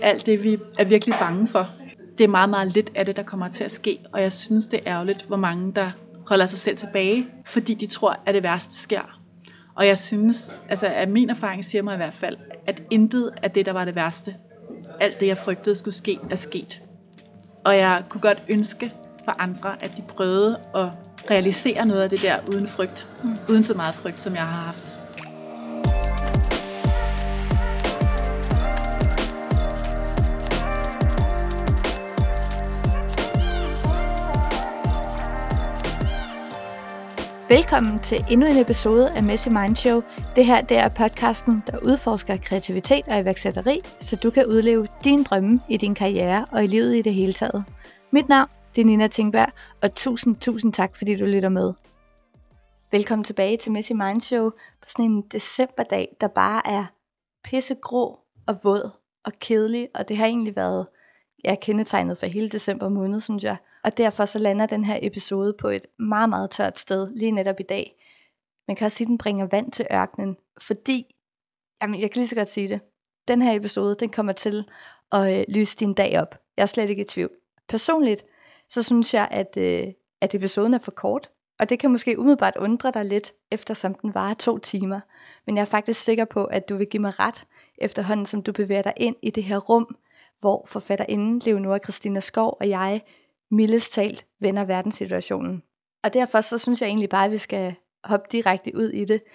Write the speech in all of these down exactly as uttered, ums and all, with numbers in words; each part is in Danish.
Alt det, vi er virkelig bange for, det er meget, meget lidt af det, der kommer til at ske. Og jeg synes, det er ærgerligt, hvor mange, der holder sig selv tilbage, fordi de tror, at det værste sker. Og jeg synes, altså at min erfaring siger mig i hvert fald, at intet af det, der var det værste, alt det, jeg frygtede skulle ske, er sket. Og jeg kunne godt ønske for andre, at de prøvede at realisere noget af det der uden frygt. Mm. Uden så meget frygt, som jeg har haft. Velkommen til endnu en episode af Messy Mind Show. Det her det er podcasten, der udforsker kreativitet og iværksætteri, så du kan udleve dine drømme i din karriere og i livet i det hele taget. Mit navn det er Nina Tingberg, og tusind, tusind tak, fordi du lytter med. Velkommen tilbage til Messy Mind Show på sådan en decemberdag, der bare er pissegrå og våd og kedelig, og det har egentlig været ja, kendetegnet for hele december måned, synes jeg. Og derfor så lander den her episode på et meget, meget tørt sted lige netop i dag. Man kan også sige, at den bringer vand til ørkenen, fordi, jamen jeg kan lige så godt sige det, den her episode, den kommer til at øh, lyse din dag op. Jeg er slet ikke i tvivl. Personligt, så synes jeg, at, øh, at episoden er for kort, og det kan måske umiddelbart undre dig lidt, eftersom den varer to timer. Men jeg er faktisk sikker på, at du vil give mig ret, efterhånden som du bevæger dig ind i det her rum, hvor forfatterinden Leonora Christina Skov og jeg mildest talt vender verdenssituationen. Og derfor så synes jeg egentlig bare, at vi skal hoppe direkte ud i det.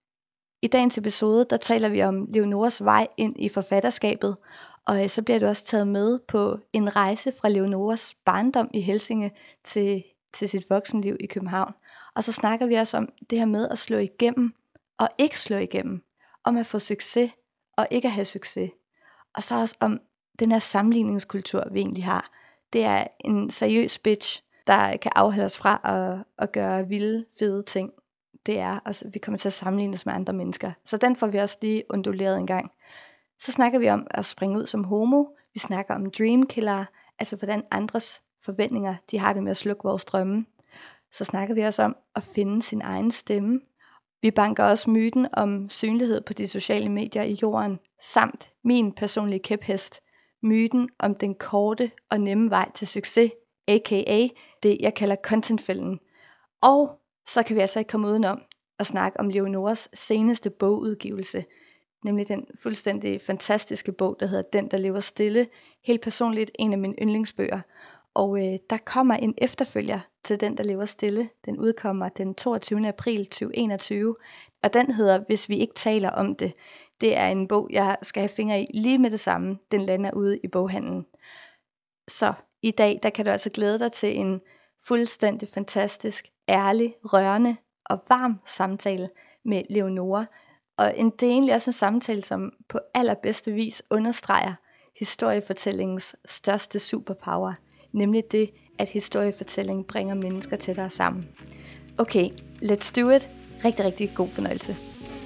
I dagens episode, der taler vi om Leonoras vej ind i forfatterskabet, og så bliver du også taget med på en rejse fra Leonoras barndom i Helsinge til, til sit voksenliv i København. Og så snakker vi også om det her med at slå igennem og ikke slå igennem, om at få succes og ikke at have succes. Og så også om den her sammenligningskultur, vi egentlig har. Det er en seriøs bitch, der kan afholde os fra at, at gøre vilde, fede ting. Det er, altså, vi kommer til at sammenligne os med andre mennesker. Så den får vi også lige unduleret en gang. Så snakker vi om at springe ud som homo. Vi snakker om dreamkiller, altså hvordan andres forventninger, de har det med at slukke vores drømme. Så snakker vi også om at finde sin egen stemme. Vi banker også myten om synlighed på de sociale medier i jorden, samt min personlige kæphest, myten om den korte og nemme vej til succes, aka det jeg kalder contentfælden. Og så kan vi altså ikke komme udenom at snakke om Leonoras seneste bogudgivelse, nemlig den fuldstændig fantastiske bog, der hedder Den, der lever stille. Helt personligt en af mine yndlingsbøger. Og øh, der kommer en efterfølger til Den, der lever stille. Den udkommer den toogtyvende april to tusind og enogtyve, og den hedder Hvis vi ikke taler om det. Det er en bog, jeg skal have fingre i lige med det samme. Den lander ude i boghandlen. Så i dag, der kan du altså glæde dig til en fuldstændig fantastisk, ærlig, rørende og varm samtale med Leonora. Og en, det er egentlig også en samtale, som på allerbedste vis understreger historiefortællingens største superpower. Nemlig det, at historiefortællingen bringer mennesker tættere sammen. Okay, let's do it. Rigtig, rigtig god fornøjelse.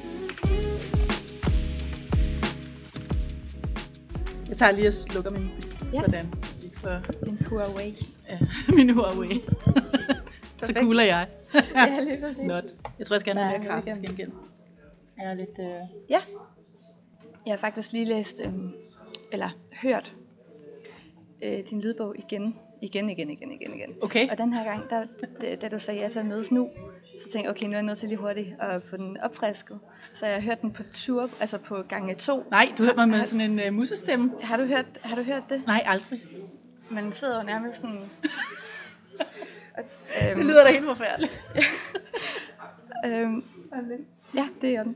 Jeg tager lige og slukker min ja. Sådan. For din Huawei. Ja, min Huawei. Så cool er jeg. Ja, lige præcis. Not. Jeg tror, jeg skal have noget mere kaffe til gengæld. Jeg er lidt... Øh... Ja. Jeg har faktisk lige læst, øh, eller hørt, øh, din lydbog igen. Igen, igen, igen, igen, igen. Okay. Og den her gang, der, da, da du sagde ja til at mødes nu, så tænkte jeg, okay, nu er jeg nødt til lige hurtigt at få den opfrisket. Så jeg har hørt den på tur, altså på gange to. Nej, du hørte mig med sådan en uh, musestemme. Har du hørt, har du hørt det? Nej, aldrig. Man sidder jo nærmest sådan... og, øhm, det lyder da helt forfærdeligt. øhm, ja, det er den.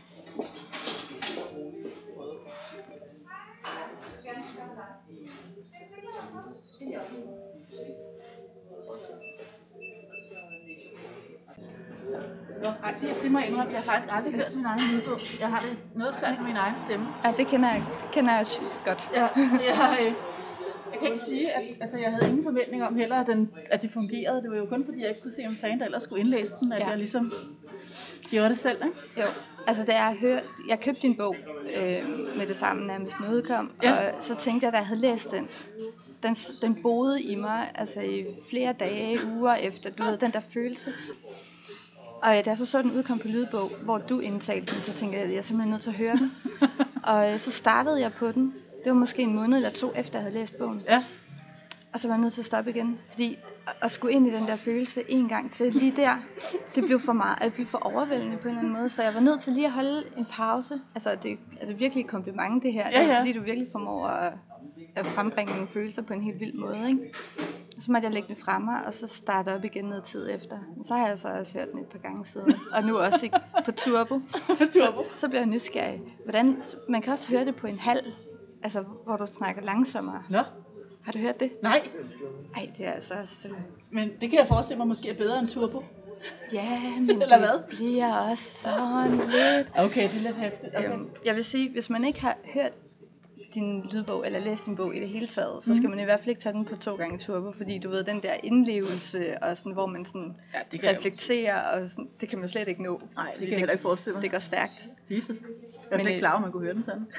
Nej, det må jeg indrømme. Jeg har faktisk aldrig hørt min egen lydbog. Jeg har det noget svært med min egen stemme. Ja, det kender jeg, kender jeg også godt. Ja, jeg, har, jeg kan ikke sige, at altså, jeg havde ingen forventning om heller, at, den, at det fungerede. Det var jo kun fordi, jeg ikke kunne se, om fanden der ellers skulle indlæse den, at ja. jeg ligesom gjorde det selv. Ikke? Jo, altså da jeg hørte, jeg købte din bog øh, med det samme nærmest den udkom, ja. Og så tænkte jeg, da jeg havde læst den, den, den boede i mig altså i flere dage, uger efter, du ved, den der følelse. Og da jeg så så den udkom på lydbog, hvor du indtalte den, så tænkte jeg, at jeg er simpelthen nødt til at høre den. Og så startede jeg på den, det var måske en måned eller to efter, jeg havde læst bogen. Ja. Og så var jeg nødt til at stoppe igen, fordi at skulle ind i den der følelse en gang til, lige der, det blev for meget, det blev for overvældende på en eller anden måde, så jeg var nødt til lige at holde en pause. Altså, det er altså virkelig et kompliment, det her, ja, ja. fordi du virkelig formår at, at frembringe nogle følelser på en helt vild måde, ikke? Og så måtte jeg lægge det fra mig, og så starte op igen noget tid efter. Så har jeg så også hørt den et par gange siden, og nu også på turbo. så, så bliver jeg nysgerrig. Hvordan, man kan også høre det på en halv, altså hvor du snakker langsommere. Nå. Har du hørt det? Nej. Ej, det er altså også... Men det kan jeg forestille mig måske er bedre end turbo. Ja, men Eller det hvad? bliver også sådan lidt... Okay, det er lidt hæftigt. Okay. Øhm, jeg vil sige, hvis man ikke har hørt din lydbog, eller læst din bog i det hele taget, så skal man i hvert fald ikke tage den på to gange turbo, fordi du ved, den der indlevelse, og sådan, hvor man sådan ja, det kan reflekterer, og sådan, det kan man slet ikke nå. Nej, det kan jeg heller ikke forestille mig. Det går stærkt. Jesus. Jeg var slet ikke klar, om man kunne høre den sådan.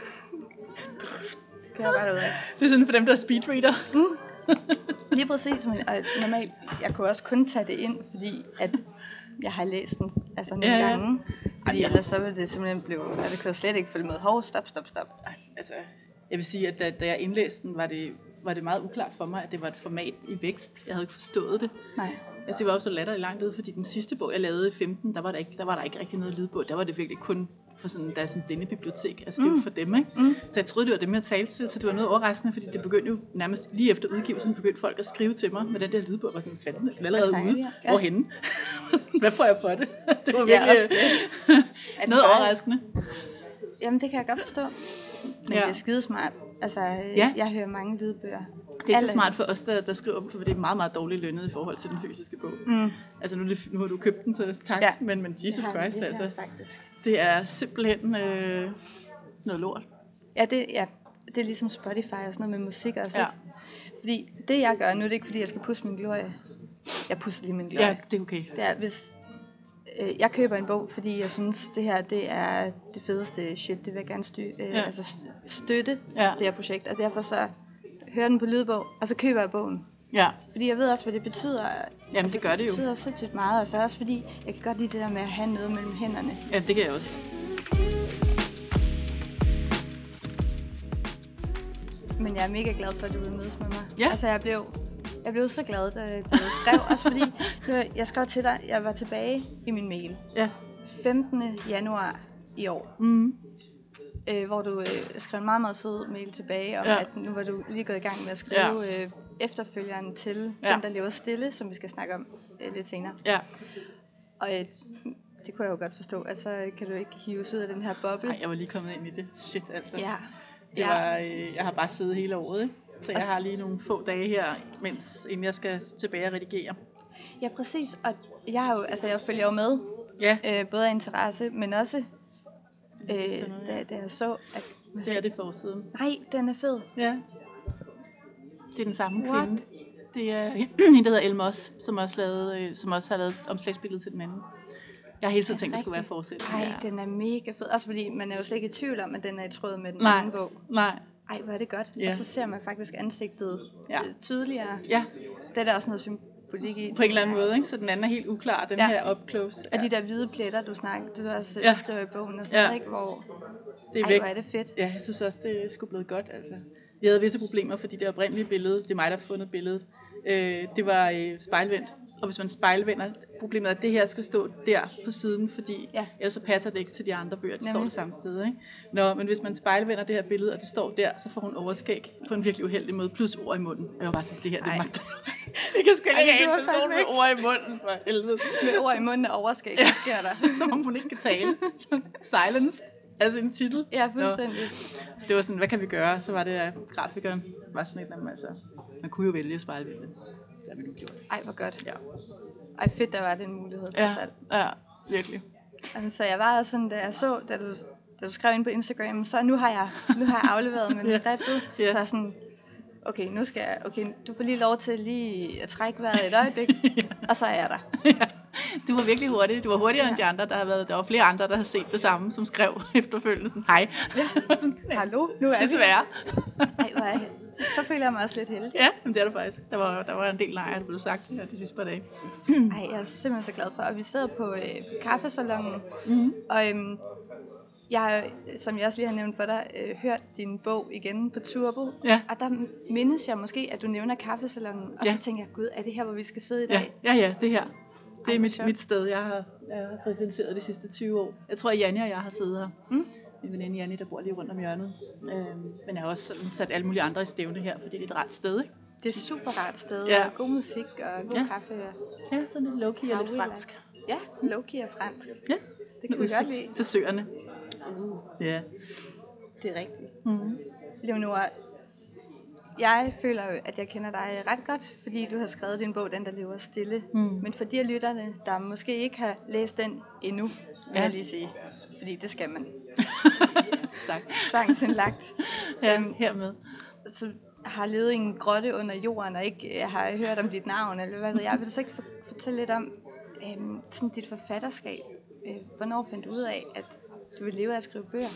Det er bare af. Det er sådan for dem, der er speedreader. Mm. Lige præcis, men og normalt, jeg kunne også kun tage det ind, fordi at jeg har læst den altså nogle ja, ja. gange. Fordi Ej, ellers så ville det simpelthen blive, at det kunne slet ikke følge med. Hov, stop, stop, stop. Ej, altså, jeg vil sige, at da, da jeg indlæste den, var det, var det meget uklart for mig, at det var et format i vækst. Jeg havde ikke forstået det. Nej. Altså, det var også så latterligt langt ud, fordi den sidste bog, jeg lavede i femten, der var der ikke, der var der ikke rigtig noget lydbog. Der var det virkelig kun for sådan, der er sådan denne bibliotek. Altså, det er jo for dem, ikke? Mm. Så jeg troede, det var dem, jeg talte til, så det var noget overraskende, fordi det begyndte jo nærmest lige efter udgivelsen, begyndte folk at skrive til mig med den der lydbog. Jeg var sådan, fanden, den er allerede ude. Ja. Hvorhenne? Hvad får jeg for det? Det var virkelig ja, det. noget overraskende. Jamen, det kan jeg godt forstå. Men ja. Det er skidesmart. Altså, ja. Jeg hører mange lydbøger. Det er ikke så smart for os, der, der skriver om, for det er meget, meget dårligt lønnet i forhold til den fysiske bog. Mm. Altså, nu, nu har du købt den, så tak, ja. men, men Jesus Christ, det altså. Det er simpelthen øh, noget lort. Ja det, ja, det er ligesom Spotify og sådan noget med musik også. Ja. Fordi det, jeg gør, nu er det ikke, fordi jeg skal pusse min glorie. Jeg pusser lige min glorie. Ja, det er okay. Det er, hvis øh, jeg køber en bog, fordi jeg synes, det her det er det fedeste shit. Det vil jeg gerne sty- øh, ja. altså støtte, ja. det her projekt. Og derfor så hører den på lydbog, og så køber jeg bogen. Ja. Fordi jeg ved også, hvad det betyder. Jamen, altså, det gør det jo. Det betyder sindssygt meget, og så også fordi, jeg kan godt lide det der med at have noget mellem hænderne. Ja, det kan jeg også. Men jeg er mega glad for, at du vil mødes med mig. Ja. Altså, jeg blev, jeg blev så glad, da, da du skrev. Også fordi, jeg skrev til dig, jeg var tilbage i min mail. Ja. femtende januar i år. Mm. Øh, hvor du øh, skrev en meget, meget sød mail tilbage, om ja. at nu var du lige gået i gang med at skrive ja. øh, efterfølgeren til ja. den, der lever stille, som vi skal snakke om øh, lidt senere. Ja. Og øh, det kunne jeg jo godt forstå, at så kan du ikke hives ud af den her boble. Nej, jeg var lige kommet ind i det. Shit, altså. Ja. Det ja. var, øh, jeg har bare siddet hele året, ikke? Så jeg har lige nogle få dage her, mens, inden jeg skal tilbage og redigere. Ja, præcis. Og jeg, har jo, altså, jeg følger jo med, ja. øh, både af interesse, men også, øh, da, da jeg så, at... Det er det forsiden. Nej, den er fed. Ja. Det er den samme What? kvinde. Det er en, der hedder Elmos, som også, lavede, som også har lavet omslagsbilledet til den anden. Jeg har hele tiden tænkt, at det skulle være forsiden. Nej, den er mega fed. Også fordi man er jo slet ikke i tvivl om, at den er i tråd med den nej, anden bog. Nej. Ej, hvor er det godt. Ja. Og så ser man faktisk ansigtet ja. tydeligere. Ja. Det er der også noget symbolik i. På en eller anden måde, ikke? Så den anden er helt uklar, den ja. her up close. Ja. Og de der hvide pletter, du snakker, du også ja. skriver i bogen og sådan noget, ja. ikke? Hvor... Det er Ej, hvor er det fedt. Ja, jeg synes også, det er sgu blevet godt, altså. Vi havde visse problemer, fordi det oprindelige billede, det er mig, der har fundet billedet, øh, det var øh, spejlvendt. Og hvis man spejlvender, problemet er, at det her skal stå der på siden, fordi ja. ellers så passer det ikke til de andre bøger, de står det samme sted. Ikke? Nå, men hvis man spejlvender det her billede, og det står der, så får hun overskæg på en virkelig uheldig måde, plus ord i munden. Og jeg var bare sådan, det her, det er magt. Det kan sgu ikke have en person med ord i munden, for helvede. Med ord i munden og overskæg, hvad sker der? Som om hun ikke kan tale. Silenced. Altså en titel. Ja, fuldstændig. Nå. Så det var sådan, hvad kan vi gøre? Så var det, at grafikeren var sådan et eller andet, altså, man kunne jo vælge at spejlvende. Det har vi nu gjort. Ej, hvor godt. Ja. Ej, fedt, der var den mulighed til ja. sig. Ja, virkelig. Altså, jeg var også sådan, da jeg så, da du, da du skrev ind på Instagram, så nu har jeg, nu har jeg afleveret manuskriptet. ja. Så sådan, okay, nu skal jeg, okay, du får lige lov til lige at trække vejret et øjeblik, ja. og så er jeg der. ja. Du var virkelig hurtig. Du var hurtigere ja. end de andre, der har været. Der var flere andre, der har set det samme, som skrev efterfølgende sådan, hej. Ja. sådan, hallo, nu er Desværre. Ej, hvor er jeg. Så føler jeg mig også lidt heldig. Ja, men det er du faktisk. Der var, der var en del lejre, der blev sagt her de sidste par dage. Ej, jeg er simpelthen så glad for. Og vi sidder på øh, kaffesalonen, mm-hmm. og øhm, Jeg har, som jeg også lige har nævnt for dig, øh, hørt din bog igen på Turbo. Ja. Og der mindes jeg måske, at du nævner kaffesalonen. Og Ja. så tænker jeg, gud, er det her, hvor vi skal sidde i Ja, dag? ja, ja, det her. Det er Ej, mit, sjovt. mit sted. Jeg har, jeg har frekventeret de sidste tyve år. Jeg tror, at Janne og jeg har siddet her. Mm. Min veninde Janne, der bor lige rundt om hjørnet. Øhm, men jeg har også sådan sat alle mulige andre i stævne her, fordi det er et ret sted, ikke? Det er et super rart sted, Ja. og god musik og god Ja. kaffe. Ja, sådan lidt low-key og lidt Taglig. fransk. Ja, low-key og fransk. Ja, Det kan vi godt lide. til søerne. Uh, Ja. det er rigtigt. Mm-hmm. Leonora, jeg føler jo, at jeg kender dig ret godt, fordi du har skrevet din bog, Den der lever stille. Mm. Men for de af lytterne, der måske ikke har læst den endnu, vil Ja. jeg lige sige, fordi det skal man. Tak. Tvangsindlagt. Ja, Øhm, hermed. Så har levet i en grotte under jorden, og ikke jeg har hørt om dit navn, eller hvad ved jeg. Vil du så ikke fortælle lidt om øhm, sådan dit forfatterskab? Øh, hvornår fandt du ud af, at du vil leve af at skrive bøger?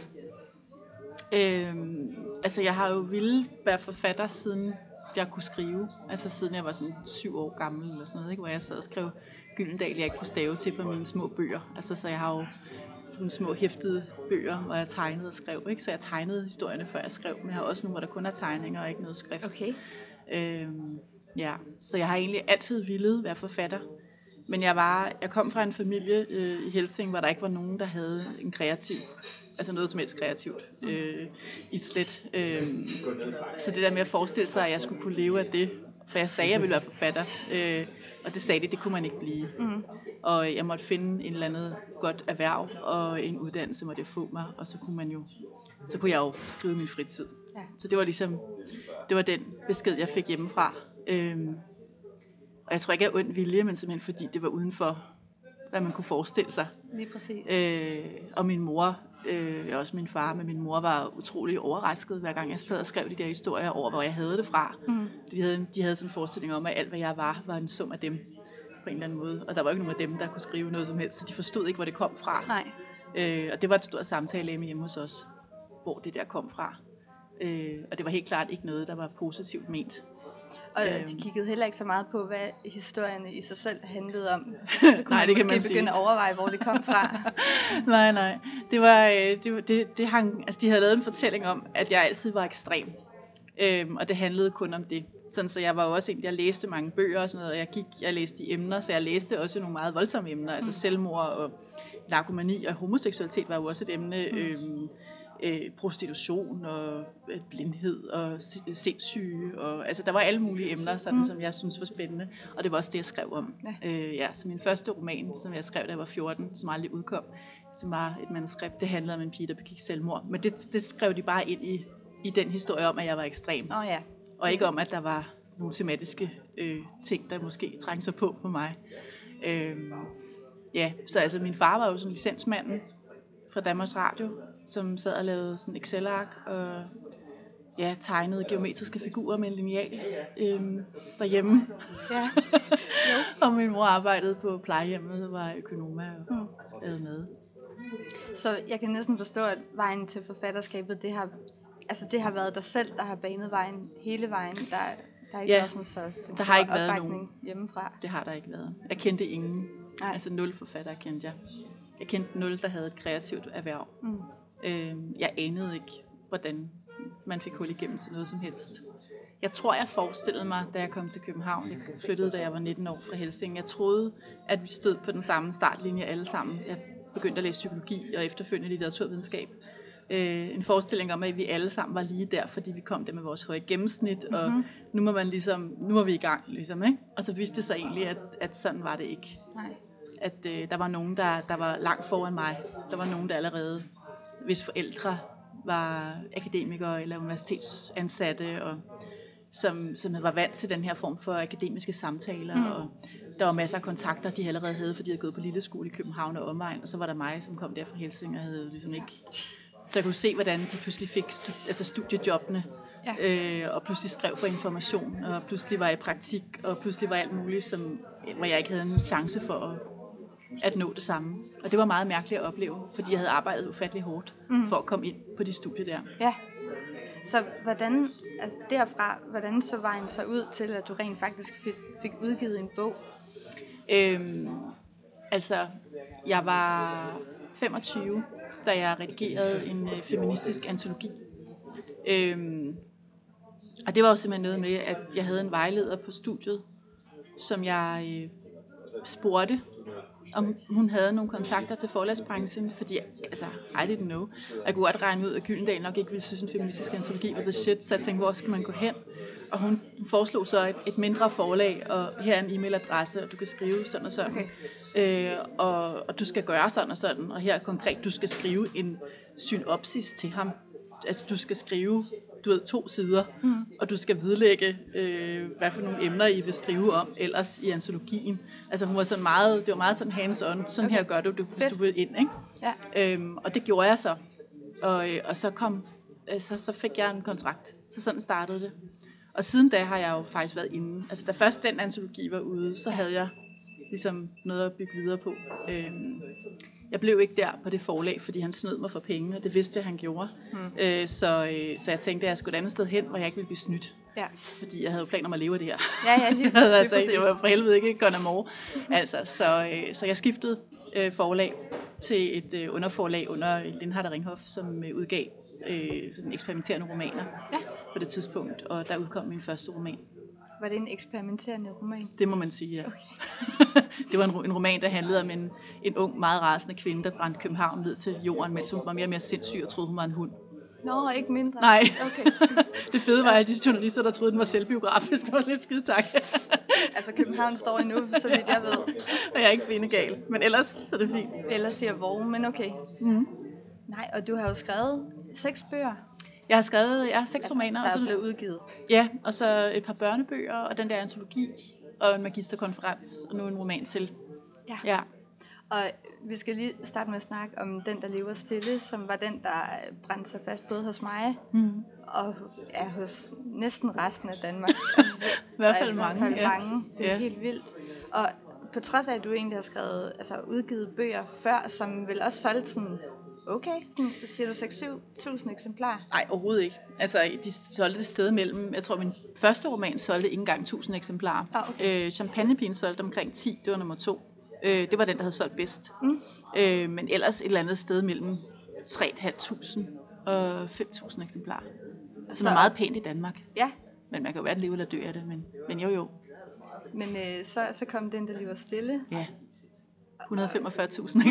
Øhm, altså, jeg har jo ville være forfatter, siden jeg kunne skrive. Altså, siden jeg var sådan syv år gammel, eller sådan noget, ikke? Hvor jeg sad og skrev Gyldendal, jeg ikke kunne stave til på mine små bøger. Altså, så jeg har jo sådan små hæftede bøger, hvor jeg tegnede og skrev, ikke? Så jeg tegnede historierne, før jeg skrev, men jeg har også nogle, hvor der kun er tegninger og ikke noget skrift. Okay. Øhm, ja, så jeg har egentlig altid villet være forfatter. Men jeg var, jeg kom fra en familie øh, i Helsing, hvor der ikke var nogen, der havde en kreativ, altså noget som helst kreativt øh, i et slet. Øh, så det der med at forestille sig, at jeg skulle kunne leve af det, for jeg sagde, at jeg ville være forfatter, øh, og det sagde de, det kunne man ikke blive. Mm. Og jeg måtte finde en eller andet godt erhverv, og en uddannelse måtte jeg få mig, og så kunne man jo, så kunne jeg jo skrive min fritid. Ja. Så det var ligesom, det var den besked, jeg fik hjemmefra. Øh, Og jeg tror ikke, jeg er ond vilje, men simpelthen fordi det var uden for, hvad man kunne forestille sig. Lige præcis. Øh, og min mor, øh, også min far, men min mor var utrolig overrasket, hver gang jeg sad og skrev de der historier over, hvor jeg havde det fra. Mm. De, havde, de havde sådan en forestilling om, at alt, hvad jeg var, var en sum af dem på en eller anden måde. Og der var ikke nogen af dem, der kunne skrive noget som helst, så de forstod ikke, hvor det kom fra. Nej. Øh, og det var et stort samtale hjemme hos os, hvor det der kom fra. Øh, og det var helt klart ikke noget, der var positivt ment. Og Øhm. de kiggede heller ikke så meget på, hvad historierne i sig selv handlede om. Så kunne Nej, man det kan måske man sige. begynde at overveje, hvor det kom fra. nej, nej. Det var, øh, det, det, det hang, altså de havde lavet en fortælling om, at jeg altid var ekstrem. Øhm, og det handlede kun om det. Sådan, så jeg var jo også en, jeg læste mange bøger og sådan noget, og jeg gik, jeg læste i emner, så jeg læste også nogle meget voldsomme emner, altså selvmord og narkomani og homoseksualitet var jo også et emne. Mm. Øhm, øh, prostitution og øh, blindhed og sindssyge og altså der var alle mulige emner sådan, mm. som jeg synes var spændende, og det var også det jeg skrev om. Ja. Øh, ja, så min første roman, som jeg skrev da jeg var fjorten, som aldrig udkom, som var et manuskript, det handlede om en pige der begik selvmord, men det, det skrev de bare ind i i den historie om at jeg var ekstrem. Oh, ja. Og ikke om at der var nogle tematiske øh, ting der måske trængte sig på for mig. Øh, ja, så altså min far var jo sådan licensmanden fra Danmarks Radio, som sad og lavede sådan Excel-ark og ja, tegnede geometriske figurer med en lineal øhm, derhjemme. Ja. Og min mor arbejdede på plejehjemmet og var økonoma og mm. lavede mad. Så jeg kan næsten forstå, at vejen til forfatterskabet, det har, altså det har været dig selv, der har banet vejen hele vejen. Der, der har ikke ja, været sådan så der har ikke været nogen hjemmefra. Det har der ikke været. Jeg kendte ingen. Nej. Altså nul forfattere kendte jeg. Jeg kendte nul, der havde et kreativt erhverv. Mm. Øhm, jeg anede ikke, hvordan man fik hul igennem til noget som helst. Jeg tror, jeg forestillede mig, da jeg kom til København. Jeg flyttede, da jeg var nitten år fra Helsing. Jeg troede, at vi stod på den samme startlinje alle sammen. Jeg begyndte at læse psykologi og efterfølgende litteraturvidenskab. Øh, en forestilling om, at vi alle sammen var lige der, fordi vi kom der med vores høje gennemsnit, mm-hmm. og nu må man ligesom, nu er vi i gang, ligesom, ikke? Og så viste det sig egentlig, at, at sådan var det ikke. Nej. At øh, der var nogen, der, der var langt foran mig. Der var nogen, der allerede, hvis forældre var akademikere eller universitetsansatte, og som, som var vant til den her form for akademiske samtaler, mm. og der var masser af kontakter, de allerede havde, fordi de havde gået på lille skole i København og omegn, og så var der mig, som kom der fra Helsing, og havde ligesom ikke... Så jeg kunne se, hvordan de pludselig fik stu- altså studiejobbene, ja. øh, og pludselig skrev for Information, og pludselig var jeg i praktik, og pludselig var alt muligt, som, hvor jeg ikke havde en chance for at, at nå det samme. Og det var meget mærkeligt at opleve, fordi jeg havde arbejdet ufattelig hårdt mm. for at komme ind på de studier der. Ja. Så hvordan, altså derfra, hvordan så vejen så ud til, at du rent faktisk fik, fik udgivet en bog? Øhm, altså, jeg var femogtyve, da jeg redigerede en øh, feministisk antologi. Øhm, og det var jo simpelthen noget med, at jeg havde en vejleder på studiet, som jeg øh, spurgte, om hun havde nogle kontakter til forlagsbranchen, fordi, altså, I didn't know. Jeg kunne godt regne ud, at Gyldendal nok ikke ville synes, en feministisk antologi var the shit, så jeg tænkte, hvor skal man gå hen? Og hun foreslog så et, et mindre forlag, og her er en e-mailadresse, og du kan skrive sådan og sådan. Okay. Øh, og, og du skal gøre sådan og sådan, og her konkret, du skal skrive en synopsis til ham. Altså, du skal skrive, du ved, to sider, mm. og du skal vedlægge, øh, hvad for nogle emner I vil skrive om ellers i antologien. Altså, hun var sådan meget, det var meget sådan hands-on, sådan okay. Her gør du det, hvis Fedt. Du vil ind, ikke? Ja. Øhm, og det gjorde jeg så. Og, og så kom, øh, så, så fik jeg en kontrakt. Så sådan startede det. Og siden da har jeg jo faktisk været inde. Altså, da først den antologi var ude, så havde jeg ligesom noget at bygge videre på. Øhm, Jeg blev ikke der på det forlag, fordi han snød mig for penge, og det vidste jeg, han gjorde. Mm. Øh, så, øh, så jeg tænkte, at jeg skulle et andet sted hen, hvor jeg ikke ville blive snydt. Ja. Fordi jeg havde jo planer om at leve af det her. Ja, ja, lige, lige altså, det var for helvede ikke Gunnar Moore. Altså, så, øh, så jeg skiftede øh, forlag til et øh, underforlag under Lindhardt og Ringhof, som øh, udgav øh, sådan eksperimenterende romaner ja. På det tidspunkt. Og der udkom min første roman. Var det en eksperimenterende roman? Det må man sige, ja. Okay. Det var en, en roman, der handlede om en, en ung, meget rasende kvinde, der brændte København ned til jorden, mens hun var mere og mere sindssyg og troede, hun var en hund. Nå, ikke mindre? Nej. Okay. Det fede var alle de journalister, der troede, den var selvbiografisk. Det var lidt skide tak. Altså, København står endnu, så vidt jeg ved. Og jeg er ikke benegal, men ellers så er det fint. Ellers siger vågen, men okay. Mm. Nej, og du har jo skrevet seks bøger. Jeg har skrevet ja, seks altså, romaner. Der er blevet udgivet. Ja, og så et par børnebøger, og den der antologi, og en magisterkonferens, og nu en roman til. Ja. ja. Og vi skal lige starte med at snakke om Den, der lever stille, som var den, der brændte sig fast både hos mig, mm. og ja, hos næsten resten af Danmark. Altså, I hvert fald mange. I hvert fald mange. Ja. Det er ja. Helt vildt. Og på trods af, at du egentlig har skrevet, altså udgivet bøger før, som vel også solgt sådan... Okay, siger du seks til syv tusind eksemplarer? Nej, overhovedet ikke. Altså, de solgte det sted mellem, jeg tror, min første roman solgte ikke engang tusind eksemplarer. Ah, okay. øh, Champagnepigen solgte omkring ti, det var nummer to. Øh, det var den, der havde solgt bedst. Mm. Øh, men ellers et eller andet sted mellem tre tusind fem hundrede og fem tusind eksemplarer. Som er meget pænt i Danmark. Ja. Men man kan jo være, at leve eller dø af det, men, men jo jo. Men øh, så, så kom Den, der lever stille. Ja. et hundrede og femogfyrre tusind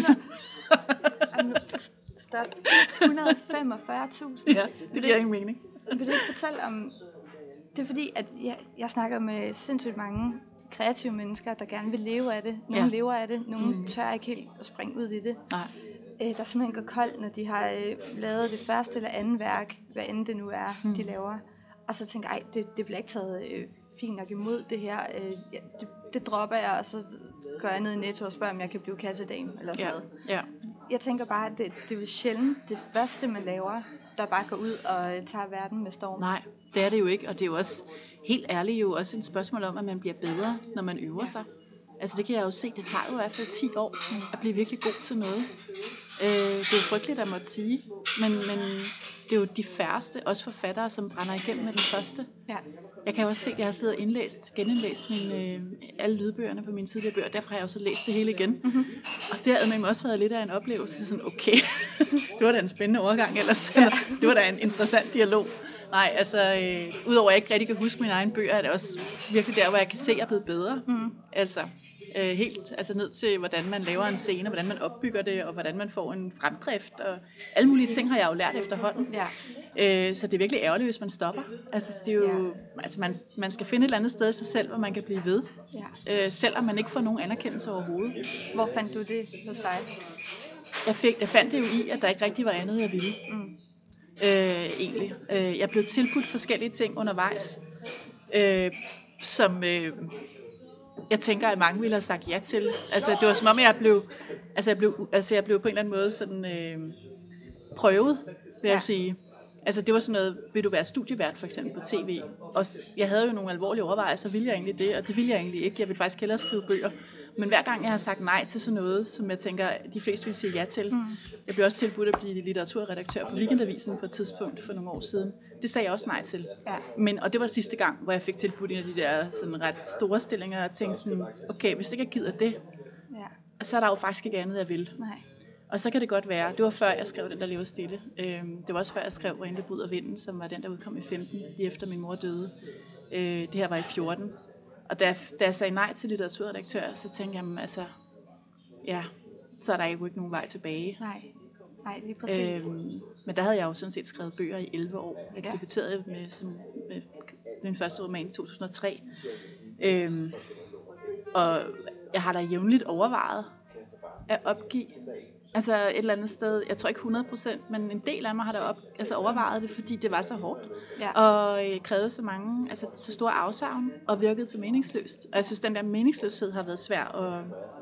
eksemplarer. Stop. et hundrede og femogfyrre tusind. Ja, det giver ingen mening. Vil du ikke fortælle om... Det er fordi, at jeg, jeg snakker med sindssygt mange kreative mennesker, der gerne vil leve af det. Nogle ja. lever af det, nogle mm. tør ikke helt at springe ud i det. Nej. Øh, der simpelthen går koldt, når de har øh, lavet det første eller andet værk, hvad end det nu er, mm. de laver. Og så tænker jeg, det, det bliver ikke taget øh, fint nok imod det her. Øh, ja, det, det dropper jeg, og så går jeg ned i Netto og spørger, om jeg kan blive kassedame eller sådan ja. noget. Ja. Jeg tænker bare, at det, det er jo sjældent det første, man laver, der bare går ud og tager verden med storm. Nej, det er det jo ikke, og det er jo også, helt ærligt, jo også et spørgsmål om, at man bliver bedre, når man øver ja. sig. Altså det kan jeg jo se, det tager jo i hvert fald ti år at blive virkelig god til noget. Øh, det er jo frygteligt at måtte sige, men, men det er jo de færreste, også forfattere, som brænder igennem med den første. Ja. Jeg kan jo også se, at jeg har siddet og indlæst, genindlæst mine, øh, alle lydbøgerne på mine tidligere bøger, derfor har jeg også læst det hele igen. Mm-hmm. Og det havde man også været lidt af en oplevelse, sådan okay, det var da en spændende overgang ellers, ja. Det var da en interessant dialog. Nej, altså, øh, udover at jeg ikke rigtig kan huske mine egne bøger, er det også virkelig der, hvor jeg kan se, at jeg er blevet bedre. Mm. Altså, øh, helt altså ned til, hvordan man laver en scene, hvordan man opbygger det, og hvordan man får en fremdrift, og alle mulige ting har jeg jo lært efterhånden. Ja. Øh, så det er virkelig ærgerligt, hvis man stopper. Altså, det er jo, ja. altså man, man skal finde et eller andet sted i sig selv, hvor man kan blive ved, ja. øh, selvom man ikke får nogen anerkendelse overhovedet. Hvor fandt du det hos dig? Jeg, fik, jeg fandt det jo i, at der ikke rigtig var andet, jeg ville. Mm. Øh, egentlig. Øh, jeg blev tilbudt forskellige ting undervejs, øh, som øh, jeg tænker, at mange ville have sagt ja til. Altså, det var som om, jeg blev, altså, jeg blev, altså, jeg blev på en eller anden måde sådan, øh, prøvet, vil jeg ja. sige. Altså, det var sådan noget, vil du være studievært for eksempel på tv? Og jeg havde jo nogle alvorlige overvejelser, ville jeg egentlig det, og det ville jeg egentlig ikke. Jeg ville faktisk hellere skrive bøger. Men hver gang jeg har sagt nej til sådan noget, som jeg tænker, de fleste vil sige ja til. Mm. Jeg blev også tilbudt at blive litteraturredaktør på Weekendavisen på et tidspunkt for nogle år siden. Det sagde jeg også nej til. Ja. Men, og det var sidste gang, hvor jeg fik tilbudt en af de der sådan ret store stillinger, og tænkte sådan, okay, hvis ikke jeg gider det, ja. så er der jo faktisk ikke andet, jeg vil. Nej. Og så kan det godt være, det var før jeg skrev den, der lever stille. Øhm, det var også før jeg skrev Hvor det bud og vinden, som var den, der udkom i femten, lige efter min mor døde. Øh, det her var i fjorten. Og da, da jeg sagde nej til litteraturredaktør, så tænkte jeg, altså, ja, så er der jo ikke nogen vej tilbage. Nej, nej, lige præcis. Øhm, men der havde jeg jo sådan set skrevet bøger i elleve år. Jeg Ja. debuterede med, som, med min første roman i to tusind og tre. Øhm, og jeg har da jævnligt overvejet at opgive. Altså et eller andet sted, jeg tror ikke hundrede procent, men en del af mig har da op, altså overvejet det, fordi det var så hårdt. Ja. Og øh, krævede så mange, altså så store afsavn, og virkede så meningsløst. Og jeg synes, den der meningsløshed har været svær at,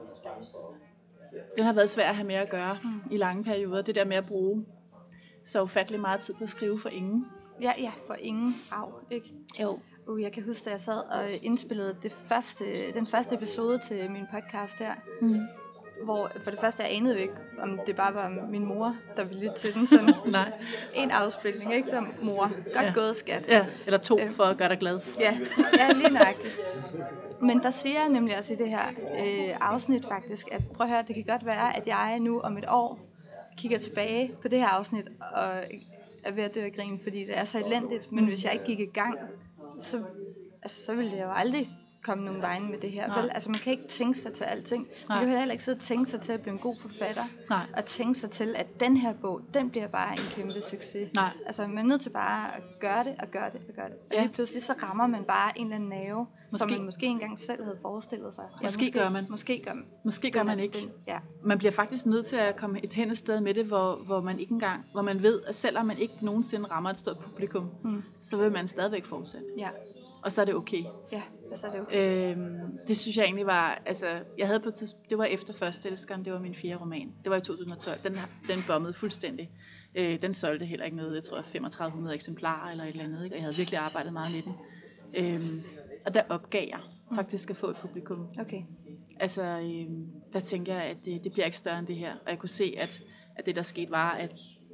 den har været svær at have med at gøre mm. i lange perioder. Det der med at bruge så ufattelig meget tid på at skrive for ingen. Ja, ja, for ingen af, ikke? Jo. Uh, jeg kan huske, da jeg sad og indspillede det første, den første episode til min podcast her, mm. hvor for det første, jeg anede jo ikke, om det bare var min mor, der ville lytte til den. Sådan Nej. En afspilning, ikke? Så mor, godt ja. gået, skat. Ja, eller to, øh. for at gøre dig glad. Ja, ja, lige nøjagtigt. Men der siger jeg nemlig også i det her øh, afsnit faktisk, at prøv at høre, det kan godt være, at jeg nu om et år kigger tilbage på det her afsnit, og er ved at dø af grin, fordi det er så elendigt. Men hvis jeg ikke gik i gang, så, altså, så ville det jo aldrig komme nogen vejen med det her. Vel? Altså man kan ikke tænke sig til alting. Man kan heller ikke sidde og tænke sig til at blive en god forfatter. Nej. Og tænke sig til, at den her bog, den bliver bare en kæmpe succes. Nej. Altså man er nødt til bare at gøre det, og gøre det, og gøre det. Og ja. lige pludselig så rammer man bare en eller anden nerve, som man måske engang selv havde forestillet sig. Ja, måske, måske gør man. Måske gør man. Måske gør man ikke. Den, ja. Man bliver faktisk nødt til at komme et hen et sted med det, hvor, hvor man ikke engang, hvor man ved, at selvom man ikke nogensinde rammer et stort publikum, mm. så vil man stadigvæk fortsætte. Ja. Og så er det okay. Ja, så er det okay. Øhm, det synes jeg egentlig var, altså, jeg havde på det var efter Førstelskeren, det var min fjerde roman. Det var i to tusind og tolv. Den, den bombede fuldstændig. Øh, den solgte heller ikke noget, jeg tror femogtredive hundrede eksemplarer eller et eller andet, ikke? Og jeg havde virkelig arbejdet meget med den. Øhm, og der opgav jeg faktisk at få et publikum. Okay. Altså, øhm, der tænkte jeg, at det, det bliver ikke større end det her. Og jeg kunne se, at, at det der skete var, at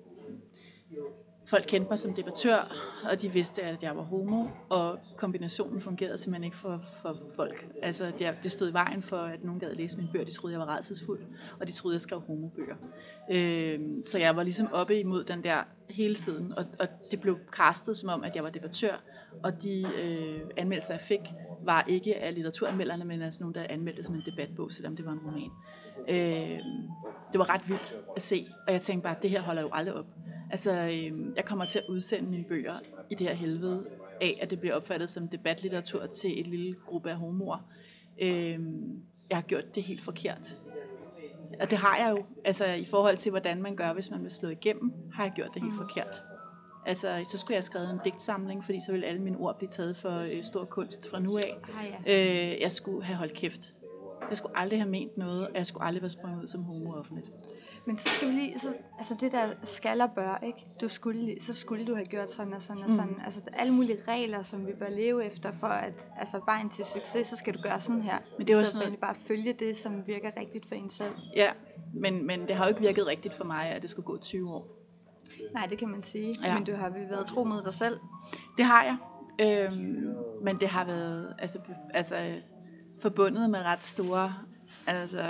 folk kendte mig som debattør, og de vidste, at jeg var homo, og kombinationen fungerede simpelthen ikke for, for folk. Altså, det, det stod i vejen for, at nogen gad læse mine bøger. De troede, jeg var rædselsfuld, og de troede, jeg skrev homobøger. Øhm, så jeg var ligesom oppe imod den der hele tiden, og, og det blev castet som om, at jeg var debattør, og de øh, anmeldelser, jeg fik, var ikke af litteraturanmelderne, men altså nogen, der anmeldte som en debatbog, selvom det var en roman. Øhm, det var ret vildt at se, og jeg tænkte bare, at det her holder jo aldrig op. Altså, øh, jeg kommer til at udsende mine bøger i det her helvede af, at det bliver opfattet som debatlitteratur til et lille gruppe af homoer. Øh, jeg har gjort det helt forkert. Og det har jeg jo. Altså, i forhold til, hvordan man gør, hvis man vil slå igennem, har jeg gjort det helt forkert. Altså, så skulle jeg have skrevet en digtsamling, fordi så ville alle mine ord blive taget for øh, stor kunst fra nu af. Ah, ja. øh, jeg skulle have holdt kæft. Jeg skulle aldrig have ment noget, og jeg skulle aldrig være sprunget ud som homo offentligt. Men så skal vi lige, så, altså det der skal og bør, ikke? Du skulle, så skulle du have gjort sådan og sådan og sådan. Mm. Altså alle mulige regler, som vi bør leve efter, for at altså vejen til succes, så skal du gøre sådan her. Men det er jo sådan noget, bare følge det, som virker rigtigt for en selv. Ja, men, men det har jo ikke virket rigtigt for mig, at det skulle gå tyve år. Nej, det kan man sige. Ja. Men du har vel været tro mod dig selv? Det har jeg. Øhm, men det har været altså, altså forbundet med ret store, altså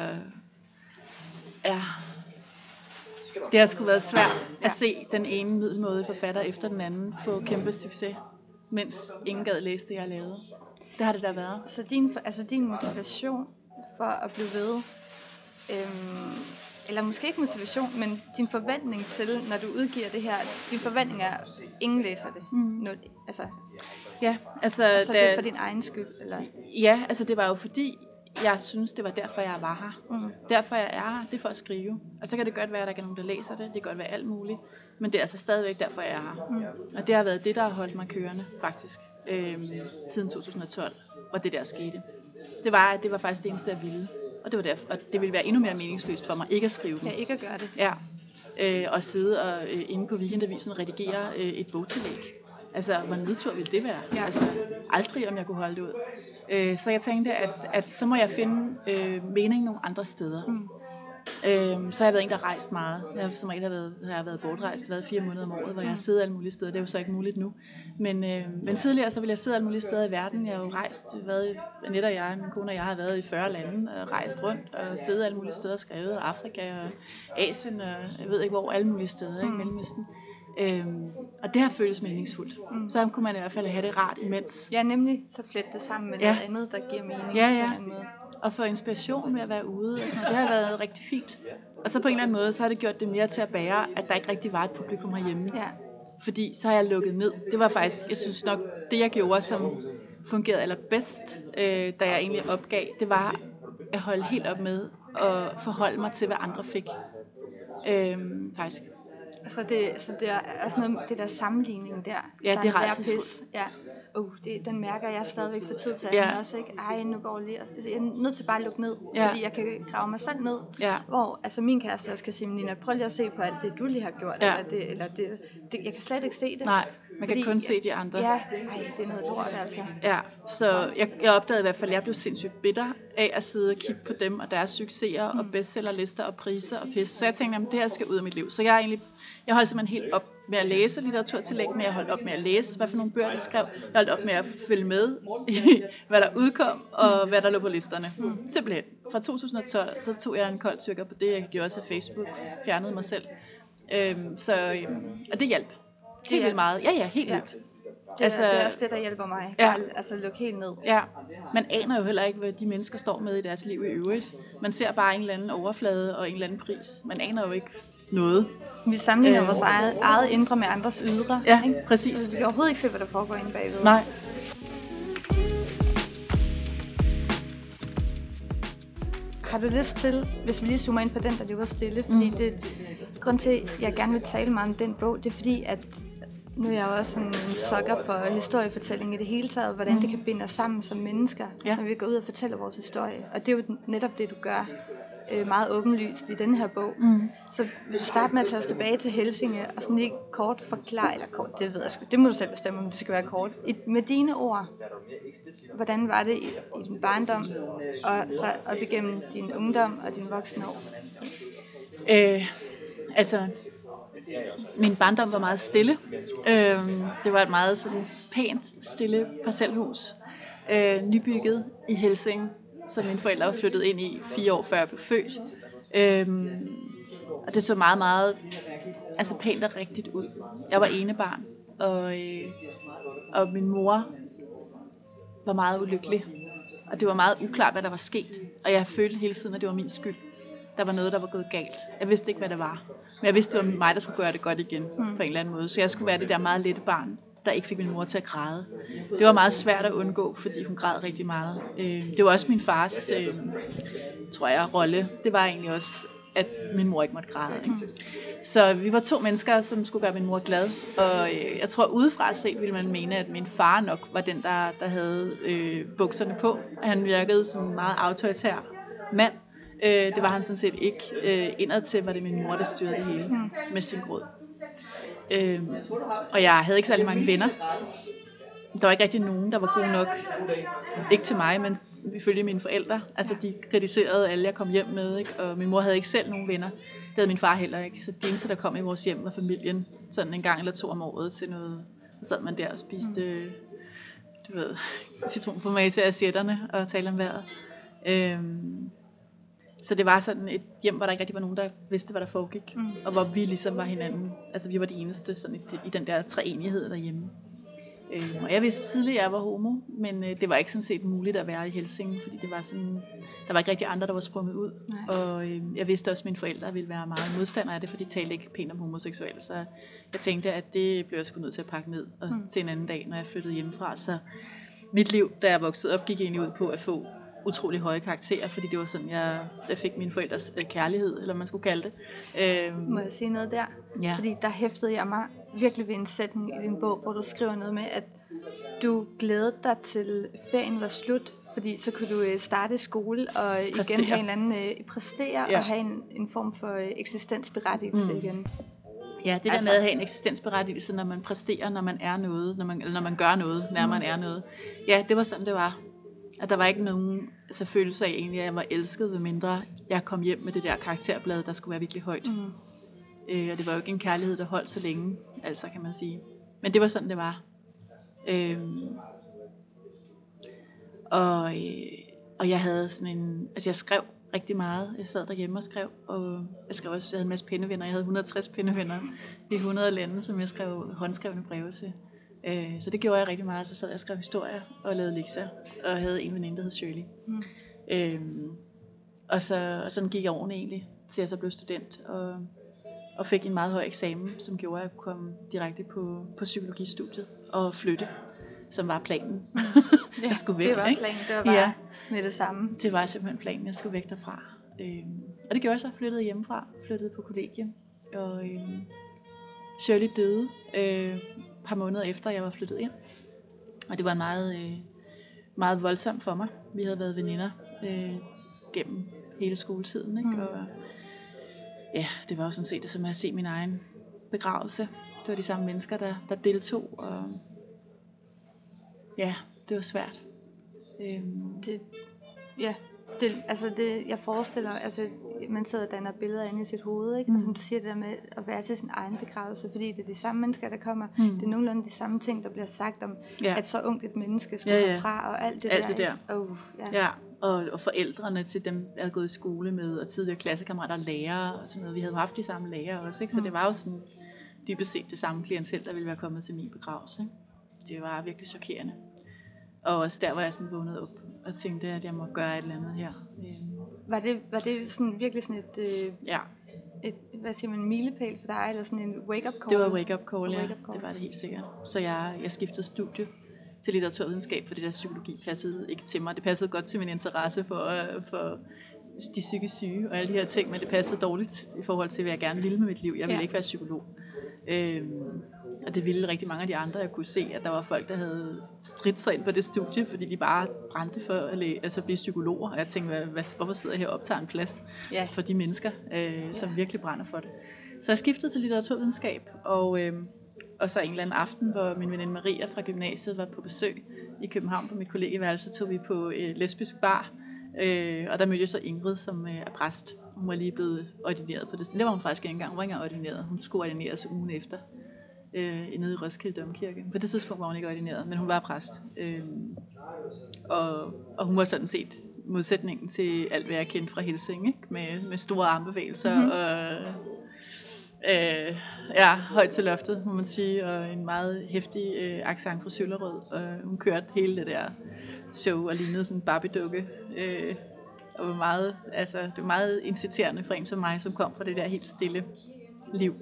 ja. Det har sgu været svært at se den ene middelmådige forfatter efter den anden få kæmpe succes, mens ingen gad læse det, jeg lavede. Det har det der været. Så din, altså din motivation for at blive ved, øhm, eller måske ikke motivation, men din forventning til, når du udgiver det her, din forventning er, at ingen læser det. Mm. Når, altså, ja, altså... Så det er for din egen skyld? Eller? Ja, altså det var jo fordi... Jeg synes, det var derfor, jeg var her. Mm. Derfor, jeg er her, det er for at skrive. Og så kan det godt være, at der ikke er nogen, der læser det. Det kan godt være alt muligt. Men det er altså stadigvæk derfor, jeg er her. Mm. Og det har været det, der har holdt mig kørende, faktisk. Øhm, siden to tusind og tolv, hvor det der skete. Det var, det var faktisk det eneste, jeg ville. Og det var derfor, og det ville være endnu mere meningsløst for mig, ikke at skrive den. Ja, ikke at gøre det. Ja. Øh, og sidde og øh, inde på Weekendavisen redigere øh, et bogtillæg. Altså, hvor nedtur ville det være? Ja. Altså, aldrig, om jeg kunne holde det ud. Øh, så jeg tænkte, at, at så må jeg finde øh, mening nogle andre steder. Mm. Øhm, så har jeg været en, der har rejst meget. Jeg har som regel har været, har jeg været bortrejst, været fire måneder om året, hvor jeg har siddet alle mulige steder. Det er jo så ikke muligt nu. Men, øh, men tidligere så ville jeg sidde alle mulige steder i verden. Jeg har jo rejst, været, Annette og jeg, min kone og jeg, har været i fyrre lande og rejst rundt og siddet alle mulige steder og skrevet. Afrika og Asien og jeg ved ikke hvor, alle mulige steder i Mellemøsten. Øhm, og det har føltes meningsfuldt. Mm. Så kunne man i hvert fald have det rart imens. Ja, nemlig så flette det sammen med ja. noget andet, der giver mening ja, ja. på en anden måde. Og få inspiration med at være ude. Og sådan. Det har været rigtig fint. Og så på en eller anden måde, så har det gjort det mere til at bære, at der ikke rigtig var et publikum herhjemme. Ja. Fordi så har jeg lukket ned. Det var faktisk, jeg synes nok, det jeg gjorde, som fungerede allerbedst, øh, da jeg egentlig opgav, det var at holde helt op med at forholde mig til, hvad andre fik. Øh, faktisk. Altså det, så det er også noget, det der sammenligning der. Ja, der det er rædselsfuldt. Ja. Uh, det, den mærker jeg stadigvæk for tid til ja. anden også, ikke? Ej, nu går lige. Jeg er nødt til bare at lukke ned, ja. fordi jeg kan grave mig selv ned. Ja. Hvor altså min kæreste også skal sige, Nina, prøv lige at se på alt det, du lige har gjort. Ja. Eller det, eller det, det, jeg kan slet ikke se det. Nej, man fordi, kan kun se de andre. Ja, ej, det er noget lort altså. Ja, så jeg, jeg opdagede i hvert fald, at jeg blev sindssygt bitter af at sidde og kigge på dem og deres succeser mm. og bestsellerlister og priser og pis. Så jeg tænkte, at det her skal ud af mit liv. Så jeg, egentlig, jeg holdt simpelthen helt op med at læse litteraturtillæggene. Jeg holdt op med at læse, hvad for nogle bøger, de skrev. Jeg holdt op med at følge med i, hvad der udkom og hvad der lå på listerne. Mm. Simpelthen. Fra to tusind og tolv, så tog jeg en kold tykker på det. Jeg gjorde også af Facebook, fjernede mig selv. Øhm, så, øhm, og det hjalp. Helt vildt meget. Ja, ja, helt ja. vildt. Det, altså, det er også det, der hjælper mig. Ja. Bare, altså lukke helt ned. Ja, man aner jo heller ikke, hvad de mennesker står med i deres liv i øvrigt. Man ser bare en eller anden overflade og en eller anden pris. Man aner jo ikke noget. Vi sammenligner øh. vores eget, eget indre med andres ydre. Ja, ikke? præcis. Vi kan overhovedet ikke se, hvad der foregår inde bagved. Nej. Har du lyst til, hvis vi lige zoomer ind på den, der lige var stille, fordi mm. det, grund til, at jeg gerne vil tale meget om den bog, det er fordi, at nu er jeg også en sukker for historiefortælling i det hele taget, hvordan mm. det kan binde os sammen som mennesker, ja. Når vi går ud og fortæller vores historie. Og det er jo netop det, du gør øh, meget åbenlyst i den her bog. Mm. Så hvis du starter med at tage os tilbage til Helsinge, og sådan lige kort forklare, eller kort, det ved jeg sgu, det må du selv bestemme, om det skal være kort. I, med dine ord, hvordan var det i, i din barndom, og så op igennem din ungdom og din voksne år? Øh, altså... Min barndom var meget stille. Øhm, det var et meget sådan pænt, stille parcelhus, øh, nybygget i Helsinge, som mine forældre var flyttet ind i fire år før jeg blev født. Øhm, og det så meget, meget altså pænt og rigtigt ud. Jeg var enebarn, og, øh, og min mor var meget ulykkelig. Og det var meget uklart, hvad der var sket. Og jeg følte hele tiden, at det var min skyld. Der var noget, der var gået galt. Jeg vidste ikke, hvad det var. Men jeg vidste, det var mig, der skulle gøre det godt igen, mm. på en eller anden måde. Så jeg skulle være det der meget lette barn, der ikke fik min mor til at græde. Det var meget svært at undgå, fordi hun græd rigtig meget. Det var også min fars, øh, tror jeg, rolle. Det var egentlig også, at min mor ikke måtte græde. Ikke? Mm. Så vi var to mennesker, som skulle gøre min mor glad. Og øh, jeg tror, udefra set ville man mene, at min far nok var den, der, der havde øh, bukserne på. Han virkede som en meget autoritær mand. Øh, det var han sådan set ikke. Øh, indad til var det min mor, der styrede det hele mm. med sin gråd. Øh, og jeg havde ikke særlig mange venner. Der var ikke rigtig nogen, der var gode nok. Ikke til mig, men ifølge mine forældre. Altså, de kritiserede alle, jeg kom hjem med. Ikke? Og min mor havde ikke selv nogen venner. Det havde min far heller ikke. Så det eneste, der kom i vores hjem, var familien. Sådan en gang eller to om året til noget. Så sad man der og spiste mm. du ved, citronformage af assietterne og talte om vejret. Øh, Så det var sådan et hjem, hvor der ikke rigtig var nogen, der vidste, hvad der foregik. Mm. Og hvor vi ligesom var hinanden. Altså vi var de eneste sådan i, i den der treenighed derhjemme. Øh, og jeg vidste tidligt, at jeg var homo, men øh, det var ikke sådan set muligt at være i Helsinge, fordi det var sådan, der var ikke rigtig andre, der var sprunget ud. Nej. Og øh, jeg vidste også, at mine forældre ville være meget modstandere af det, for de talte ikke pænt om homoseksuelle. Så jeg tænkte, at det blev jeg sgu nødt til at pakke ned og mm. til en anden dag, når jeg flyttede hjemmefra. Så mit liv, da jeg voksede op, gik egentlig ud på at få utrolig høje karakterer, fordi det var sådan, jeg, jeg fik mine forældres kærlighed, eller man skulle kalde det. Øhm, Må jeg sige noget der? Ja. Fordi der hæftede jeg mig virkelig ved en sætning i din bog, hvor du skriver noget med, at du glædede dig til ferien var slut, fordi så kunne du starte i skole og præstere. igen have en anden uh, præstere ja. og have en, en form for eksistensberettigelse mm. igen. Ja, det altså, der med at have en eksistensberettigelse, når man præsterer, når man er noget, når man, eller når man gør noget, når man er noget. Ja, det var sådan, det var. At der var ikke nogen altså, følelse af egentlig, at jeg var elsket, ved mindre jeg kom hjem med det der karakterblad, der skulle være virkelig højt. Mm. Øh, og det var jo ikke en kærlighed, der holdt så længe, altså kan man sige. Men det var sådan, det var. Øh, og, øh, og jeg havde sådan en, altså jeg skrev rigtig meget. Jeg sad derhjemme og skrev, og jeg skrev også, jeg havde en masse pindevenner. Jeg havde et hundrede og tres pindevenner i hundrede lande, som jeg skrev håndskrevne breve til. Øh, så det gjorde jeg rigtig meget. Så sad jeg og skrev historier og lavede lektier, og havde en veninde, der hed Shirley. Mm. Øh, og, så, og sådan gik årene egentlig, til jeg så blev student, og, og fik en meget høj eksamen, som gjorde, at jeg kunne komme direkte på, på psykologistudiet og flytte, som var planen. Ja, jeg skulle væk, det var ikke? planen, det var bare ja. med det samme. Det var simpelthen planen, jeg skulle væk derfra. Øhm, og det gjorde jeg så, flyttede hjemmefra, flyttede på kollegium, og øhm, Shirley døde øh, et par måneder efter, jeg var flyttet ind. Og det var meget, øh, meget voldsomt for mig. Vi havde været veninder øh, gennem hele skoletiden, ikke? Mm. Og ja, det var jo sådan set det som at se min egen begravelse. Det var de samme mennesker, der, der deltog, og ja, det var svært. Øhm. Det, ja, det, altså det, jeg forestiller mig, altså man sidder og danner billeder inde i sit hoved, ikke? Mm. Og som du siger, det der med at være til sin egen begravelse, fordi det er de samme mennesker, der kommer. Mm. Det er nogenlunde de samme ting, der bliver sagt om, ja. at så ungt et menneske skulle ja, ja. herfra, og alt det alt der. Det der. Oh, ja. ja. Og, og forældrene til dem, jeg havde gået i skole med, og tidligere klassekammerater og lærere, og sådan noget. Vi havde haft de samme lærere også, ikke? Så mm. det var jo sådan dybest set det samme klientel, der ville være kommet til min begravelse, ikke? Det var virkelig chokerende. Og også der var jeg sådan vågnet op og tænkte, at jeg må gøre et eller andet her. Var det, var det sådan, virkelig sådan et, øh, ja. et, hvad siger man, milepæl for dig, eller sådan en wake-up call? Det var wake-up call, ja. Wake-up call. Det var det helt sikkert. Så jeg, jeg skiftede studie til litteraturvidenskab, for det der psykologi passede ikke til mig. Det passede godt til min interesse for, for de psykisk syge og alle de her ting, men det passede dårligt i forhold til, hvad jeg gerne ville med mit liv. Jeg ville ja. ikke være psykolog. Øhm, og det ville rigtig mange af de andre. Jeg kunne se, at der var folk, der havde stridt sig ind på det studie, fordi de bare brændte for at læ- altså blive psykologer. Og jeg tænkte, hvad, hvad, hvorfor sidder jeg her og optager en plads ja. for de mennesker, øh, som ja. virkelig brænder for det. Så jeg skiftede til litteraturvidenskab, og, øh, og så en eller anden aften, hvor min veninde Maria fra gymnasiet var på besøg i København på mit kollegieværelse, tog vi på øh, lesbisk bar, øh, og der mødte jeg så Ingrid, som øh, er præst. Hun var lige blevet ordineret på det. Det var hun faktisk ikke engang. Hun var ikke engang ordineret. Hun skulle ordineres ugen efter. Øh, nede i Roskilde Domkirke. På det tidspunkt var hun ikke ordineret, men hun var præst. Øh, og, og hun var sådan set modsætningen til alt, hvad jeg kendte fra Helsing, ikke? Med, med store armbevægelser mm-hmm. og øh, ja, højt til loftet, må man sige, og en meget heftig øh, accent fra Søllerød. Og hun kørte hele det der show og lignede sådan en Barbie-dukke. Øh, og var meget, altså, det var meget inciterende for en som mig, som kom fra det der helt stille liv.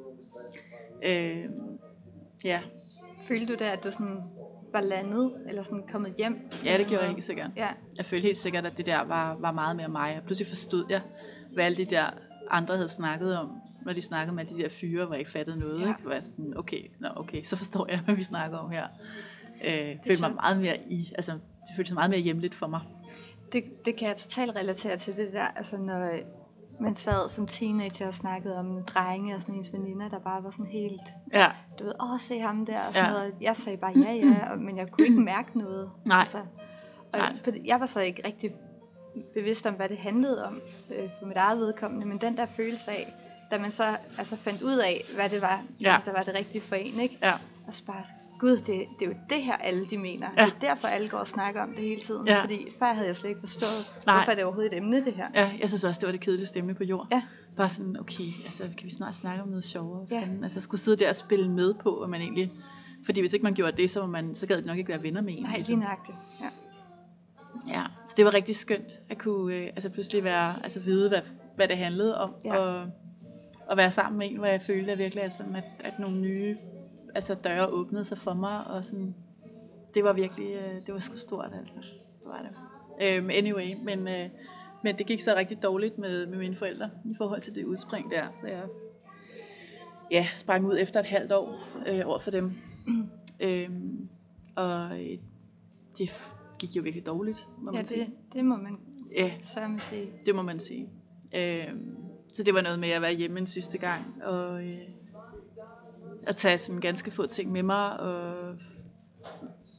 Øh, ja. Følte du da, at du sådan var landet, eller sådan kommet hjem? Ja, det gjorde jeg helt sikkert. Ja. Jeg følte helt sikkert, at det der var, var meget mere mig. Og pludselig forstod jeg, hvad alle de der andre havde snakket om, når de snakkede med de der fyre, hvor jeg ikke fattede noget. Ja. Ikke? Var sådan, okay, nå, okay, så forstår jeg, hvad vi snakker om her. Øh, følte mig meget mere i, altså, det føltes meget mere hjemligt for mig. Det, det kan jeg totalt relatere til det der, altså når man sad som teenager og snakkede om drenge og sådan ens veninder, der bare var sådan helt, ja. du ved, åh, se ham der, og sådan ja. noget. Jeg sagde bare ja, ja, men jeg kunne ikke mærke noget. Nej. Altså, og Nej. Jeg var så ikke rigtig bevidst om, hvad det handlede om øh, for mit eget vedkommende, men den der følelse af, da man så altså fandt ud af, hvad det var, ja. altså, der var det rigtige for en, ikke? Ja. Og så bare, gud, det, det er jo det her, alle de mener. Ja. Det er derfor, alle går og snakker om det hele tiden. Ja. Fordi før havde jeg slet ikke forstået, Nej. hvorfor er det overhovedet et emne, det her. Ja, jeg synes også, det var det kedeligste emne på jord. Ja. Bare sådan, okay, altså, kan vi snart snakke om noget sjovere? Ja. Altså, skulle sidde der og spille med på, hvad man egentlig... Fordi hvis ikke man gjorde det, så, var man, så gad det nok ikke være venner med en. Nej, lige nøjagtigt. Ja. Ja, så det var rigtig skønt at kunne øh, altså pludselig være, altså vide, hvad, hvad det handlede om. Ja. Og, og være sammen med en, hvor jeg følte at virkelig, at, sådan, at, at nogle nye... altså døre åbnede sig for mig, og sådan, det var virkelig, øh, det var sgu stort, altså, det var det. Um, anyway, men, øh, men det gik så rigtig dårligt med, med mine forældre, i forhold til det udspring der, så jeg ja, sprang ud efter et halvt år øh, over for dem, um, og øh, det gik jo virkelig dårligt, må man ja, det, sige. det må man ja, sørme sige. Det må man sige. Um, så det var noget med at være hjemme en sidste gang, og øh, at tage sådan ganske få ting med mig, og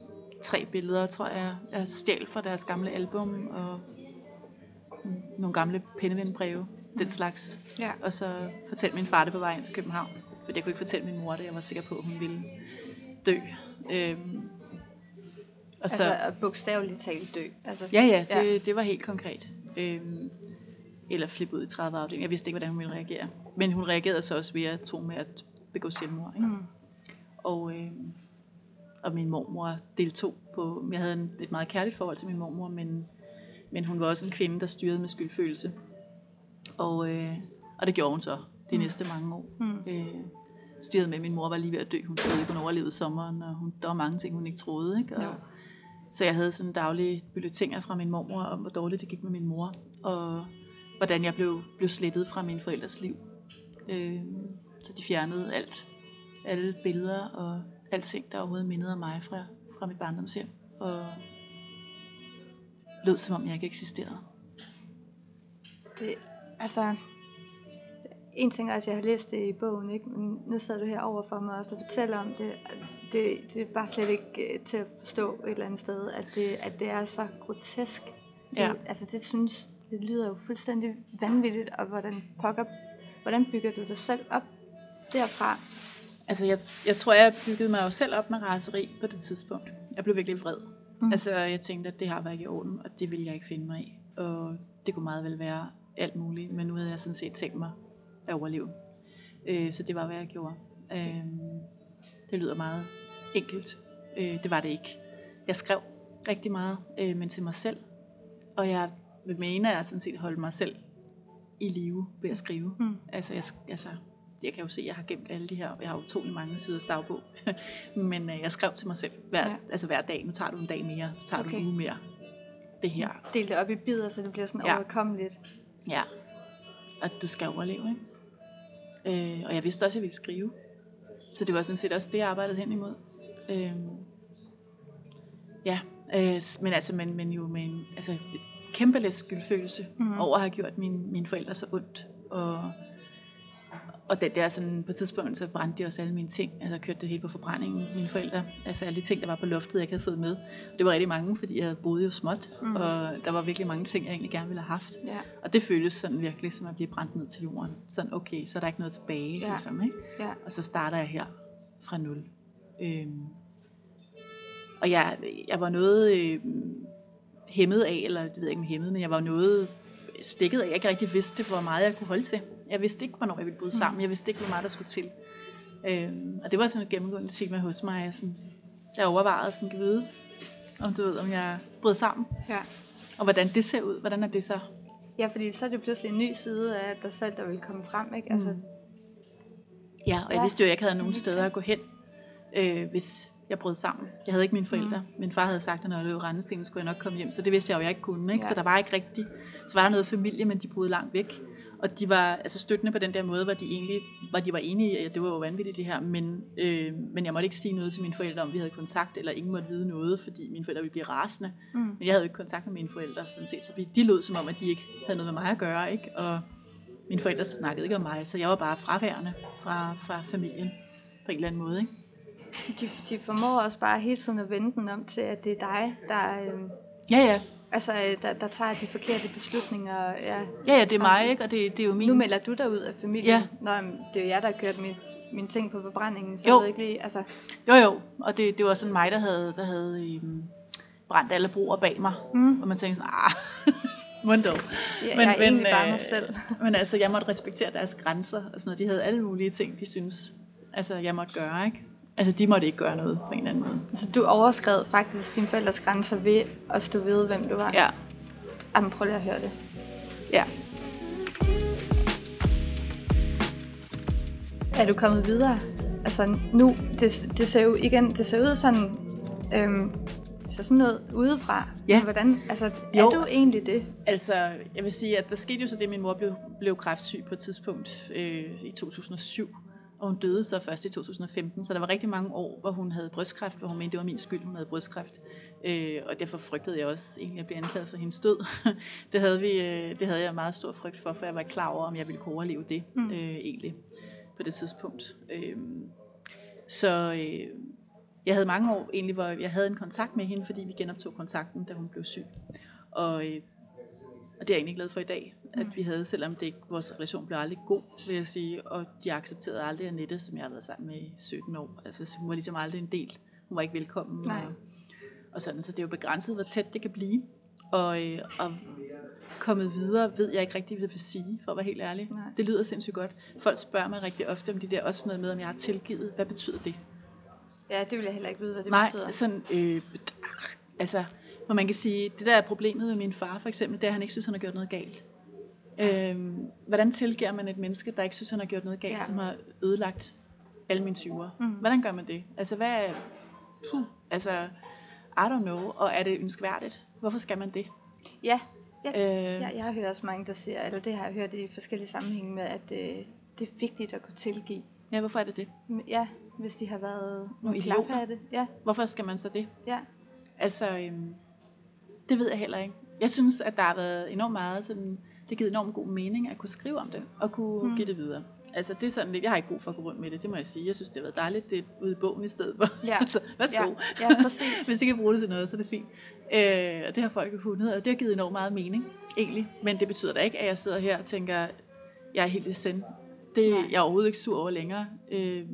tre billeder, tror jeg, jeg stjal fra deres gamle album, og nogle gamle pindevindbreve, mm. den slags. Ja. Og så fortalte min far det på vej ind til København, for jeg kunne ikke fortælle min mor det, jeg var sikker på, at hun ville dø. Øhm, og altså så, bogstaveligt talt dø? Altså, ja, ja, det, ja, det var helt konkret. Øhm, eller flippe ud i tredive afdelingen. Jeg vidste ikke, hvordan hun ville reagere. Men hun reagerede så også ved at tro med at begå selvmord. Ikke? Mm. Og, øh, og min mormor deltog på... Jeg havde en, et meget kærligt forhold til min mormor, men, men hun var også en kvinde, der styrede med skyldfølelse. Og, øh, og det gjorde hun så de mm. næste mange år. Mm. Øh, styrede med, at min mor var lige ved at dø. Hun troede ikke, hun overlevede sommeren, og hun, der var mange ting, hun ikke troede. Ikke? Og, ja. Så jeg havde sådan daglige bulletiner fra min mormor om, hvor dårligt det gik med min mor. Og hvordan jeg blev, blev slettet fra mine forældres liv. Øh, så de fjernede alt. Alle billeder og alting, der overhovedet mindede om mig fra, fra mit barndomshjem. Og lød som om jeg ikke eksisterede. Det, altså, en ting er, at jeg har læst det i bogen, ikke? Men nu sidder du her over for mig også og fortæller om det. Det, det er bare slet ikke til at forstå et eller andet sted, at det, at det er så grotesk. Ja. Det, altså det synes, det lyder jo fuldstændig vanvittigt, og hvordan pokker, hvordan bygger du dig selv op derfra? Altså jeg, jeg tror, jeg byggede mig jo selv op med raseri på det tidspunkt. Jeg blev virkelig vred. Mm. Altså jeg tænkte, at det har været ikke i orden, og det ville jeg ikke finde mig i. Og det kunne meget vel være alt muligt, men nu havde jeg sådan set tænkt mig at overleve. Øh, så det var, hvad jeg gjorde. Øh, det lyder meget enkelt. Øh, det var det ikke. Jeg skrev rigtig meget, øh, men til mig selv. Og jeg vil mene, at jeg sådan set holdt mig selv i live ved at skrive. Mm. Altså, jeg, altså, jeg kan jo se, at jeg har gemt alle de her, jeg har utrolig mange sider dagbog, men øh, jeg skrev til mig selv hver, ja. altså hver dag, nu tager du en dag mere, nu tager okay. du en uge mere. Det her. Del det op i bidder, så det bliver sådan ja. overkommeligt. Ja, og du skal overleve, ikke? Øh, og jeg vidste også, at jeg ville skrive. Så det var sådan set også det, jeg arbejdede hen imod. Øh, ja, øh, men altså, men, men jo med en altså, kæmpe læs skyldfølelse mm-hmm. over at have gjort mine, mine forældre så ondt. Og, og det der sådan, på et tidspunkt, så brændte de også alle mine ting. Altså, jeg kørte det hele på forbrændingen, mine forældre. Altså alle de ting, der var på loftet, jeg ikke havde fået med. Det var rigtig mange, fordi jeg boede jo småt. Mm. Og der var virkelig mange ting, jeg egentlig gerne ville have haft. Ja. Og det føltes sådan virkelig, som at blive brændt ned til jorden. Sådan, okay, så er der ikke noget tilbage, ja. Ligesom, ikke? Ja. Og så starter jeg her fra nul. Øhm. Og jeg, jeg var noget øh, hæmmet af, eller det ved jeg ikke om hæmmet, men jeg var noget stikket af. Jeg ikke rigtig vidste, hvor meget jeg kunne holde til. Jeg vidste ikke, hvornår jeg ville bryde sammen. Jeg vidste ikke, hvor meget der skulle til. Øhm, og det var sådan et gennemgående tema hos mig. Jeg, sådan, jeg overvejede sådan at vide, om du ved, om jeg brød sammen. Ja. Og hvordan det ser ud. Hvordan er det så? Ja, fordi så er det pludselig en ny side af dig selv, der vil komme frem, ikke? Altså... Mm. Ja, og jeg ja. vidste jo, at jeg ikke havde nogen steder at gå hen, øh, hvis jeg brød sammen. Jeg havde ikke mine forældre. Mm. Min far havde sagt, at når jeg løb rendestenen, skulle jeg nok komme hjem. Så det vidste jeg jo, jeg ikke kunne. Ikke? Ja. Så der var ikke rigtigt. Så var der noget familie, men de boede langt væk. Og de var altså støttende på den der måde, hvor de egentlig hvor de var enige i, at det var jo vanvittigt det her. Men, øh, men jeg måtte ikke sige noget til mine forældre, om vi havde kontakt, eller ingen måtte vide noget, fordi mine forældre ville blive rasende. Mm. Men jeg havde jo ikke kontakt med mine forældre, sådan set. Så de lød som om, at de ikke havde noget med mig at gøre. Ikke? Og mine forældre snakkede ikke om mig, så jeg var bare fraværende fra, fra familien på en eller anden måde. Ikke? De, de formår også bare hele tiden at vende den om til, at det er dig, der, øh, ja, ja. Altså, der, der tager de forkerte beslutninger. Ja, ja, ja det er mig, ikke? Og det, det er jo min... Nu melder du dig ud af familien. Ja. Nå, det er jo jeg, der har kørt min, mine ting på forbrændingen, så jo. Jeg ved ikke lige... Altså... Jo, jo, og det, det var sådan mig, der havde, der havde øhm, brændt alle broer bag mig. Mm. Og man tænkte sådan, ah, mundo. Ja, men, jeg er men, egentlig bare mig selv. Men altså, jeg måtte respektere deres grænser og sådan noget. De havde alle mulige ting, de synes, altså, jeg måtte gøre, ikke? Altså, de måtte ikke gøre noget på en eller anden måde. Så du overskred faktisk dine forældres grænser ved at stå ved, hvem du var? Ja. Jamen, prøv lige at høre det. Ja. Er du kommet videre? Altså, nu, det, det ser jo igen, det ser ud sådan, øhm, så sådan noget udefra. Ja. Hvordan, altså, er jo. Du egentlig det? Altså, jeg vil sige, at der skete jo så det, at min mor blev, blev kræftsyg på et tidspunkt øh, i to tusind og syv. Og hun døde så først i to tusind og femten, så der var rigtig mange år, hvor hun havde brystkræft, hvor hun mente, det var min skyld, hun havde brystkræft. Øh, og derfor frygtede jeg også egentlig at blive anklaget for hendes død. det, havde vi, øh, det havde jeg meget stor frygt for, for jeg var klar over, om jeg ville kunne overleve det mm. øh, egentlig på det tidspunkt. Øh, så, øh, jeg havde mange år egentlig, hvor jeg havde en kontakt med hende, fordi vi genoptog kontakten, da hun blev syg. Og, øh, og det er jeg egentlig glad for i dag, at vi havde, selvom det ikke, vores relation blev aldrig god, vil jeg sige, og de accepterede aldrig Annette, som jeg har været sammen med i sytten år. Altså hun var ligesom aldrig en del. Hun var ikke velkommen. Og, og sådan, så det er jo begrænset, hvor tæt det kan blive. Og, øh, og kommet videre, ved jeg ikke rigtig, hvad det vil sige, for at være helt ærlig. Nej. Det lyder sindssygt godt. Folk spørger mig rigtig ofte om de der, også noget med, om jeg har tilgivet. Hvad betyder det? Ja, det vil jeg heller ikke vide, hvad det Nej, betyder. Nej, sådan, øh, altså, hvor man kan sige, det der er problemet med min far, for eksempel, det er, at han ikke synes, han har gjort noget galt. Øh, hvordan tilgiver man et menneske, der ikke synes, han har gjort noget galt, ja. Som har ødelagt alle mine tyver? Mm. Hvordan gør man det? Altså, hvad er... Puh, altså, I don't know. Og er det ønskværdigt? Hvorfor skal man det? Ja, ja. Øh, ja jeg har hørt også mange, der siger, eller det har jeg hørt i forskellige sammenhænge med, at øh, det er vigtigt at kunne tilgive. Ja, hvorfor er det det? Ja, hvis de har været nogle klaphatte. Ja. Hvorfor skal man så det? Ja. Altså, øhm, det ved jeg heller ikke. Jeg synes, at der har været enormt meget sådan, det har givet enormt god mening at kunne skrive om det, og kunne mm. give det videre. Altså, det er sådan lidt, jeg har ikke brug for at gå rundt med det, det må jeg sige. Jeg synes, det har været dejligt, det er ude i bogen i stedet for. Ja. altså, værsgo. Ja, ja, præcis. Hvis de kan bruge det til noget, så er det fint. Øh, og det har folk jo kunnet, og det har givet enormt meget mening, egentlig. Men det betyder da ikke, at jeg sidder her og tænker, jeg er helt i send. Det jeg er jeg overhovedet ikke sur over længere. Øh,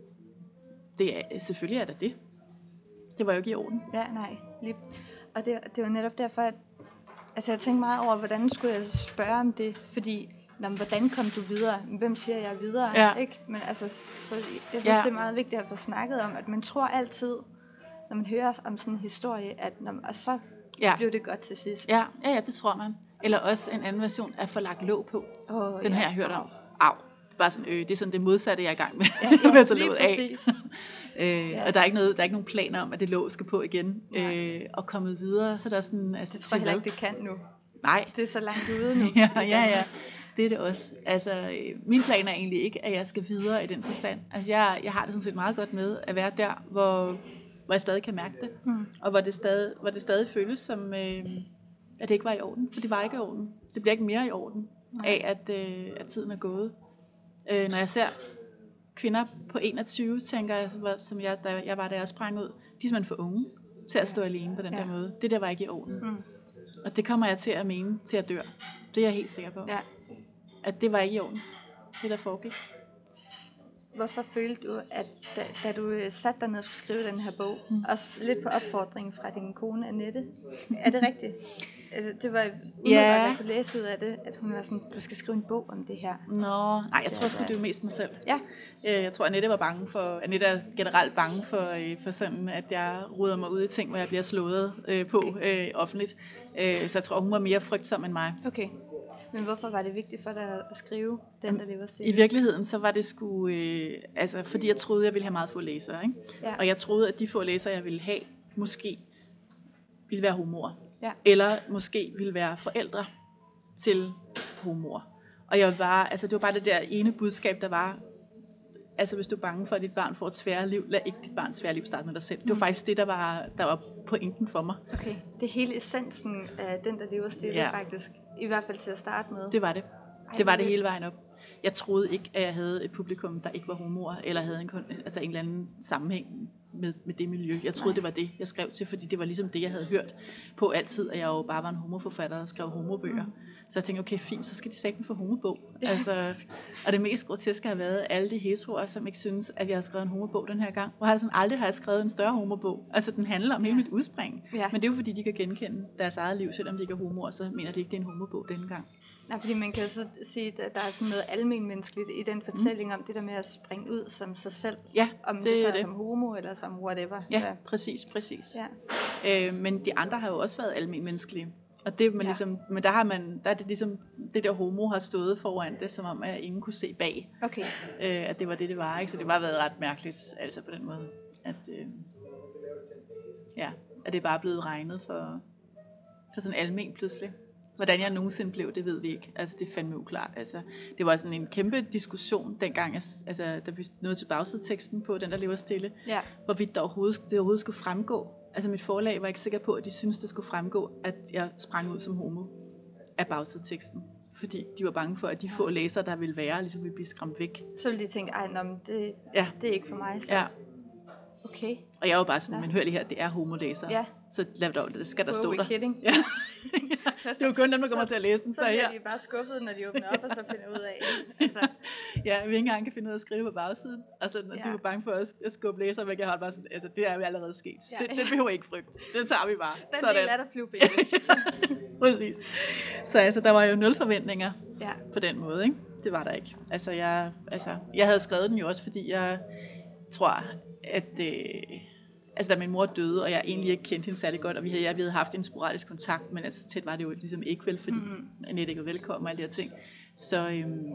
det er, selvfølgelig er det det. Det var jo ikke i orden. Ja, nej. Lige. Og det, det var netop derfor, at altså, jeg tænkte meget over, hvordan skulle jeg spørge om det, fordi nå, hvordan kom du videre? Hvem siger jeg videre? Ja. Ikke? Men altså, så jeg synes, ja. det er meget vigtigt at få snakket om, at man tror altid, når man hører om sådan en historie, at når, og så ja. Blev det godt til sidst. Ja. ja, ja, det tror man. Eller også en anden version af få lagt låg på. Oh, Den ja. her jeg hørt om. Au. Bare sådan, øh, det er sådan det modsatte, jeg er i gang med. Ja, ja, med at lige præcis. øh, ja. Og der er, ikke noget, der er ikke nogen planer om, at det låg skal på igen. Øh, og kommet videre. Så der er sådan, altså, det tror jeg heller ikke, det kan nu. Nej. Det er så langt ude nu. ja, ja, ja. Det er det også. Altså, min plan er egentlig ikke, at jeg skal videre i den forstand. Altså, jeg, jeg har det sådan set meget godt med at være der, hvor, hvor jeg stadig kan mærke det. Mm. Og hvor det stadig, hvor det stadig føles som, øh, at det ikke var i orden. For det var ikke i orden. Det bliver ikke mere i orden af, at, øh, at tiden er gået. Øh, når jeg ser kvinder på enogtyve, tænker jeg, som jeg, da jeg var, da jeg sprang ud, de er simpelthen for unge til at stå ja. Alene på den ja. Der måde. Det der var ikke i orden. Mm. Og det kommer jeg til at mene til at dør. Det er jeg helt sikker på. Ja. At det var ikke i orden, det der foregik. Hvorfor følte du, at da, da du satte dig ned og skulle skrive den her bog, mm. også lidt på opfordringen fra din kone Annette, er det rigtigt? Det var umiddelbart, ja. At jeg kunne læse ud af det, at hun var sådan, du skal skrive en bog om det her. Nå, nej, jeg tror sgu, det var mest mig selv. Ja. Jeg tror, Annette var bange for, Annette er generelt bange for, for sådan, at jeg ruder mig ud i ting, hvor jeg bliver slået på okay. øh, offentligt. Så jeg tror, hun var mere frygtsom end mig. Okay. Men hvorfor var det vigtigt for dig at skrive den, der lever stille? I virkeligheden, så var det sgu, øh, altså, fordi jeg troede, jeg ville have meget få læsere, ikke? Ja. Og jeg troede, at de få læsere, jeg ville have, måske ville være homoer. Ja. Eller måske ville være forældre til homoer. Og jeg var bare, altså, det var bare det der ene budskab, der var, altså hvis du er bange for, at dit barn får et svære liv, lad ikke dit barns svære liv starte med dig selv. Mm. Det var faktisk det, der var, der var pointen for mig. Okay, det er hele essensen af den, der lever stille, ja. Faktisk. I hvert fald til at starte med. Det var det. Ej, det var det hele vejen op. Jeg troede ikke, at jeg havde et publikum, der ikke var homoer, eller havde en, altså en eller anden sammenhæng med, med det miljø. Jeg troede, Nej. Det var det, jeg skrev til, fordi det var ligesom det, jeg havde hørt på altid, at jeg jo bare var en homoforfatter, der skrev homobøger. Mm. Så jeg tænkte, okay, fint, så skal de sætte mig for homobog. Ja. Altså, og det mest groteske har været alle de heteroer, som ikke synes, at jeg har skrevet en homobog den her gang. Hvor jeg sådan, aldrig har jeg skrevet en større homobog. Altså, den handler om hele mit udspring. Ja. Men det er jo fordi, de kan genkende deres eget liv, selvom de ikke er homoer, så mener de ikke, det er en homobog denne gang. Nej, fordi man kan jo så sige, at der er sådan noget almenmenneskeligt i den fortælling mm. om det der med at springe ud som sig selv. Ja, om det, det så er det. Som homo eller som whatever. Ja, ja. præcis, præcis. Ja. Øh, men de andre har jo også været almenmenneskelige. Og det, man ja. Ligesom, men der har man, der er det ligesom, det der homo har stået foran det, som om at ingen kunne se bag. Okay. Øh, at det var det, det var, ikke? Så det var været ret mærkeligt, altså på den måde, at, øh, ja, at det bare er blevet regnet for, for sådan almen pludselig. Hvordan jeg nogensinde blev, det ved vi ikke. Altså, det er fandme uklart. Altså, det var sådan en kæmpe diskussion dengang, altså, da vi nåede til bagsideteksten på den, der lever stille, ja. Hvorvidt der overhovedet, det overhovedet skulle fremgå. Altså, mit forlag var ikke sikker på, at de syntes, det skulle fremgå, at jeg sprang ud som homo af bagsideteksten. Fordi de var bange for, at de få læsere, der ville være, ligesom ville blive skræmt væk. Så ville de tænke, ej, nå, det, ja. Det er ikke for mig. Så. Ja. Okay. Og jeg var bare sådan, men hør lige her, det er homolæser. Ja. Så lad det, det skal der stå der. Kidding. Ja. Det er jo kun dem, der kommer til at læse den. Så, så bliver de bare skuffet, når de åbner op, og så finder ud af altså. Ja, vi ikke engang kan finde ud af at skrive på bagsiden. Altså, når ja. de er bange for at skubbe læser væk, jeg har bare sådan, altså, det er jo allerede sket. Ja, det, det behøver ikke frygt. Det tager vi bare. Den sådan. Del er der flyvebillede. Præcis. Så altså, der var jo nul forventninger ja. på den måde, ikke? Det var der ikke. Altså jeg, altså, jeg havde skrevet den jo også, fordi jeg tror, at øh, altså, da min mor døde, og jeg egentlig ikke kendte hende særlig godt, og vi havde, jeg, vi havde haft en sporadisk kontakt, men altså, tæt var det jo ligesom ikke vel, fordi mm-hmm. Annette ikke var velkommen og alle de her ting. Så øhm,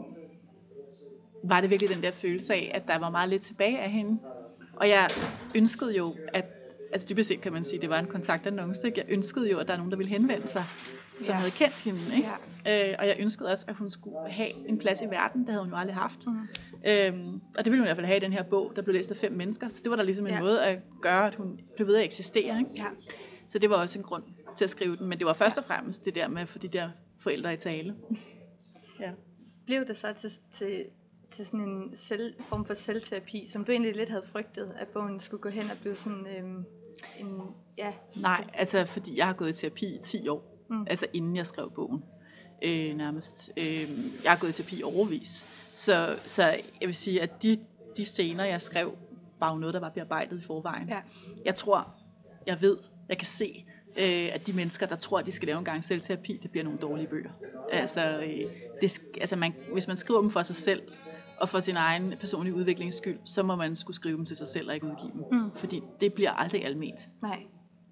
var det virkelig den der følelse af, at der var meget lidt tilbage af hende. Og jeg ønskede jo, at, altså dybest set kan man sige, det var en kontaktannonce, ikke? Jeg ønskede jo, at der er nogen, der ville henvende sig, som ja. havde kendt hende, ikke? Ja. Øh, og jeg ønskede også, at hun skulle have en plads i verden. Det havde hun jo aldrig haft. Mm. Øhm, og det ville hun i hvert fald have i den her bog, der blev læst af fem mennesker. Så det var der ligesom en ja. måde at gøre, at hun blev ved at eksistere, ikke? Ja. Så det var også en grund til at skrive den. Men det var først og fremmest det der med at få de der forældre i tale. Ja. Blev det så til, til, til sådan en selv, form for selvterapi, som du egentlig lidt havde frygtet, at bogen skulle gå hen og blive sådan øhm, en... Ja, nej, altså fordi jeg har gået i terapi i ti år. Mm. Altså inden jeg skrev bogen, øh, nærmest. Øh, jeg har gået i terapi overvis. Så, så jeg vil sige, at de, de scener, jeg skrev, var jo noget, der var bearbejdet i forvejen. Ja. Jeg tror, jeg ved, jeg kan se, øh, at de mennesker, der tror, at de skal lave en gang selvterapi, det bliver nogle dårlige bøger. Altså, øh, det, altså man, hvis man skriver dem for sig selv, og for sin egen personlige udviklings skyld, så må man skulle skrive dem til sig selv og ikke udgive dem. Mm. Fordi det bliver aldrig alment. Nej.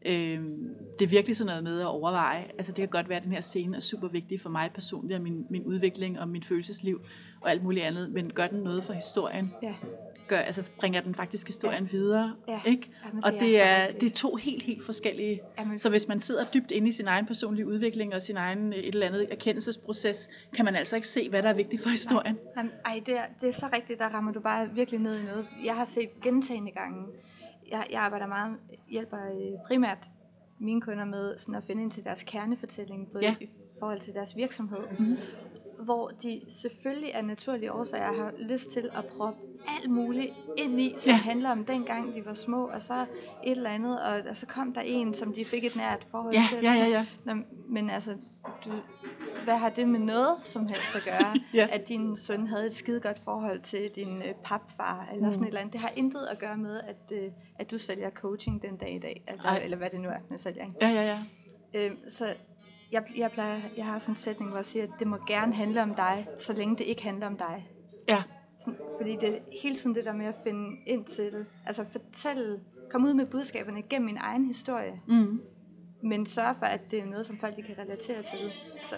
Øhm, det er virkelig sådan noget med at overveje. Altså det kan godt være, at den her scene er super vigtig for mig personligt, og min, min udvikling og mit følelsesliv og alt muligt andet, men gør den noget for historien? Ja. Gør, altså bringer den faktisk historien ja. videre? Ja. Ikke? Jamen, og det, det, er, er, det er to helt, helt forskellige. Jamen. Så hvis man sidder dybt inde i sin egen personlige udvikling og sin egen et eller andet erkendelsesproces, kan man altså ikke se, hvad der er vigtigt for historien. Nej. Jamen, ej, det er, det er så rigtigt, der rammer du bare virkelig ned i noget. Jeg har set gentagne gange. Jeg, jeg arbejder meget, hjælper primært mine kunder med sådan at finde ind til deres kernefortælling, både ja. i forhold til deres virksomhed, mm-hmm. hvor de selvfølgelig af naturlige årsager har lyst til at proppe alt muligt ind i, som ja. handler om dengang de var små, og så et eller andet, og, og så kom der en, som de fik et nært forhold ja, til. Ja, ja, ja. Nå, men altså, du, hvad har det med noget som helst at gøre, ja. at din søn havde et skidegodt forhold til din øh, papfar, eller mm. sådan et eller andet. Det har intet at gøre med, at, øh, at du sælger coaching den dag i dag, eller, eller hvad det nu er, med sælger. Ja, ja, ja. Øhm, så jeg, jeg, plejer, jeg har sådan en sætning, hvor jeg siger, at det må gerne handle om dig, så længe det ikke handler om dig. Ja. Sådan, fordi det er hele tiden det der med at finde ind til, altså fortælle, komme ud med budskaberne gennem min egen historie, mm. men sørge for, at det er noget, som folk kan relatere til. Så,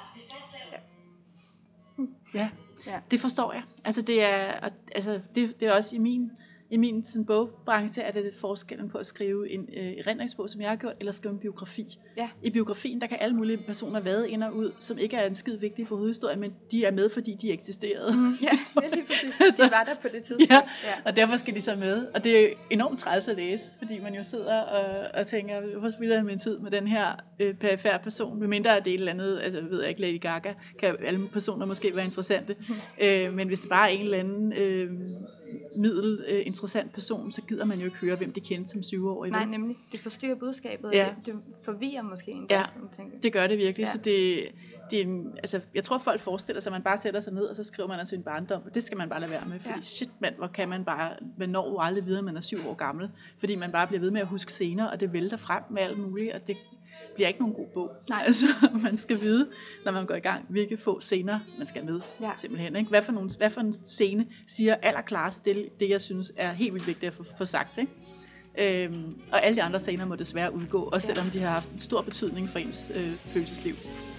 ja. Mm. Ja. ja, det forstår jeg. Altså det er, altså det, det er også i min I min sådan, bogbranche er det forskellen på at skrive en øh, erindringsbog, som jeg har gjort, eller skrive en biografi. Ja. I biografien, der kan alle mulige personer vade ind og ud, som ikke er en skid vigtig for hovedhistorien, men de er med, fordi de eksisterede. Mm, ja, det er lige præcis. De var der på det tidspunkt. Ja, ja, og derfor skal de så med. Og det er enormt træls at læse, fordi man jo sidder og, og tænker, hvorfor spilder jeg min tid med den her øh, perifære person? Medmindre det er et eller andet, altså jeg ved ikke, Lady Gaga, kan alle personer måske være interessante. Mm. Øh, men hvis det bare er en eller anden øh, middel øh, interessant person, så gider man jo ikke høre, hvem de kendte som syvårige. Nej, nemlig. Det forstyrrer budskabet, og ja. det, det forvirrer måske en ja, det gør det virkelig. Ja. Så det, det er en, altså, jeg tror, folk forestiller sig, at man bare sætter sig ned, og så skriver man altså en barndom, og det skal man bare lade være med, fordi ja. shit mand, hvor kan man bare, man når jo aldrig videre, man er syv år gammel, fordi man bare bliver ved med at huske scener, og det vælter frem med alt muligt, og det bliver ikke nogen god bog. Nej. Altså, man skal vide, når man går i gang, hvilke få scener man skal med, ja. simpelthen. Ikke? Hvad, for nogle, hvad for en scene siger allerklarest det, det, jeg synes er helt vildt vigtigt at få, få sagt. Ikke? Øhm, og alle de andre scener må desværre udgå, også selvom ja. de har haft en stor betydning for ens øh, følelsesliv.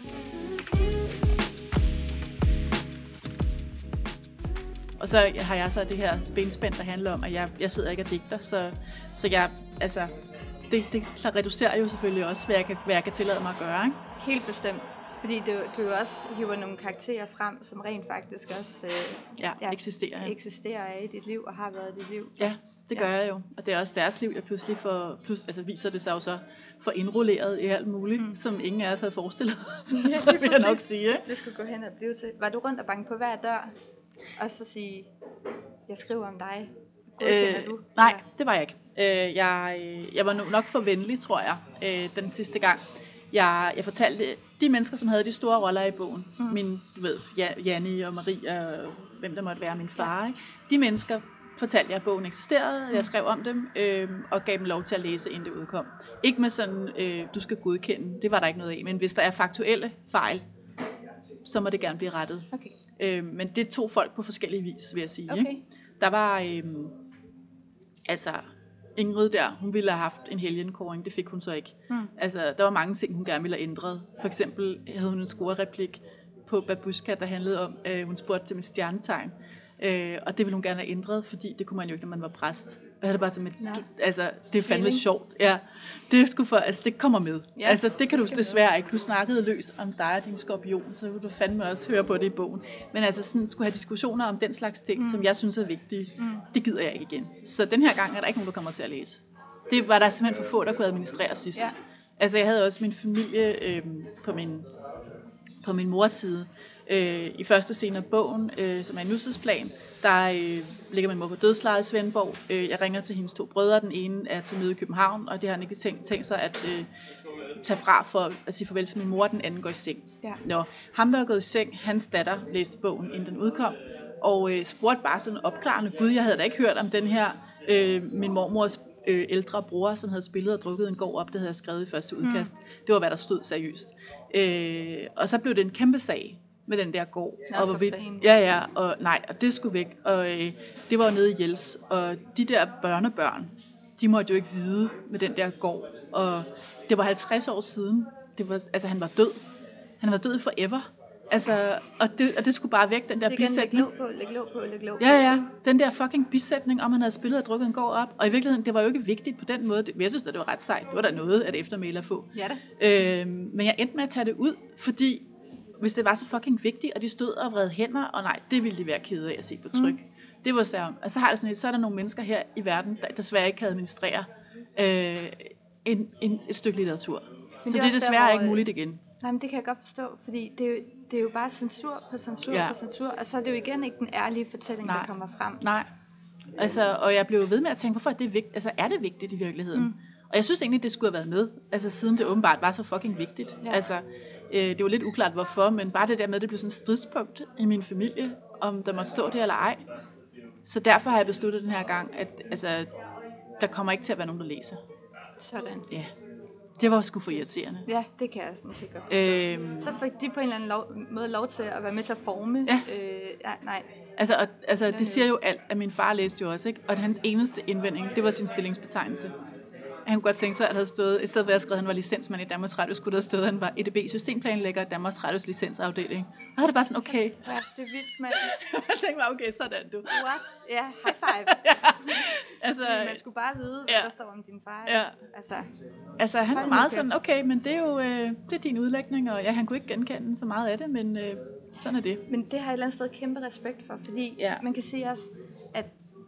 Og så har jeg så det her benspænd, der handler om, at jeg, jeg sidder ikke og digter, så, så jeg, altså, det, det reducerer jo selvfølgelig også, hvad jeg kan, hvad jeg kan tillade mig at gøre. Ikke? Helt bestemt. Fordi du, du også hiver nogle karakterer frem, som rent faktisk også øh, ja, ja, eksisterer, ja. eksisterer i dit liv og har været i dit liv. Ja, det gør ja. jeg jo. Og det er også deres liv, jeg pludselig får, plus, altså viser det sig jo så for indrulleret i alt muligt, mm. som ingen af os havde forestillet. så, ja, så vil jeg nok sige. Ikke? Det skulle gå hen og blive til. Var du rundt og banke på hver dør, og så sige, jeg skriver om dig? Øh, du? Nej, det var jeg ikke. Øh, jeg, jeg var nok for venlig, tror jeg, øh, den sidste gang. Jeg, jeg fortalte de mennesker, som havde de store roller i bogen, mm. min, du ved, Janni og Maria, og hvem der måtte være min far, ikke? De mennesker fortalte jeg, at bogen eksisterede, jeg skrev om dem, øh, og gav dem lov til at læse, inden det udkom. Ikke med sådan, øh, du skal godkende, det var der ikke noget af, men hvis der er faktuelle fejl, så må det gerne blive rettet. Okay. Øh, men det tog folk på forskellige vis, vil jeg sige. Okay. Ikke? Der var, øh, altså, Ingrid der, hun ville have haft en helgenkåring, det fik hun så ikke. Hmm. Altså, der var mange ting, hun gerne ville have ændret. For eksempel havde hun en scorereplik på Babushka, der handlede om, øh, hun spurgte til mit stjernetegn. Øh, og det ville hun gerne have ændret, fordi det kunne man jo ikke, når man var præst. Og jeg havde det bare som et, no. du, altså, det er fandme sjovt. Ja, det, skulle for, altså, det kommer med. Ja, altså, det kan det du desværre ikke. Du snakkede løs om dig og din skorpion, så vil du fandme også høre på det i bogen. Men altså, sådan, skulle have diskussioner om den slags ting, mm. som jeg synes er vigtige, mm. det gider jeg ikke igen. Så den her gang er der ikke nogen, der kommer til at læse. Det var der simpelthen for få, der kunne administrere sidst. Ja. Altså, jeg havde også min familie øh, på, min, på min mors side. Øh, I første scene af bogen, øh, som er en nutidsplan, der øh, ligger min mor på dødslejet i Svendborg. Øh, jeg ringer til hendes to brødre. Den ene er til møde i København, og det har han ikke tænkt, tænkt sig at øh, tage fra for at sige farvel til min mor. Den anden går i seng. Ja. Nå, ham, der er gået i seng, hans datter læste bogen, inden den udkom, og øh, spurgte bare sådan opklarende, gud, jeg havde da ikke hørt om den her, øh, min mormors øh, ældre bror, som havde spillet og drukket en gård op, det havde jeg skrevet i første udkast. Mm. Det var, hvad der stod seriøst. Øh, og så blev det en kæmpe sag med den der gård. Nå, og hvorvidt, ja, ja, og nej, og det skulle væk. Og øh, det var jo nede i Jels. Og de der børnebørn, de måtte jo ikke vide med den der gård. Og det var halvtreds år siden. Det var, altså, han var død. Han var død forever. Altså, og det, og det skulle bare væk, den der det bisætning. Læg låg på, læg låg på, læg låg på. Ja, ja, den der fucking bisætning, om han havde spillet og drukket en gård op. Og i virkeligheden, det var jo ikke vigtigt på den måde. Jeg synes, at det var ret sejt. Det var der noget af det eftermæle at få. Ja da. Øhm, men jeg endte med at tage det ud, fordi hvis det var så fucking vigtigt, og de stod og vred hænder, og nej, det ville de være kede af at se på tryk. Mm. Det var så, altså har jeg sådan et, så er der nogle mennesker her i verden, der desværre ikke kan administrere øh, en, en, et stykke litteratur. Men så det er, det er desværre der, hvor, ikke muligt igen. Nej, men det kan jeg godt forstå, fordi det er jo, det er jo bare censur på censur ja. på censur, og så er det jo igen ikke den ærlige fortælling, nej. der kommer frem. Nej, altså, og jeg blev ved med at tænke, hvorfor er det vigtigt? Altså, er det vigtigt i virkeligheden? Mm. Og jeg synes egentlig, det skulle have været med, altså siden det åbenbart var så fucking vigtigt. Ja. Altså, øh, det var lidt uklart hvorfor, men bare det der med, det blev sådan et stridspunkt i min familie, om der måtte stå det eller ej. Så derfor har jeg besluttet den her gang, at altså, der kommer ikke til at være nogen, der læser. Sådan. Ja. Det var sgu for irriterende. Ja, det kan jeg sådan sikkert forstå. Øhm, så fik de på en eller anden lov, måde lov til at være med til at forme. Ja. Øh, ja nej. Altså, og, altså det siger jo alt, at min far læste jo også, ikke? Og hans eneste indvending, det var sin stillingsbetegnelse. Han kunne godt tænke sig, at havde stået, i stedet for at jeg skrev, at han var licensmand i Danmarks Radio, skulle der stået, at han var E D B-systemplanlægger i Danmarks Radios licensafdeling. Og havde det bare sådan, okay. Ja, det er vildt, mand. Jeg tænkte bare, okay, sådan du. What? Ja, high five. Ja. Altså, man skulle bare vide, hvad ja. der står om din far. Ja. Altså, altså han var meget okay. sådan, okay, men det er jo øh, det er din udlægning, og ja, han kunne ikke genkende så meget af det, men øh, sådan er det. Men det har jeg et eller andet sted kæmpe respekt for, fordi ja. man kan sige også, at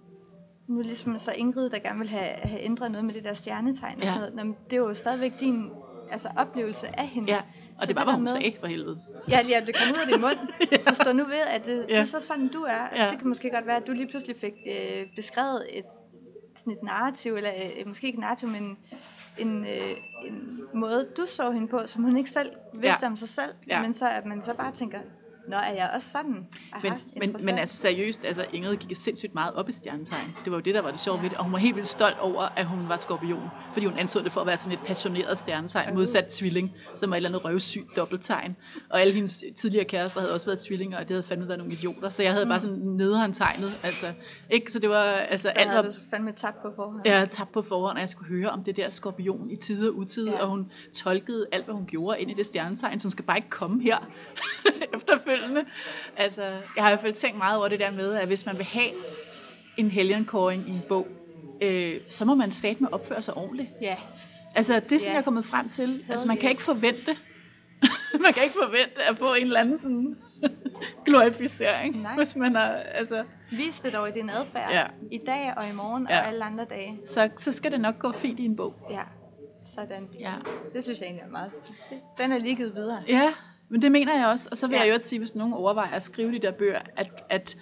nu ligesom så Ingrid, der gerne vil have, have ændret noget med det der stjernetegn og sådan noget, det er jo stadigvæk din altså, oplevelse af hende. Ja, og så det var bare, hun sagde for helvede. Ja, ja, det kom ud af din mund. ja. Så stå nu ved, at det, ja. det er så sådan, du er. Ja. Det kan måske godt være, at du lige pludselig fik øh, beskrevet et, sådan et narrativ, eller øh, måske ikke et narrativ, men en, øh, en måde, du så hende på, som hun ikke selv vidste ja. om sig selv, ja. men så at man så bare tænker, nå, er jeg også sådan? Aha, men, men, men altså seriøst, altså Ingrid gik sindssygt meget op i stjernetegn. Det var jo det, der var det sjove ved det. Og hun var helt vildt stolt over, at hun var skorpion. Fordi hun anså det for at være sådan et passioneret stjernetegn, modsat tvilling, som var et eller andet røvsygt dobbelttegn. Og alle hendes tidligere kærester havde også været tvillinger, og det havde fandme været nogle idioter. Så jeg havde mm. bare sådan nederen tegnet. Altså, ikke? Så det var... Altså, der alt havde var, du fandme tabt på forhånd. Ja, tabt på forhånd, og jeg skulle høre om det der skorpion i tide og utide. Ja. Og hun tolkede alt, hvad hun gjorde ind i det stjernetegn, som skal bare ikke komme her efterfølgende. Altså, jeg har i hvert fald tænkt meget over det der med, at hvis man vil have en helgenkåring i en bog, øh, så må man satme opføre sig ordentligt. Ja. Altså, det er sådan, jeg er kommet frem til. Altså, man kan ikke forvente, man kan ikke forvente at få en eller anden sådan glorificering. Nej. Hvis man har, altså... Vis det dog i din adfærd. Ja. I dag og i morgen ja. og alle andre dage. Så, så skal det nok gå fint i en bog. Ja, sådan. Ja. Det synes jeg egentlig er meget. Den er lige givet videre. Ja. Men det mener jeg også, og så vil ja. jeg jo også sige, hvis nogen overvejer at skrive de der bøger, at, at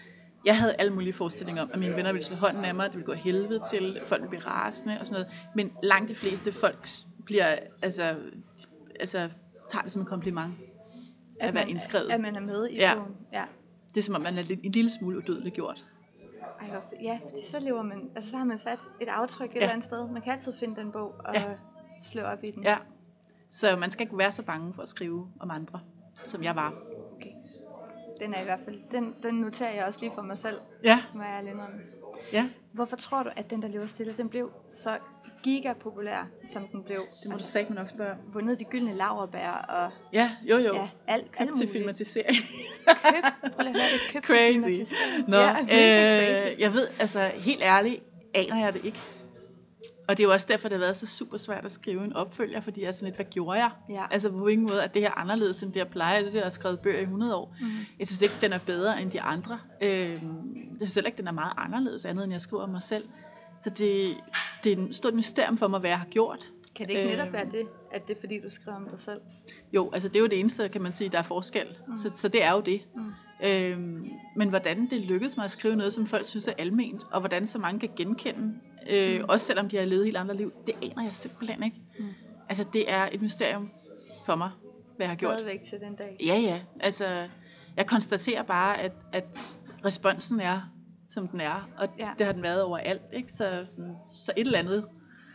jeg havde alle mulige forestillinger om, at mine venner ville slå hånden af mig, det ville gå helvede til, folk ville blive rasende og sådan noget. Men langt de fleste folk bliver, altså, altså tager det som en kompliment at, at være indskrevet. At man er med i ja. bogen. Ja. Det er som om, man er en lille smule udødeligt gjort. Ej, ja, fordi så lever man, altså så har man sat et aftryk et ja. eller andet sted. Man kan altid finde den bog og ja. slå op i den. Ja, så man skal ikke være så bange for at skrive om andre, som jeg var. Okay. Den er i hvert fald, den, den noterer jeg også lige for mig selv, ja. må jeg ærlig indrømme. Ja. Hvorfor tror du, at den, der lever stille, den blev så gigapopulær, som den blev? Det må altså, du sagt nok spørge. Vundet de gyldne laurbær og... Ja, jo jo. Ja, alt, køb til filmatisering. køb, prøv at høre det, køb crazy. til filmatisering. Nå, ja, øh, jeg ved, altså helt ærligt, aner jeg det ikke. Og det er jo også derfor, det har været så super svært at skrive en opfølger, fordi jeg er sådan lidt, hvad gjorde jeg? Ja. Altså på ingen måde, at det her er anderledes, end det jeg plejer. Jeg synes, jeg har skrevet bøger i hundrede år. Mm. Jeg synes ikke, den er bedre end de andre. Øh, jeg synes heller ikke, den er meget anderledes, andet end jeg skriver om mig selv. Så det, det er et stort mysterium for mig, hvad jeg har gjort. Kan det ikke netop øh, være det, at det er fordi, du skriver om dig selv? Jo, altså det er jo det eneste, kan man sige, der er forskel. Mm. Så, så det er jo det. Mm. Øhm, men hvordan det lykkedes mig at skrive noget, som folk synes er alment, og hvordan så mange kan genkende, øh, mm. også selvom de har levet helt andre liv, det aner jeg simpelthen ikke. Mm. Altså det er et mysterium for mig, hvad jeg har gjort. Stadigvæk til den dag. Ja, ja. Altså jeg konstaterer bare, at, at responsen er, som den er, og ja. det har den været overalt, ikke? Så, sådan, så et eller andet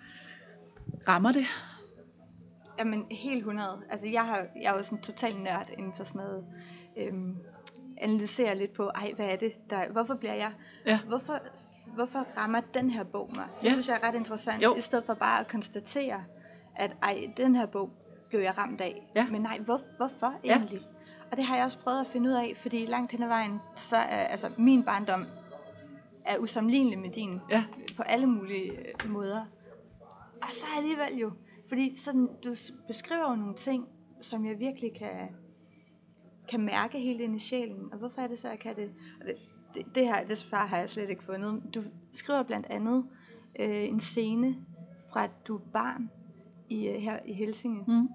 rammer det. Jamen helt hundrede. Altså jeg, har, jeg er jo sådan total nørd inden for sådan noget, øhm, analyserer lidt på, ej hvad er det, der, hvorfor bliver jeg, ja. hvorfor, hvorfor rammer den her bog mig? Det ja. synes jeg er ret interessant, jo. i stedet for bare at konstatere, at ej, den her bog blev jeg ramt af. Ja. Men nej, hvor, hvorfor egentlig? Ja. Og det har jeg også prøvet at finde ud af, fordi langt hen ad vejen, så er altså min barndom er usammenlignelig med din, ja. på alle mulige måder. Og så alligevel jo, fordi sådan, du beskriver jo nogle ting, som jeg virkelig kan, kan mærke helt ind i sjælen. Og hvorfor er det så, jeg kan det? Og det, det, det her, det svar har jeg slet ikke fundet. Du skriver blandt andet øh, en scene fra, at du er barn i, øh, her i Helsinge. Mm.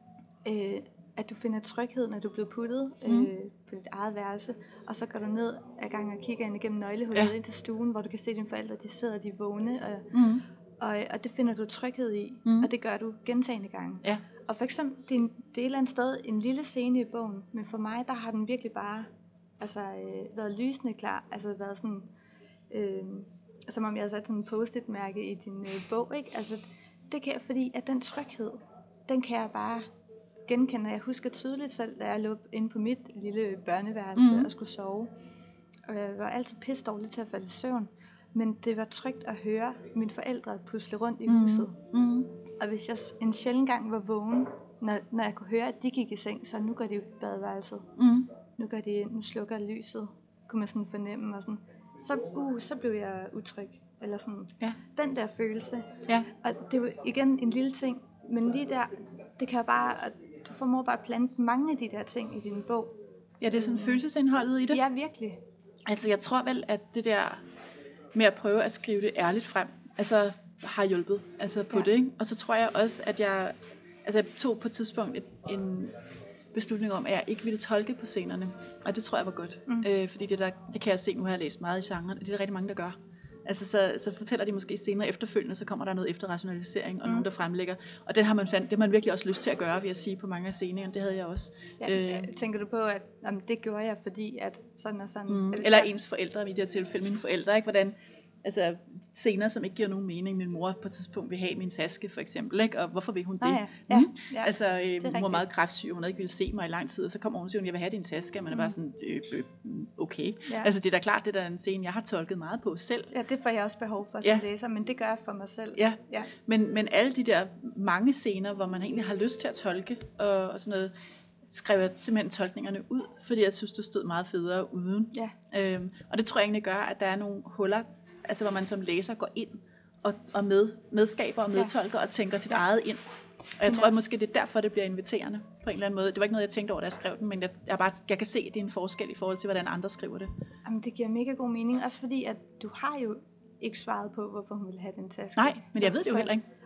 Øh, at du finder tryghed, når du er blevet puttet øh, mm. på dit eget værelse, og så går du ned ad gangen og kigger ind igennem nøglehullet ja. ind til stuen, hvor du kan se dine forældre, de sidder, de er vågne, og, mm. og, og det finder du tryghed i, mm. og det gør du gentagne gange. Ja. Og for eksempel, det er, en, det er et eller andet sted en lille scene i bogen, men for mig, der har den virkelig bare altså, øh, været lysende klar, altså været sådan, øh, som om jeg havde sat sådan en post-it-mærke i din øh, bog, ikke? Altså, det kan jeg, fordi at den tryghed, den kan jeg bare genkender. Jeg husker tydeligt selv, da jeg lå inde på mit lille børneværelse mm. og skulle sove. Og jeg var altid pisse dårlig til at falde i søvn. Men det var trygt at høre mine forældre pusle rundt i mm. huset. Mm. Og hvis jeg en sjældent gang var vågen, når, når jeg kunne høre, at de gik i seng, så nu går de i badeværelset. Mm. Nu, går de, nu slukker lyset. Kunne man sådan fornemme. Og sådan. Så, uh, så blev jeg utryg. Eller sådan. Ja. Den der følelse. Ja. Og det var igen en lille ting. Men lige der, det kan jeg bare... Du formår bare at plante mange af de der ting i din bog. Ja, det er sådan følelsesindholdet i det. Ja, virkelig. Altså, jeg tror vel, at det der med at prøve at skrive det ærligt frem, altså, har hjulpet altså, på ja. det, ikke? Og så tror jeg også, at jeg, altså, jeg tog på et tidspunkt et, en beslutning om, at jeg ikke ville tolke på scenerne. Og det tror jeg var godt. Mm. Øh, fordi det, der, det kan jeg se, nu har jeg læst meget i genren, og det er der rigtig mange, der gør. Altså, så, så fortæller de måske senere efterfølgende, så kommer der noget efterrationalisering, og mm. nogen, der fremlægger. Og det har man, det har man virkelig også lyst til at gøre, vil jeg sige, på mange af scenerne. Det havde jeg også. Ja, øh, tænker du på, at jamen, det gjorde jeg, fordi at sådan og sådan? Mm. Eller ens forældre, i det her tilfælde mine forældre, ikke? Hvordan, altså scener, som ikke giver nogen mening. Min mor på et tidspunkt vil have min taske, for eksempel, ikke? Og hvorfor vil hun det? Ah, ja. Ja, mm? ja. Altså, øh, hun var meget kræftsyg, hun havde ikke ville se mig i lang tid, og så kommer hun og siger, jeg vil have din taske, og man er mm. bare sådan, øh, øh, okay. Ja. Altså, det er da klart, det er en scene, jeg har tolket meget på selv. Ja, det får jeg også behov for som ja. læser, men det gør jeg for mig selv. Ja, ja. Men, men alle de der mange scener, hvor man egentlig har lyst til at tolke, og, og sådan noget, skrev jeg simpelthen tolkningerne ud, fordi jeg synes, det stod meget federe uden. Ja. Øhm, og det tror jeg egentlig gør, at der er nogle huller, altså hvor man som læser går ind og, og med, medskaber og medtolker ja. og tænker sit eget ind. Og jeg men tror, at måske det er derfor, det bliver inviterende på en eller anden måde. Det var ikke noget, jeg tænkte over, da jeg skrev den, men jeg, jeg, bare, jeg kan se, at det er en forskel i forhold til, hvordan andre skriver det. Jamen, det giver mega god mening, også fordi, at du har jo ikke svaret på, hvorfor hun ville have den taske. Nej, men jeg ved det jo heller ikke.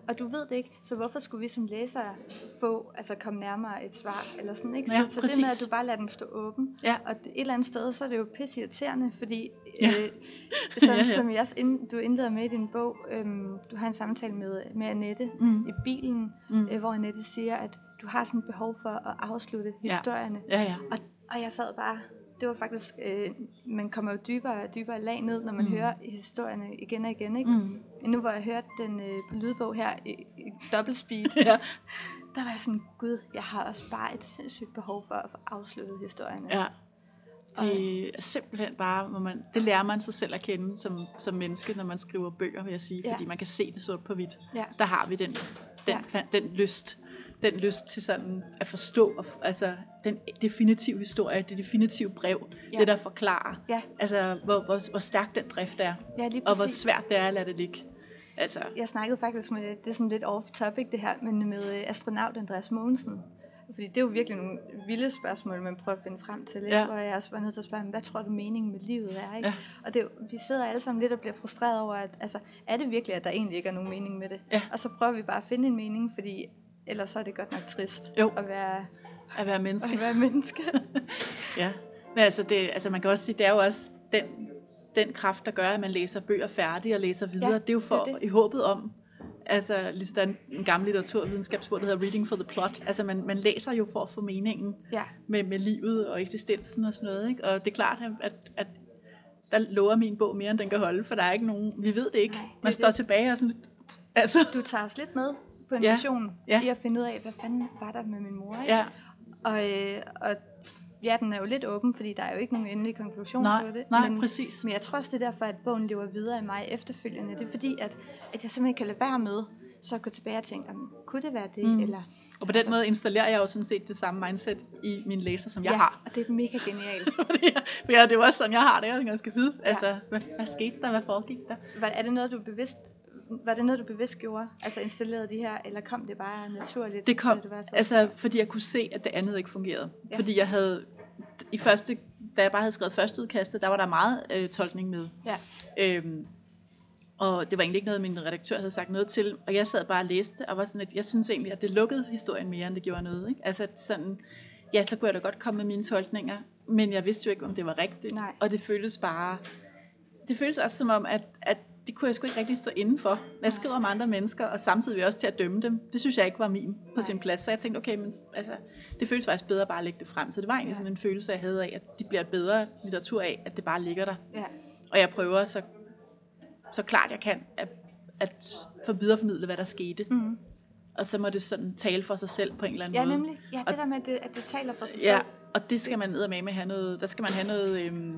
og du ved det ikke, så hvorfor skulle vi som læsere få, altså komme nærmere et svar, eller sådan, ikke? Ja, så, så præcis. det med, at du bare lader den stå åben, ja. og et eller andet sted, så er det jo pisse irriterende, fordi, ja. øh, som, ja, ja. som jeg, ind, du indleder med i din bog, øhm, du har en samtale med, med Annette mm. i bilen, mm. øh, hvor Annette siger, at du har sådan et behov for at afslutte historierne, ja. Ja, ja. Og, og jeg sad bare, det var faktisk, øh, man kommer jo dybere og dybere lag ned, når man mm. hører historierne igen og igen, ikke? Mm. Men nu hvor jeg hørte den øh, på lydbog her i, i double speed, ja. der var jeg sådan, gud, jeg har også bare et sindssygt behov for at få afsluttet historierne. Ja, det er simpelthen bare, hvor man, det lærer man sig selv at kende som, som menneske, når man skriver bøger, vil jeg sige, ja. Fordi man kan se det sort på hvidt. Ja. Der har vi den, den, ja. den lyst. Den lyst til sådan at forstå, altså den definitive historie, det definitive brev, ja. Det der forklarer, ja. Altså hvor, hvor, hvor stærk den drift er, ja, og hvor svært det er at lade det ligge. Altså. Jeg snakkede faktisk med, det er sådan lidt off topic det her, men med astronaut Andreas Mogensen, fordi det er jo virkelig nogle vilde spørgsmål, man prøver at finde frem til, ja. Hvor jeg også var nødt til at spørge, hvad tror du meningen med livet er, ikke? Ja. Og det, vi sidder alle sammen lidt og bliver frustreret over, at altså, er det virkelig, at der egentlig ikke er nogen mening med det? Ja. Og så prøver vi bare at finde en mening, fordi ellers så er det godt nok trist jo. at være at være menneske. At være menneske. ja. Men altså det, altså man kan også sige, det er jo også den den kraft der gør, at man læser bøger færdige og læser videre. Ja, det er jo for det det. I håbet om, altså ligesom der er en gammel litteraturvidenskabsbog, der hedder Reading for the Plot. Altså man man læser jo for at få meningen ja. med med livet og eksistensen og sådan noget, ikke? Og det er klart at at der lover min bog mere end den kan holde, for der er ikke nogen, vi ved det ikke. Nej, det man står det. tilbage og sådan altså du tager os lidt med på en ja. mission ja. i at finde ud af, hvad fanden var der med min mor, ikke? Ja. Og, øh, og ja, den er jo lidt åben, fordi der er jo ikke nogen endelig konklusion nej, på det. Nej, men, præcis. Men jeg tror også, det er derfor, at bogen lever videre i mig efterfølgende. Det er fordi, at, at jeg simpelthen kan lade være med, så at gå tilbage og tænke, kunne det være det? Mm. Eller, og på den altså, måde installerer jeg jo sådan set det samme mindset i mine læser, som ja, jeg har. Og det er mega genialt. For ja, det er jo også sådan, jeg har det, jeg skal vide. Ja. Altså, hvad, hvad skete der? Hvad foregik der? Var, er det noget, du bevidst Var det noget, du bevidst gjorde? Altså installerede de her, eller kom det bare naturligt? Det kom, det altså fordi jeg kunne se, at det andet ikke fungerede. Ja. Fordi jeg havde, i første, da jeg bare havde skrevet førsteudkastet, der var der meget øh, tolkning med. Ja. Øhm, og det var egentlig ikke noget, min redaktør havde sagt noget til. Og jeg sad bare og læste, og var sådan, at jeg synes egentlig, at det lukkede historien mere, end det gjorde noget. Ikke? Altså sådan, ja, så kunne jeg da godt komme med mine tolkninger, men jeg vidste jo ikke, om det var rigtigt. Nej. Og det føltes bare, det føltes også som om, at, at det kunne jeg sgu ikke rigtig stå indenfor. Jeg skriver om andre mennesker, og samtidig også til at dømme dem. Det synes jeg ikke var min på Nej. sin plads. Så jeg tænkte, okay, men altså, det føltes faktisk bedre bare at lægge det frem. Så det var egentlig ja. sådan en følelse, jeg havde af, at det bliver et bedre litteratur af, at det bare ligger der. Ja. Og jeg prøver så, så klart jeg kan, at, at få videreformidle, hvad der skete. Mm. Og så må det sådan tale for sig selv på en eller anden ja, måde. Nemlig. Ja, det og, der med, at det, at det taler for sig ja, selv. Og det skal man eddermame med have noget, der skal man have noget... Øhm,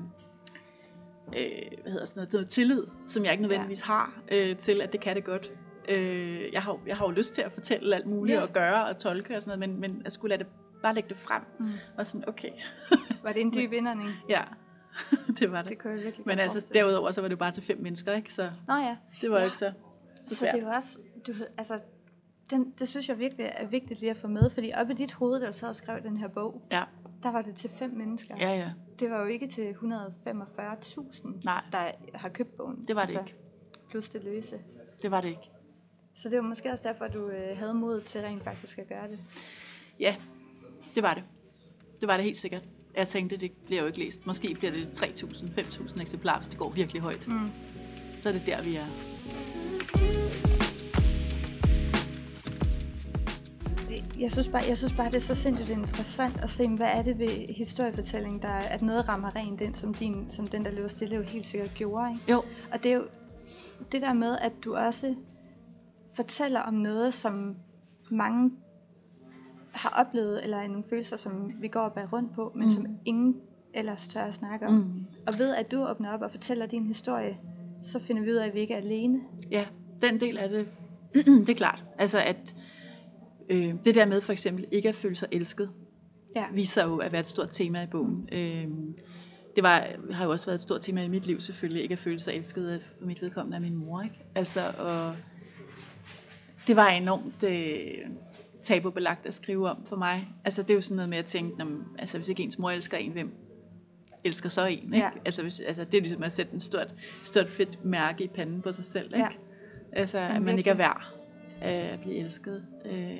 Øh, hvad hedder sådan noget, noget tillid, som jeg ikke nødvendigvis ja. har øh, til, at det kan det godt. Øh, jeg, har, jeg har jo lyst til at fortælle alt muligt ja. og gøre og tolke og sådan noget, men, men jeg skulle lade det, bare lægge det frem mm. og sådan, okay. Var det en dyb indånding? Ja, det var det. Det kunne jeg virkelig men altså forstille. Derudover så var det bare til fem mennesker, ikke? Så Nå ja. det var ja. ikke så, så svært. Så det var også, du, altså, den, det synes jeg virkelig er vigtigt lige at få med, fordi oppe i dit hoved, da du sad og skrev den her bog, ja. der var det til fem mennesker. Ja, ja. Det var jo ikke til et hundrede og femogfyrre tusind, der har købt bogen. Det var det altså, ikke. Plus det løse. Det var det ikke. Så det var måske også derfor, at du øh, havde mod til rent faktisk at gøre det. Ja, det var det. Det var det helt sikkert. Jeg tænkte, det bliver jo ikke læst. Måske bliver det tre tusind, fem tusind eksemplarer, hvis det går virkelig højt. Mm. Så er det der, vi er. Jeg synes, bare, jeg synes bare, det er så sindssygt interessant at se, hvad er det ved historiefortælling, der er, at noget rammer rent ind, som, din, som den, der lever stille, jo helt sikkert gjorde. Ikke? Jo. Og det er jo det der med, at du også fortæller om noget, som mange har oplevet, eller nogle følelser, som vi går og bærer rundt på, men mm. som ingen ellers tør at snakke om. Mm. Og ved, at du åbner op og fortæller din historie, så finder vi ud af, at vi ikke er alene. Ja, den del af det, det er klart. Altså at Øh, det der med for eksempel ikke at føle sig elsket, ja. viser jo at være et stort tema i bogen. Øh, det var, har jo også været et stort tema i mit liv selvfølgelig, ikke at føle sig elsket for mit vedkommende af min mor. Ikke? Altså, og det var enormt øh, tabubelagt at skrive om for mig. Altså det er jo sådan noget med at tænke, når, altså, hvis ikke ens mor elsker en, hvem elsker så en? Ikke? Ja. Altså, hvis, altså, det er ligesom at sætte en stort, stort fedt mærke i panden på sig selv. Ikke? Ja. Altså at man ikke er værd. at blive elsket. Øh,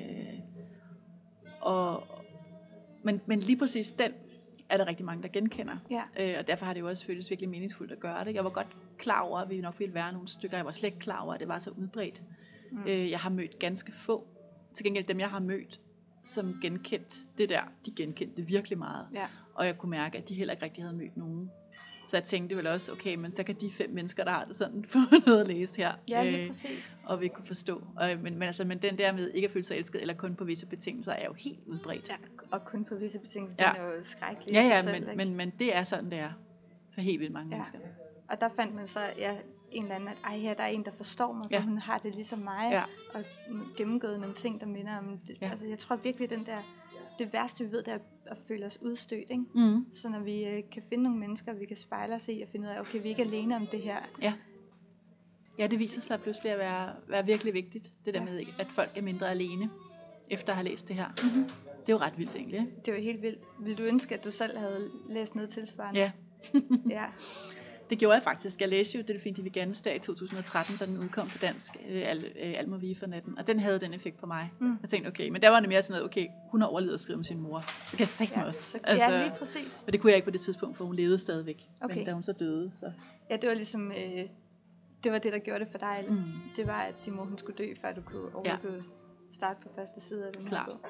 og, men, men lige præcis den er der rigtig mange, der genkender. Ja. Øh, og derfor har det jo også føltes virkelig meningsfuldt at gøre det. Jeg var godt klar over, at vi nok ville være nogle stykker. Jeg var slet ikke klar over, at det var så udbredt. Mm. Øh, jeg har mødt ganske få. Til gengæld dem, jeg har mødt, som genkendt det der, de genkendte det virkelig meget. Ja. Og jeg kunne mærke, at de heller ikke rigtig havde mødt nogen. Så jeg tænkte vel også, okay, men så kan de fem mennesker, der har det sådan, få noget at læse her. Ja, lige præcis. Øh, og vi kunne forstå. Og, men, men, altså, men den der med ikke at føle sig elsket, eller kun på visse betingelser, er jo helt udbredt. Ja, og kun på visse betingelser, ja. Den er jo skrækkelig. Ja, ja, selv, men, men, men det er sådan, det er for helt vildt mange ja. mennesker. Og der fandt man så ja, en eller anden, at ej, her der er en, der forstår mig, for ja. hun har det ligesom mig, ja. og gennemgået nogle ting, der minder om det. Ja. Altså, jeg tror virkelig, den der, det værste, vi ved, det er at føle os udstødt, ikke? Mm. Så når vi øh, kan finde nogle mennesker, vi kan spejle os i, og finde ud af, okay, vi er ikke alene om det her. Ja, ja det viser sig pludselig at være, være virkelig vigtigt, det der ja. med, at folk er mindre alene, efter at have læst det her. Mm-hmm. Det er jo ret vildt egentlig, ikke? Det er jo helt vildt. Vil du ønske, at du selv havde læst noget tilsvarende? Ja. ja. Det gjorde jeg faktisk. Jeg læste jo Delfin Diligens der i to tusind og tretten, da den udkom på dansk, Alt må vige for natten, og den havde den effekt på mig. Mm. Jeg tænkte, okay, men der var det mere sådan noget, okay, hun har overlevet at skrive om sin mor, så kan jeg sige mig også. Altså, ja, lige præcis. Og det kunne jeg ikke på det tidspunkt, for hun levede stadigvæk, okay. men da hun så døde. Så. Ja, det var ligesom, øh, det var det, der gjorde det for dig. Mm. Det var, at din mor hun skulle dø, før du kunne overleve ja. starte på første side af den her bog.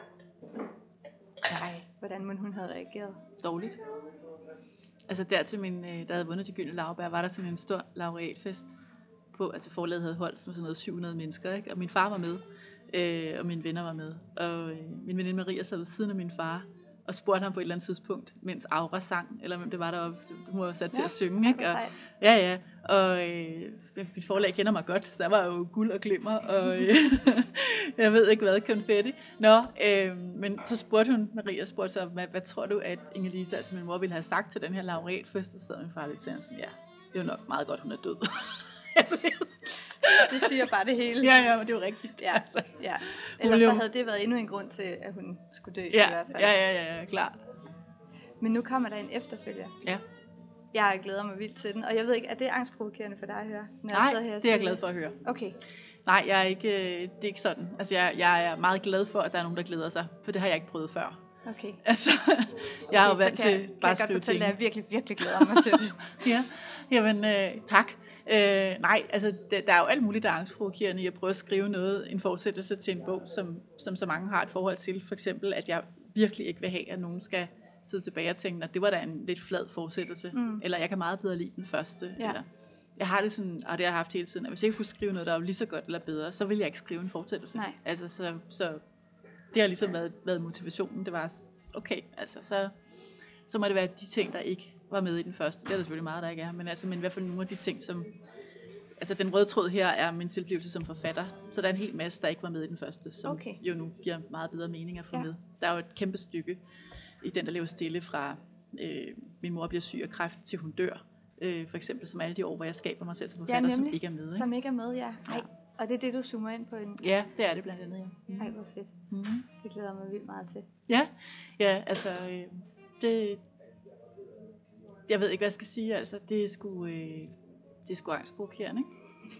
Nej, hvordan må hun have reageret? Dårligt. Altså der til min, der havde vundet De Gyldne Laurbær, var der sådan en stor laureatfest på, altså forlaget havde holdt som sådan noget syv hundrede mennesker, ikke? Og min far var med, øh, og mine venner var med, og øh, min veninde Maria sad ved siden af min far, og spurgte ham på et eller andet tidspunkt, mens Aura sang, eller hvem det var, der hun var sat til ja, at synge, ikke? Og, ja, ja, og øh, mit forlag kender mig godt, så der var jo guld og glimmer, og øh, jeg ved ikke hvad, konfetti. Nå, øh, men så spurgte hun, Maria spurgte så, hvad, hvad tror du, at Inge-Lise, altså min mor, ville have sagt til den her laureatfest, og så sad min far lidt til, sådan, ja, det er jo nok meget godt, hun er død. Det siger bare det hele. Ja, ja, men det er jo rigtigt. Ja, altså. ja. Ellers så havde det været endnu en grund til, at hun skulle dø ja, i hvert fald. Ja, ja, ja, ja, klart. Men nu kommer der en efterfølger. Ja. Jeg glæder mig vildt til den, og jeg ved ikke, er det angstprovokerende for dig at høre? Når Nej, jeg sidder her det er jeg glad for at høre. Okay. Nej, jeg er ikke, det er ikke sådan. Altså, jeg, jeg er meget glad for, at der er nogen, der glæder sig, for det har jeg ikke prøvet før. Okay. Altså, jeg er jo vant til kan, bare at skrive ting. Jeg kan godt fortælle, ting. at jeg virkelig, virkelig glæder mig til det. Ja, jamen øh, tak. Øh, nej, altså det, der er jo alt muligt, der er angstprovokerende i at prøve at skrive noget, en fortsættelse til en bog, som, som så mange har et forhold til. For eksempel, at jeg virkelig ikke vil have, at nogen skal sidde tilbage og tænke, at det var da en lidt flad fortsættelse, mm. eller jeg kan meget bedre lide den første. Ja. Eller, jeg har det sådan, og det har jeg haft hele tiden, at hvis jeg ikke kunne skrive noget, der var lige så godt eller bedre, så ville jeg ikke skrive en fortsættelse. Nej. Altså, så, så det har ligesom været, været motivationen. Det var, okay, altså så, så må det være de ting, der ikke var med i den første. Det er der selvfølgelig meget, der ikke er, men, altså, men i hvert fald nogle af de ting, som... Altså den røde tråd her er min tilblivelse som forfatter, så der er en hel masse, der ikke var med i den første, som okay. jo nu giver meget bedre mening at få ja. med. Der er jo et kæmpe stykke i den, der lever stille fra øh, min mor bliver syg af kræft til hun dør, øh, for eksempel, som alle de år, hvor jeg skaber mig selv som forfatter, ja, som ikke er med. Ikke? Som ikke er med, ja. Ej, og det er det, du zoomer ind på? En... Ja, det er det blandt andet, ja. Mm. Ej, hvor fedt. Mm. Det glæder mig vildt meget til. Ja, ja altså, øh, det... Jeg ved ikke, hvad jeg skal sige, altså, det er sgu... Øh, det er sgu angstprovokerende, ikke?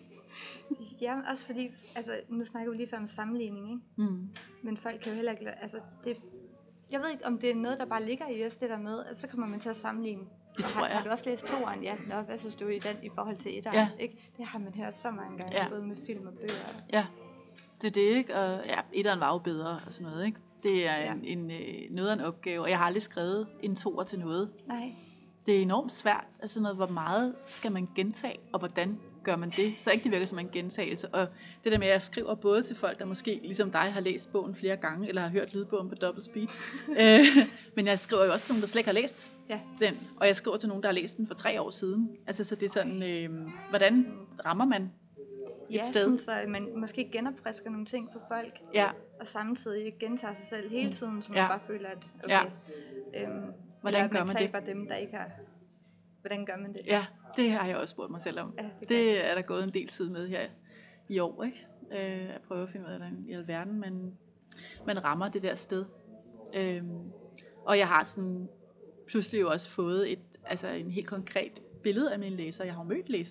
Ja, også fordi, altså, nu snakker vi lige før om sammenligning, ikke? Mm. Men folk kan jo heller ikke, altså, det, jeg ved ikke, om det er noget, der bare ligger i os, det der med, at så kommer man til at sammenligne. Det tror har, jeg. Har du også læst toeren? Ja, nå, hvad synes du i den i forhold til etteren? Ja. Ikke? Det har man hørt så mange gange, ja. Både med film og bøger. Ja, det er det, ikke? Og ja, etteren var jo bedre og sådan noget, ikke? Det er ja. en, en, en noget af en opgave, og jeg har aldrig skrevet en toer til noget. Nej. Det er enormt svært, altså noget, hvor meget skal man gentage, og hvordan gør man det, så ikke det virker som en gentagelse. Og det der med, at jeg skriver både til folk, der måske ligesom dig har læst bogen flere gange, eller har hørt lydbogen på dobbelt speed, øh, men jeg skriver jo også til nogen, der slet ikke har læst ja. den, og jeg skriver til nogen, der har læst den for tre år siden. Altså så det er sådan, øh, hvordan rammer man et ja, sted? Sådan, så man måske genopfrisker nogle ting for folk, ja. og samtidig ikke gentager sig selv hele tiden, så man ja. bare føler, at okay, ja. øhm, hvordan gør man man taber dem, der ikke har... Hvordan gør man det? Ja, det har jeg også spurgt mig selv om. Ja, det, det er der gået en del tid med her i år, ikke? Øh, at prøve at finde ud af, hvordan i alverden man, man rammer det der sted. Øhm, og jeg har sådan pludselig jo også fået et, altså en helt konkret billede af mine læsere. Jeg har jo mødt læserne.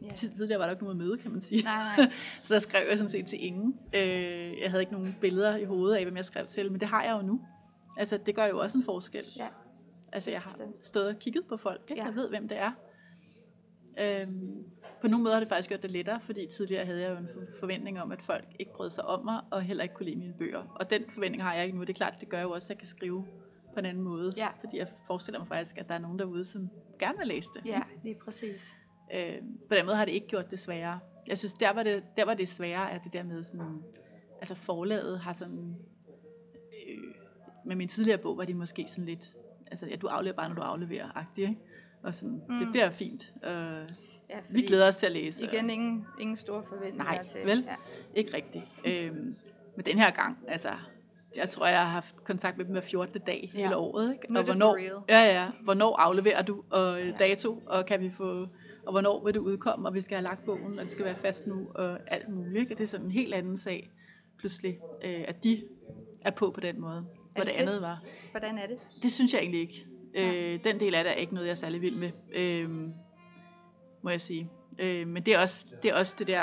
Yeah. Tidligere var der ikke noget møde, kan man sige. Nej, nej. Så der skrev jeg sådan set til ingen. Øh, jeg havde ikke nogen billeder i hovedet af, hvem jeg skrev til, men det har jeg jo nu. Altså, det gør jo også en forskel. Ja. Altså, jeg har stået og kigget på folk, ikke? Ja. Jeg ved, hvem det er. Øhm, på nogle måder har det faktisk gjort det lettere, fordi tidligere havde jeg jo en forventning om, at folk ikke brød sig om mig, og heller ikke kunne lide mine bøger. Og den forventning har jeg ikke nu. Det er klart, det gør jo også, at jeg kan skrive på en anden måde. Ja. Fordi jeg forestiller mig faktisk, at der er nogen derude, som gerne vil læse det. Ja, lige præcis. Øhm, på den måde har det ikke gjort det sværere. Jeg synes, der var det, der var det sværere, at det der med sådan, altså forlaget har sådan, øh, med min tidligere bog var de måske sådan lidt, altså ja, du afleverer bare, når du afleverer-agtigt, ikke? Og sådan, mm. det bliver fint. Øh, ja, vi glæder os til at læse. Igen ingen, ingen store forventninger nej, til. vel? Ja. Ikke rigtigt. Øhm, men den her gang, altså, jeg tror, jeg har haft kontakt med dem hver fjortende dag ja. hele året. Ikke? Nu og hvornår, ja, ja, hvornår afleverer du, og ja. dato, og kan vi få, og hvornår vil det udkomme, og vi skal have lagt bogen, og det skal være fast nu, og alt muligt. Ikke? Det er sådan en helt anden sag, pludselig, øh, at de er på på den måde, hvor det, det andet var. Hvordan er det? Det synes jeg egentlig ikke. Øh, den del af det er ikke noget, jeg er særlig vild med, øh, må jeg sige. Øh, men det er, også, det er også det der,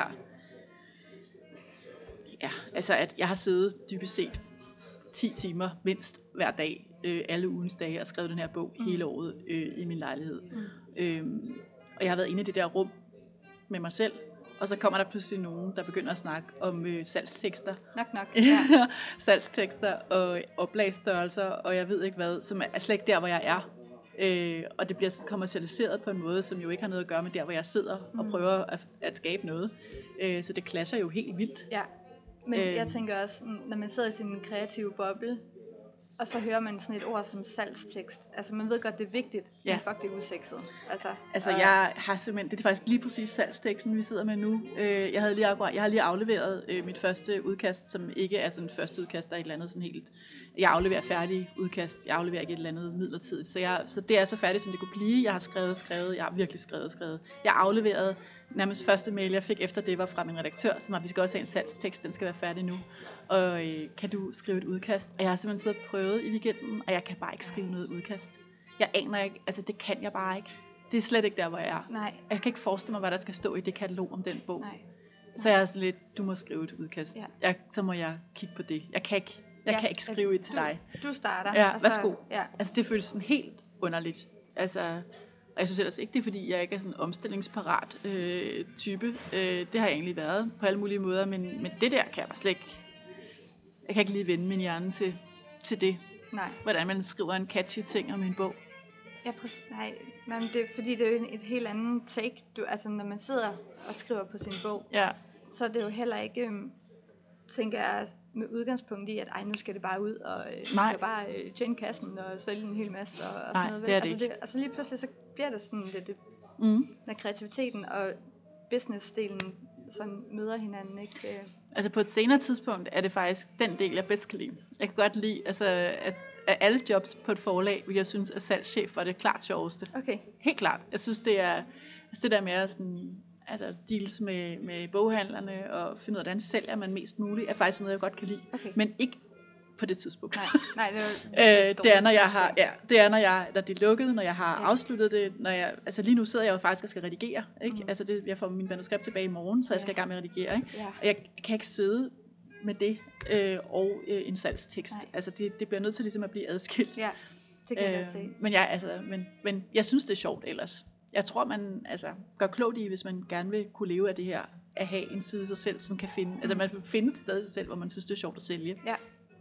ja, altså at jeg har siddet dybest set ti timer mindst hver dag, øh, alle ugens dage, og skrevet den her bog mm. hele året øh, i min lejlighed. Mm. Øh, og jeg har været inde i det der rum med mig selv, og så kommer der pludselig nogen, der begynder at snakke om øh, salgstekster. Nok, nok. Ja. salgstekster og oplagsstørrelser, og jeg ved ikke hvad, som er slet ikke der, hvor jeg er. Øh, og det bliver sådan kommercialiseret på en måde, som jo ikke har noget at gøre med der, hvor jeg sidder mm. og prøver at, at skabe noget. Øh, så det clasher jo helt vildt. Ja, men øh, jeg tænker også, når man sidder i sin kreative boble, og så hører man sådan et ord som salgstekst. Altså man ved godt, det er vigtigt, ja. Men fuck, det er usekset. Altså, altså øh, jeg har simpelthen, det er faktisk lige præcis salgsteksten, vi sidder med nu. Jeg havde lige, jeg har lige afleveret øh, mit første udkast, som ikke er sådan første udkast, der er et eller andet sådan helt. Jeg afleverer færdig udkast, jeg afleverer ikke et eller andet midlertidigt. Så, jeg, så det er så færdigt, som det kunne blive. Jeg har skrevet, skrevet, jeg har virkelig skrevet, skrevet. Jeg afleverede nærmest første mail, jeg fik efter det, var fra min redaktør, som har, vi skal også have en salgstekst, den skal være færdig nu. Og øh, kan du skrive et udkast? Og jeg har simpelthen siddet og prøvet i weekenden, og jeg kan bare ikke skrive noget udkast. Jeg aner ikke, altså det kan jeg bare ikke. Det er slet ikke der, hvor jeg er. Nej. Jeg kan ikke forestille mig, hvad der skal stå i det katalog om den bog. Nej. Så jeg er sådan lidt, du må skrive et udkast. Ja. Jeg, så må jeg kigge på det. Jeg kan ikke, jeg ja, kan ikke skrive et til du, dig. Du starter. Ja, værsgo. Så, ja. Altså det føles sådan helt underligt. Altså, og jeg synes ellers ikke, det er fordi, jeg ikke er sådan en omstillingsparat øh, type. Øh, det har jeg egentlig været på alle mulige måder, men, men det der kan jeg bare slet ikke. Jeg kan ikke lige vende min hjerne til, til det. Nej. Hvordan man skriver en catchy ting om en bog. Ja, præcis. Nej, nej, men det er fordi, det er jo et helt andet take. Du, altså, når man sidder og skriver på sin bog, ja. så er det jo heller ikke, øhm, tænker jeg, med udgangspunkt i, at ej, nu skal det bare ud, og øh, vi skal bare øh, tjene kassen og sælge en hel masse. Og, og sådan nej, noget. det er det altså, ikke. Det, altså lige pludselig, så bliver det sådan lidt, det, mm. når kreativiteten og businessdelen sådan møder hinanden, ikke? Altså på et senere tidspunkt er det faktisk den del, jeg bedst kan lide. Jeg kan godt lide, altså, at af alle jobs på et forlag, vil jeg synes, at salgschef var det klart sjoveste. Okay. Helt klart. Jeg synes, det er altså det der med at sådan, altså deals med, med boghandlerne og finde ud af, hvordan sælger man mest muligt, er faktisk noget, jeg godt kan lide. Okay. Men ikke på det tidspunkt. Nej, nej det, er, øh, det er, når jeg har, ja, det er, når jeg, når det er lukket, når jeg har ja. afsluttet det, når jeg, altså lige nu sidder jeg jo faktisk og skal redigere, ikke? Mm. Altså det, jeg får min manuskript tilbage i morgen, så jeg skal ja. i gang med at redigere, ikke? Ja. Og jeg kan ikke sidde med det øh, og øh, en salgstekst. Nej. Altså det, det bliver nødt til ligesom at blive adskilt. Ja, det kan øh, jeg se. Men jeg, altså, men, men jeg synes, det er sjovt ellers. Jeg tror, man altså, gør klogt i, hvis man gerne vil kunne leve af det her, at have en side af sig selv, som kan finde, mm. altså man vil finde et sted af sig selv, hvor man synes, det er sjovt at sælge. Ja.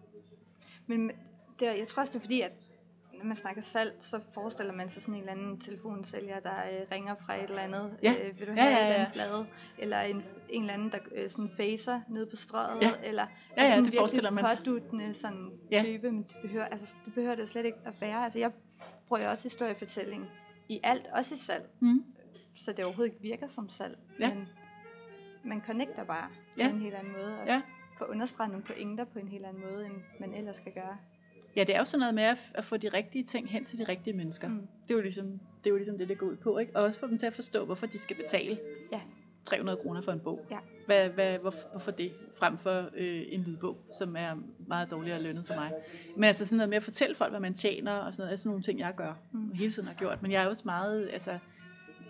Men det, jeg tror også, det er fordi, at når man snakker salg, så forestiller man sig sådan en eller anden telefonsælger, der øh, ringer fra et eller andet. Ja. Øh, vil du ja, have ja, ja. et eller andet blad? Eller en, en eller anden, der øh, sådan facer nede på strøget? Ja. Eller ja, ja, sådan det forestiller man sig. påduttende sådan ja. type, men det behøver, altså, det behøver det jo slet ikke at være. Altså, jeg bruger jo også historiefortælling i alt, også i salg. Mm. Så det overhovedet ikke virker som salg. Ja. Men man connecter bare ja. på en helt anden måde. Og ja. får understreget nogle pointer på en helt anden måde, end man ellers skal gøre. Ja, det er jo sådan noget med at, f- at få de rigtige ting hen til de rigtige mennesker. Mm. Det er jo ligesom det, er jo ligesom det, det går ud på, ikke? Og også få dem til at forstå, hvorfor de skal betale ja. tre hundrede kroner for en bog. Ja. Hvad, hvad, hvor, hvorfor det? Frem for øh, en lydbog, som er meget dårligere lønnet for mig. Men altså sådan noget med at fortælle folk, hvad man tjener, og sådan noget, er sådan nogle ting, jeg gør. Mm. Hele tiden har gjort. Men jeg er også meget, altså...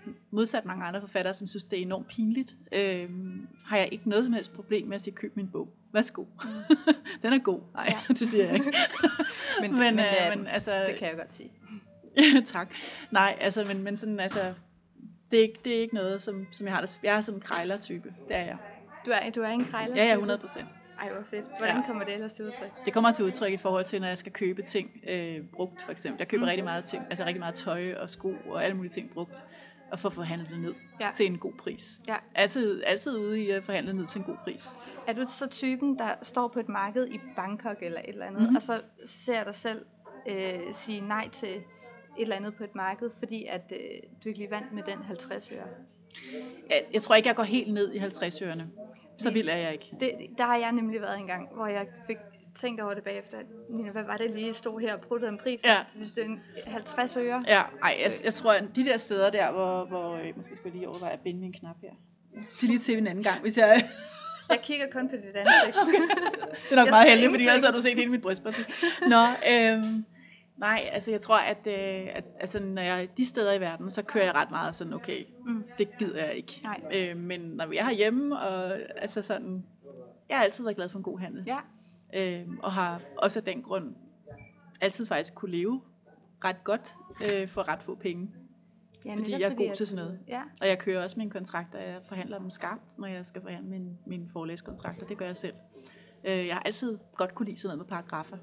modsat mange andre forfattere, som synes, det er enormt pinligt, øh, har jeg ikke noget som helst problem med at sige, køb min bog. Værsgo. Mm. Den er god. Nej, ja. Det siger jeg ikke. men, men, men, det, øh, men altså, det kan jeg godt sige. Tak. Nej, altså, men, men sådan, altså, det er ikke, det er ikke noget, som, som jeg har. Jeg er sådan en krejler-type. Det er jeg. Du er, du er en krejler-type? Ja, ja, hundrede procent. Ej, hvor fedt. Hvordan ja. kommer det ellers til udtryk? Det kommer til udtryk i forhold til, når jeg skal købe ting øh, brugt, for eksempel. Jeg køber mm. rigtig meget ting, altså rigtig meget tøj og sko og alle mulige ting brugt, og får forhandlet det ned ja. til en god pris. Ja. Altid, altid ude i at forhandle ned til en god pris. Er du så typen, der står på et marked i Bangkok eller et eller andet, mm-hmm. og så ser dig selv øh, sige nej til et eller andet på et marked, fordi at øh, du ikke lige vandt med den halvtreds øre? Jeg, jeg tror ikke, jeg går helt ned i halvtreds ørerne. Så vild er jeg ikke. Det, der har jeg nemlig været en gang, hvor jeg fik tænkt over det bagefter. Nina, hvad var det lige, stod her og pruttede en pris? Ja. Til sidst halvtreds øre. Ja, ej, jeg, jeg tror, at de der steder der, hvor, hvor måske skulle jeg lige overveje at binde min knap her. Så lige til en anden gang, hvis jeg... Jeg kigger kun på dit ansigt. Det er nok jeg meget heldigt, fordi ellers har du set hele mit brystparti. Nå, øhm, nej, altså jeg tror, at, øh, at altså, når jeg er de steder i verden, så kører jeg ret meget sådan, okay, mm. det gider jeg ikke. Øh, men når vi er herhjemme, og altså sådan, jeg har altid været glad for en god handel. Ja. Øh, og har også af den grund altid faktisk kunne leve ret godt øh, for ret få penge. Ja, fordi jeg er god til sådan noget. Ja. Og jeg kører også mine kontrakter, jeg forhandler dem skarpt, når jeg skal forhandle mine, mine forelæskontrakter. Det gør jeg selv. Øh, jeg har altid godt kunne lide sådan noget med paragrafer.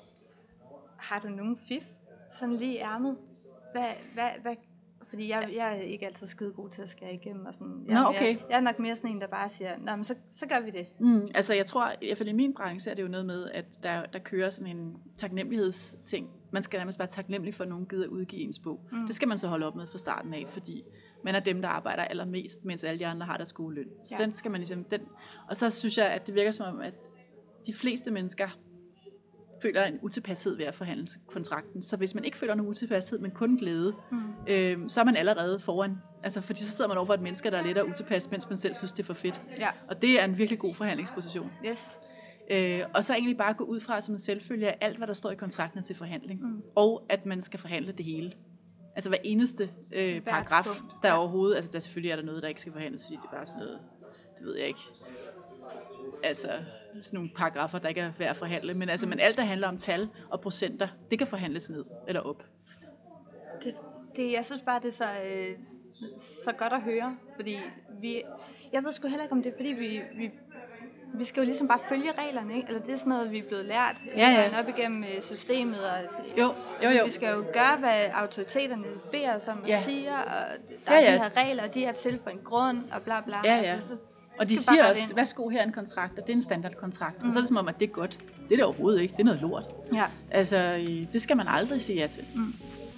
Har du nogen fif? Sådan lige i ærmet? Hvad, hvad, hvad? Fordi jeg, jeg er ikke altid skide god til at skære igennem. Og sådan. Jeg, Nå, okay. jeg, jeg er nok mere sådan en, der bare siger, nå, men så, så gør vi det. Mm, altså jeg tror, i hvert fald i min branche er det jo noget med, at der, der kører sådan en taknemmelighedsting. Man skal nærmest være taknemmelig for, at nogen gider udgive ens bog. Mm. Det skal man så holde op med fra starten af, fordi man er dem, der arbejder allermest, mens alle de andre har deres gode løn. Så ja. den skal man ligesom... Den, og så synes jeg, at det virker som om, at de fleste mennesker føler en utilpashed ved at forhandle kontrakten. Så hvis man ikke føler nogen utilpashed, men kun glæde, mm. øh, så er man allerede foran. Altså, fordi så sidder man over for et menneske, der er lidt og utilpas, mens man selv synes, det er for fedt. Ja. Og det er en virkelig god forhandlingsposition. Yes. Øh, og så egentlig bare gå ud fra som en selvfølge af alt, hvad der står i kontrakten er til forhandling. Mm. Og at man skal forhandle det hele. Altså hver eneste øh, paragraf, der er overhovedet... Altså der selvfølgelig er der noget, der ikke skal forhandles, fordi det er bare sådan noget... Det ved jeg ikke. Altså sådan nogle paragrafer, der ikke er værd at forhandle. Men, altså, men alt, der handler om tal og procenter, det kan forhandles ned eller op. Det, det, jeg synes bare, det er så, øh, så godt at høre. Fordi vi... Jeg ved sgu heller ikke, om det er, fordi vi... vi Vi skal jo ligesom bare følge reglerne, ikke? Eller det er sådan noget, vi er blevet lært ja, ja. op igennem systemet. Og, jo, jo, altså, jo. Vi skal jo gøre, hvad autoriteterne beder os om at ja. siger, og der ja, ja. er de her regler, og de er til for en grund, og bla bla. Ja, ja. Altså, så, og de siger også, værsgo, her er en kontrakt, og det er en standardkontrakt. Mm. Og så er det som om, at det er godt. Det er det overhovedet ikke. Det er noget lort. Ja. Altså, det skal man aldrig sige ja til. Mm.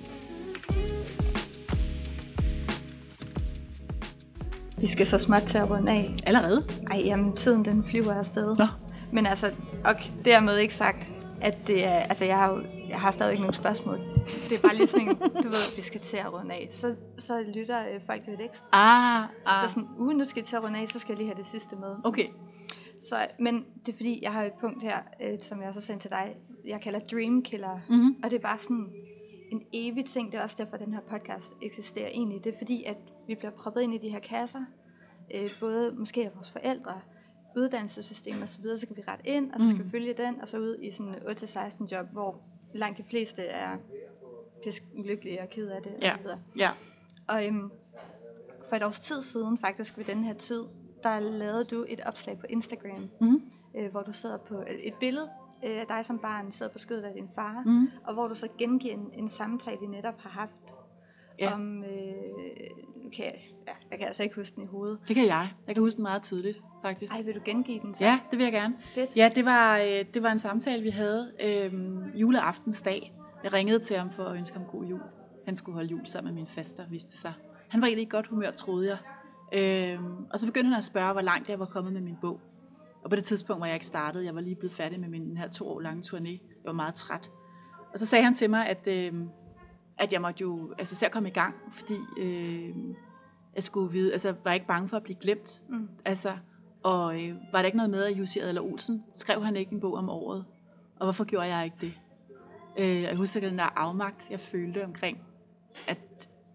Vi skal så småt til at runde af. Allerede? Ej, jamen tiden den flyver afsted. Nå. Men altså, og dermed ikke sagt, at det er, altså jeg har jo, jeg har stadig ikke nogen spørgsmål. Det er bare lige sådan en, du ved, vi skal til at runde af. Så, så lytter øh, folk lidt ekstra. Ah, ah. Så sådan, uh, nu skal jeg til at runde af, så skal jeg lige have det sidste med. Okay. Så, men det er fordi, jeg har et punkt her, øh, som jeg også har sendt til dig, jeg kalder Dream Killer. Mm-hmm. Og det er bare sådan en evig ting, det er også derfor, den her podcast eksisterer egentlig. Det er fordi, at vi bliver proppet ind i de her kasser, øh, både måske af vores forældre, uddannelsessystem og så videre, så kan vi rette ind, og så skal mm. vi følge den, og så ud i sådan en otte til seksten job, hvor langt de fleste er pisk ulykkelige og ked af det, ja. og så videre. Ja. Og øhm, for et års tid siden, faktisk ved den her tid, der lavede du et opslag på Instagram, mm. øh, hvor du sidder på et billede øh, af dig som barn, sidder på skødet af din far, mm. og hvor du så gengiver en, en samtale, I netop har haft, ja. om, øh, okay, ja, jeg kan altså ikke huske den i hovedet. Det kan jeg. Jeg kan huske den meget tydeligt, faktisk. Ej, vil du gengive den så? Ja, det vil jeg gerne. Fedt. Ja, det var, øh, det var en samtale, vi havde øh, juleaftensdag. Jeg ringede til ham for at ønske ham god jul. Han skulle holde jul sammen med min faster, viste sig. Han var egentlig i godt humør, troede jeg. Øh, og så begyndte han at spørge, hvor langt jeg var kommet med min bog. Og på det tidspunkt var jeg ikke startet. Jeg var lige blevet færdig med min den her to år lange turné. Jeg var meget træt. Og så sagde han til mig, at... Øh, at jeg måtte jo altså, se at komme i gang, fordi øh, jeg skulle vide, altså var jeg ikke bange for at blive glemt. Mm. Altså, og øh, var der ikke noget med, at Jussi Adler Olsen skrev han ikke en bog om året? Og hvorfor gjorde jeg ikke det? Øh, jeg husker den der afmagt, jeg følte omkring, at jeg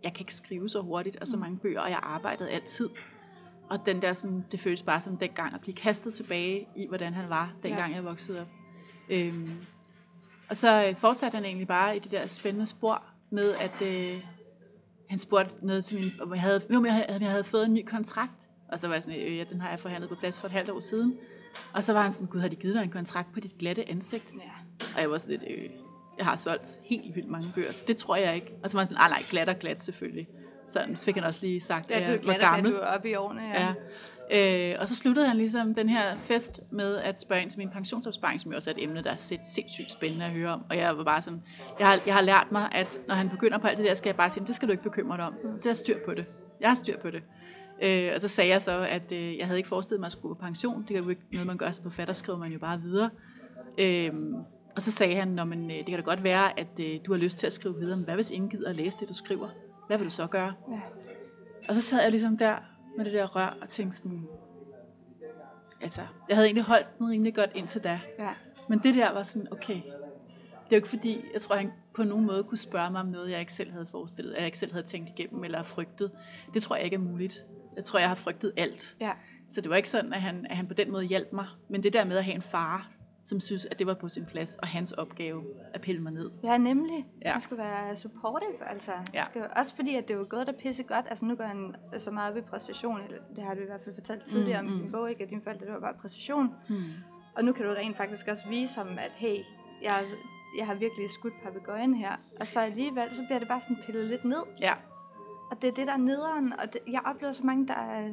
jeg kan ikke skrive så hurtigt, og så mange bøger, og jeg arbejdede altid. Og den der sådan, det føles bare som dengang at blive kastet tilbage i, hvordan han var, dengang ja. jeg voksede op. Øhm, og så fortsatte han egentlig bare i det der spændende spor med, at øh, han spurgte noget til min, om jeg havde, om jeg havde, jeg havde fået en ny kontrakt. Og så var jeg sådan, øh, ja, den har jeg forhandlet på plads for et halvt år siden. Og så var han sådan, gud, har de givet dig en kontrakt på dit glatte ansigt? Ja. Og jeg var sådan lidt, øh, jeg har solgt helt vildt mange bøger, så det tror jeg ikke. Og så var han sådan, ah nej, glat og glat selvfølgelig. Så fik han også lige sagt, at ja, jeg var gammel. Ja, du er oppe i årene, ja. ja. Øh, og så sluttede han ligesom den her fest med at spørge ind til min pensionsopsparing, som jo også er et emne, der er sindssygt spændende at høre om. Og jeg var bare sådan, jeg har, jeg har lært mig, at når han begynder på alt det der, skal jeg bare sige, det skal du ikke bekymre dig om. Det er styr på det. Jeg har styr på det. Øh, og så sagde jeg så, at øh, jeg havde ikke forestillet mig at skulle på pension. Det er jo ikke noget, man gør, så på fatter skriver man jo bare videre. Øh, og så sagde han, men, øh, det kan da godt være, at øh, du har lyst til at skrive videre, men hvad hvis ingen gider at læse det, du skriver? Hvad vil du så gøre? Ja. Og så sad jeg ligesom der med det der rør og tænkte sådan, altså, jeg havde egentlig holdt den rimelig godt indtil da. Ja. Men det der var sådan, okay, det er jo ikke fordi, jeg tror, han på nogen måde kunne spørge mig om noget, jeg ikke selv havde forestillet, eller jeg ikke selv havde tænkt igennem, eller frygtet. Det tror jeg ikke er muligt. Jeg tror, jeg har frygtet alt. Ja. Så det var ikke sådan, at han, at han på den måde hjalp mig. Men det der med at have en far, som synes, at det var på sin plads, og hans opgave at pille mig ned. Ja, nemlig. Ja. Han skulle være supportive, altså. Ja. Skal, også fordi, at det var gået der pisse godt. Altså, nu går han så meget op i præstation, eller det har du i hvert fald fortalt tidligere mm, om mm. din bog, ikke? At dine forældre, det var bare præstation. Mm. Og nu kan du rent faktisk også vise ham, at hey, jeg, jeg har virkelig skudt papegøjen her. Og så alligevel, så bliver det bare sådan pillet lidt ned. Ja. Og det er det, der er nederen. Og det, jeg oplever så mange, der,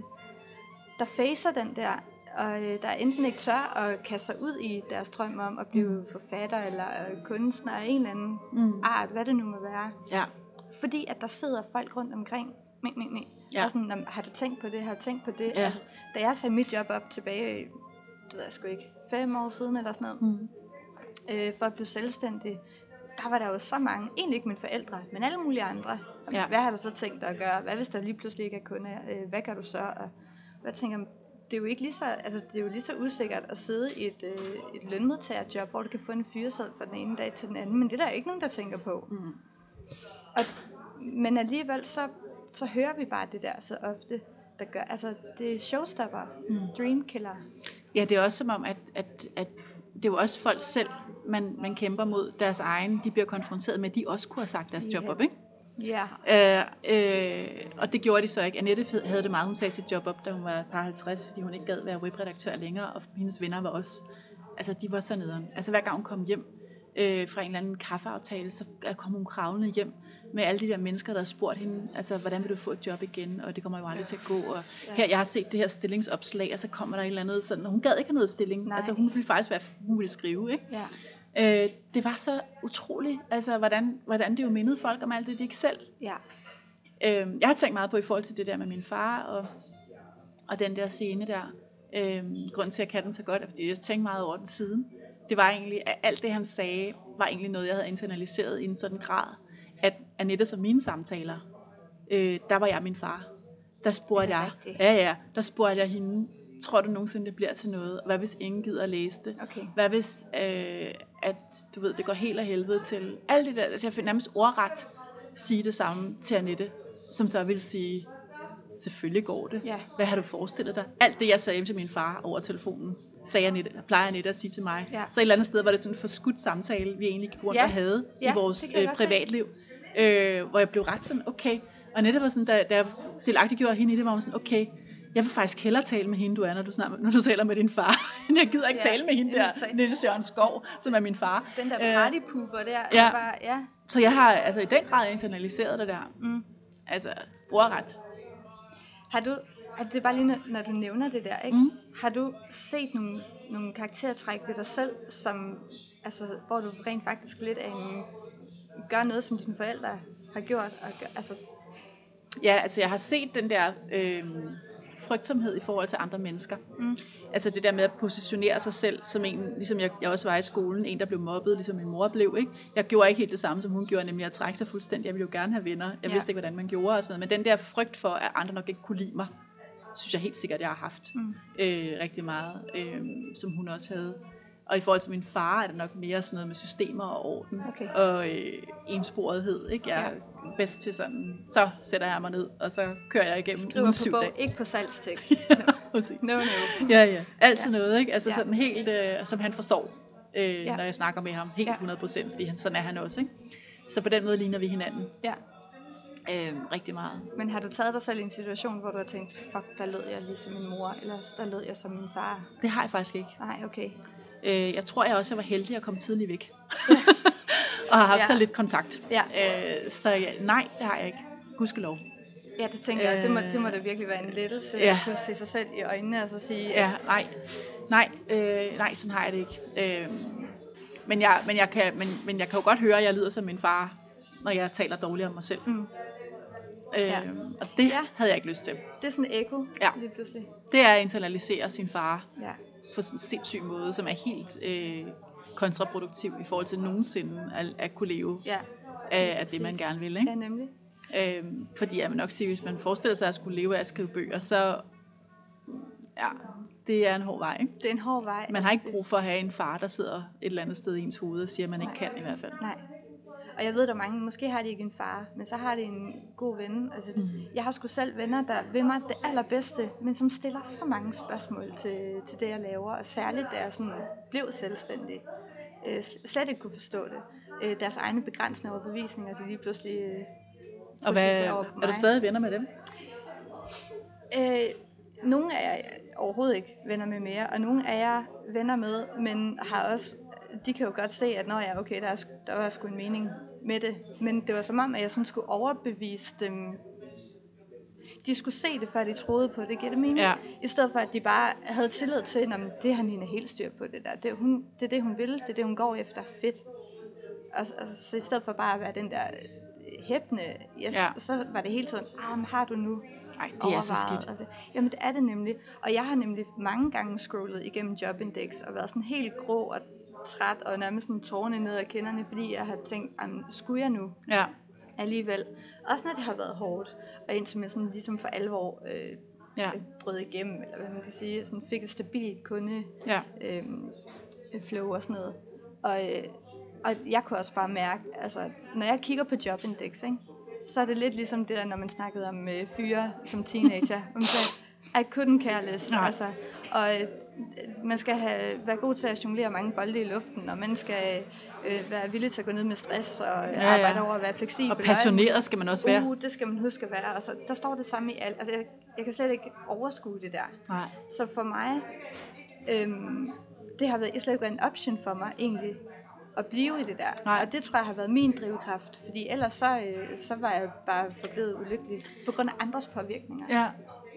der facer den der, og der enten ikke tør at kaste sig ud i deres drøm om at blive mm. forfatter eller kunstner af en eller anden mm. art, hvad det nu må være. Ja. Fordi at der sidder folk rundt omkring, mæ, mæ, mæ. Ja. Og sådan, har du tænkt på det, har du tænkt på det? Ja. Altså, da jeg sagde mit job op tilbage, det ved jeg sgu ikke, fem år siden eller sådan noget, mm. øh, for at blive selvstændig, der var der jo så mange, egentlig ikke mine forældre, men alle mulige andre. Ja. Hvad har du så tænkt dig at gøre? Hvad hvis der lige pludselig ikke er kunder? Øh, hvad kan du så? Og hvad tænker man? Det er jo ikke lige så, altså det er jo lige så usikkert at sidde i et, øh, et lønmodtagerjob, hvor du kan få en fyreseddel fra den ene dag til den anden, men det er der ikke nogen, der tænker på. Mm. Og, men alligevel så, så hører vi bare det der så ofte, der gør, altså det er showstopper, mm. dreamkiller. Ja, det er også som om, at, at, at det er jo også folk selv, man, man kæmper mod deres egen, de bliver konfronteret med, at de også kunne have sagt deres job op, ikke? Ja. Øh, øh, og det gjorde de så ikke. Annette havde det meget. Hun sagde sit job op, da hun var par halvtreds, fordi hun ikke gad være webredaktør længere, og hendes venner var også, altså de var så nederen. Altså hver gang hun kom hjem øh, fra en eller anden kaffeaftale, så kom hun kravlende hjem med alle de der mennesker, der havde spurgt hende, altså hvordan vil du få et job igen, og det kommer jo aldrig ja. til at gå, og her, jeg har set det her stillingsopslag, og så kommer der et eller andet sådan, og hun gad ikke have noget stilling. Nej. Altså hun ville faktisk være, hun ville skrive, ikke? Ja. Øh, det var så utroligt, altså hvordan, hvordan det jo mindede folk om alt det, de ikke selv. Ja. Øh, jeg har tænkt meget på i forhold til det der med min far, og, og den der scene der. Øh, grunden til, at jeg kan den så godt, er, fordi jeg tænkte meget over den siden. Det var egentlig, at alt det, han sagde, var egentlig noget, jeg havde internaliseret i en sådan grad, at Annette som mine samtaler, øh, der var jeg min far. Der spurgte jeg, ja ja, der spurgte jeg hende, tror du nogensinde, det bliver til noget? Hvad hvis ingen gider at læse det? Okay. Hvad hvis, øh, at du ved, det går helt af helvede til? Alt det der, altså jeg finder nærmest ordret sige det samme til Annette, som så vil sige, selvfølgelig går det. Ja. Hvad har du forestillet dig? Alt det, jeg sagde til min far over telefonen, sagde Annette, plejer Annette at sige til mig. Ja. Så et eller andet sted var det sådan en forskudt samtale, vi egentlig gik rundt ja. og havde ja, i vores øh, privatliv, øh, hvor jeg blev ret sådan, okay. Og Annette var sådan, da, da jeg delagtiggjorde hende i det, var hun sådan, okay, jeg vil faktisk hellere tale med hende, du er, når du, snart, når du taler med din far. Jeg gider ikke ja, tale med hende der, Niels Jørgen Skov, som er min far. Den der partypooper der. Ja. Bare, ja. Så jeg har altså i den grad internaliseret det der. Mm. Altså, ordret. Har du, er det bare lige, når du nævner det der, ikke? Mm. Har du set nogle, nogle karaktertræk ved dig selv, som, altså, hvor du rent faktisk lidt af en, gør noget, som dine forældre har gjort? Og gør, altså... Ja, altså jeg har set den der... Øh, frygtsomhed i forhold til andre mennesker. Mm. Altså det der med at positionere sig selv som en, ligesom jeg, jeg også var i skolen, en der blev mobbet, ligesom min mor blev, ikke? Jeg gjorde ikke helt det samme, som hun gjorde, nemlig at trække sig fuldstændig. Jeg ville jo gerne have venner. Jeg ja. vidste ikke, hvordan man gjorde og sådan noget. Men den der frygt for, at andre nok ikke kunne lide mig, synes jeg helt sikkert, jeg har haft mm. øh, rigtig meget, øh, som hun også havde. Og i forhold til min far er det nok mere sådan noget med systemer og orden. Okay. Og øh, ensporethed. Ikke? Jeg er ja. bedst til sådan, så sætter jeg mig ned, og så kører jeg igennem Skriver ugen på syv bog, dage. ikke på salgstekst. No. no, no. Ja, ja. Altid ja. noget, ikke? Altså ja. sådan helt, øh, som han forstår, øh, ja. når jeg snakker med ham. Helt ja. hundrede procent, fordi han, sådan er han også, ikke? Så på den måde ligner vi hinanden. Ja. Øh, rigtig meget. Men har du taget dig selv i en situation, hvor du har tænkt, fuck, der lød jeg ligesom min mor, eller der lød jeg som min far? Det har jeg faktisk ikke. Nej, okay. Øh, jeg tror, jeg også jeg var heldig at komme tidligt væk. Og har haft ja. så lidt kontakt. Ja. Øh, så ja, nej, det har jeg ikke. Gudskelov. Ja, det tænker jeg, det må, det må da virkelig være en lettelse ja. at kunne se sig selv i øjnene og så sige... Ja, nej, nej, øh, nej, sådan har jeg det ikke. Øh, men, jeg, men, jeg kan, men, men jeg kan jo godt høre, at jeg lyder som min far, når jeg taler dårligt om mig selv. Mm. Øh, ja. Og det ja. havde jeg ikke lyst til. Det er sådan et ekko ja. lige pludselig. Det er at internalisere sin far ja. på sådan en sindssyg måde, som er helt øh, kontraproduktiv i forhold til nogensinde at, at kunne leve ja. af, af det, man gerne vil. Ikke? Ja, nemlig. Øhm, fordi jeg vil nok sige, hvis man forestiller sig at skulle leve af at skrive bøger, så ja, det er en hård vej. Ikke? Det er en hård vej. Man har ikke brug for at have en far, der sidder et eller andet sted i ens hoved og siger, at man Nej. ikke kan i hvert fald. Nej. Og jeg ved, der er mange, måske har de ikke en far, men så har de en god ven. Altså, mm. Jeg har sgu selv venner, der vil mig det allerbedste, men som stiller så mange spørgsmål til, til det, jeg laver. Og særligt, da jeg sådan blev selvstændig, øh, slet ikke kunne forstå det. Øh, deres egne begrænsninger og bevisninger, de lige pludselig øh, og hvad, er du stadig venner med dem? Øh, nogle er jeg overhovedet ikke venner med mere, og nogle er jeg venner med, men har også, de kan jo godt se, at når jeg okay, der, er, der var sgu en mening med det, men det var som om, at jeg sådan skulle overbevise dem. De skulle se det, før de troede på det, giver det mening? Ja. I stedet for, at de bare havde tillid til, at det har Nina helt styr på det der. Det er, hun, det er det, hun vil, det er det, hun går efter. Fedt. Og, og så i stedet for bare at være den der hæppende, yes, ja. så var det hele tiden, ah, har du nu Ej, det er så skidt. det? Jamen, det er det nemlig. Og jeg har nemlig mange gange scrollet igennem Jobindex og været sådan helt grå og træt og nærmest sådan tårerne ned ad kinderne, fordi jeg har tænkt, skulle jeg nu? Ja. Alligevel. Også når det har været hårdt, og indtil man sådan ligesom for alvor øh, ja. brød igennem, eller hvad man kan sige, sådan fik et stabilt kunde ja. øh, flow og sådan noget. Og, øh, og jeg kunne også bare mærke, altså, når jeg kigger på Jobindex, ikke, så er det lidt ligesom det der, når man snakkede om øh, fyre som teenager. Man sagde, I couldn't care less. Altså, og øh, man skal have, være god til at jonglere mange bolde i luften, og man skal øh, være villig til at gå ned med stress, og ja, ja. arbejde over at være fleksibel. Og passioneret skal man også være. Uh, det skal man huske at være. Altså, der står det samme i alt. Altså, jeg, jeg kan slet ikke overskue det der. Nej. Så for mig, øhm, det har været, jeg slet ikke været en option for mig, egentlig, at blive i det der. Nej. Og det tror jeg har været min drivkraft, fordi ellers så, øh, så var jeg bare forblevet ulykkelig på grund af andres påvirkninger. Ja,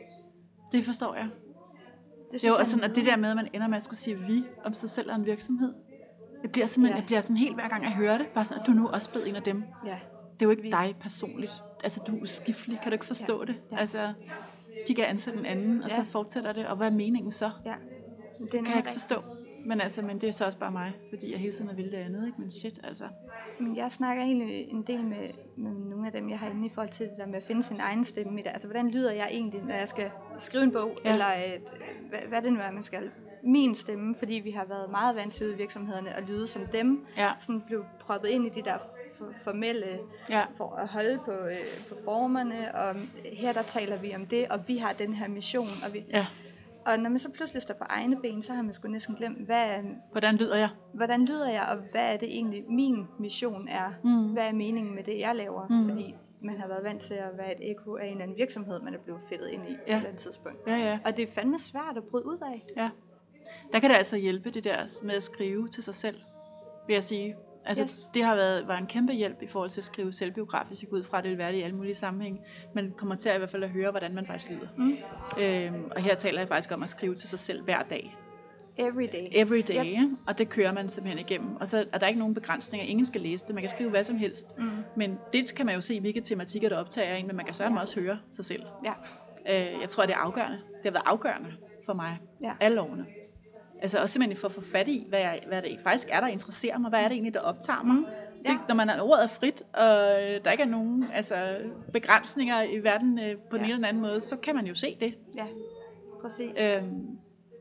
det forstår jeg. Det jo, og, sådan, og det der med, at man ender med at skulle sige vi om sig selv og en virksomhed. Det bliver simpelthen, ja. jeg bliver sådan helt hver gang jeg hører det, bare sådan, at du nu også blevet en af dem. Ja. Det er jo ikke vi. dig personligt. Altså, du er uskiftelig. Kan du ikke forstå ja. det? Ja. Altså, de kan ansætte en anden, og ja. så fortsætter det. Og hvad er meningen så? Ja. Det kan jeg ikke forstå. Men altså, men det er så også bare mig, fordi jeg hele tiden vil det andet, ikke? Men shit, altså. Men jeg snakker egentlig en del med, med nogle af dem, jeg har inde i forhold til det der med at finde sin egen stemme i det. Altså, hvordan lyder jeg egentlig, når jeg skal skrive en bog, ja. eller et, hvad, hvad det nu er, man skal. Min stemme, fordi vi har været meget vant til ude i virksomhederne at lyde som dem, ja. sådan blev proppet ind i de der formelle, ja. for at holde på, øh, på formerne, og her der taler vi om det, og vi har den her mission, og vi... Ja. Og når man så pludselig står på egne ben, så har man sgu næsten glemt, hvad, hvordan lyder jeg? Hvordan lyder jeg, og hvad er det egentlig, min mission er? Mm. Hvad er meningen med det, jeg laver? Mm. Fordi man har været vant til at være et ekko af en eller anden virksomhed, man er blevet fedtet ind i ja. et eller andet tidspunkt. Ja, ja. Og det er fandme svært at bryde ud af. Ja. Der kan det altså hjælpe det der med at skrive til sig selv, vil jeg sige. Altså, yes. det har været var en kæmpe hjælp i forhold til at skrive selvbiografisk ud fra, det vil være det i alle mulige sammenhæng. Man kommer til at i hvert fald at høre, hvordan man faktisk lyder. Mm. Øhm, og her taler jeg faktisk om at skrive til sig selv hver dag. Every day. Every day, yep. Og det kører man simpelthen igennem. Og så er der ikke nogen begrænsninger. Ingen skal læse det. Man kan skrive hvad som helst. Mm. Men det kan man jo se, hvilke tematikker, der optager en, men man kan sørge ja. også høre sig selv. Ja. Øh, jeg tror, det er afgørende. Det har været afgørende for mig. Ja. Alle årene. Altså også simpelthen for at få fat i, hvad, jeg, hvad det faktisk er, der interesserer mig. Hvad er det egentlig, der optager mig? Mm. Ja. Det, når man er ordet er frit, og der ikke er nogen altså, begrænsninger i verden øh, på ja. den ene eller anden måde, så kan man jo se det. Ja, præcis. Øhm,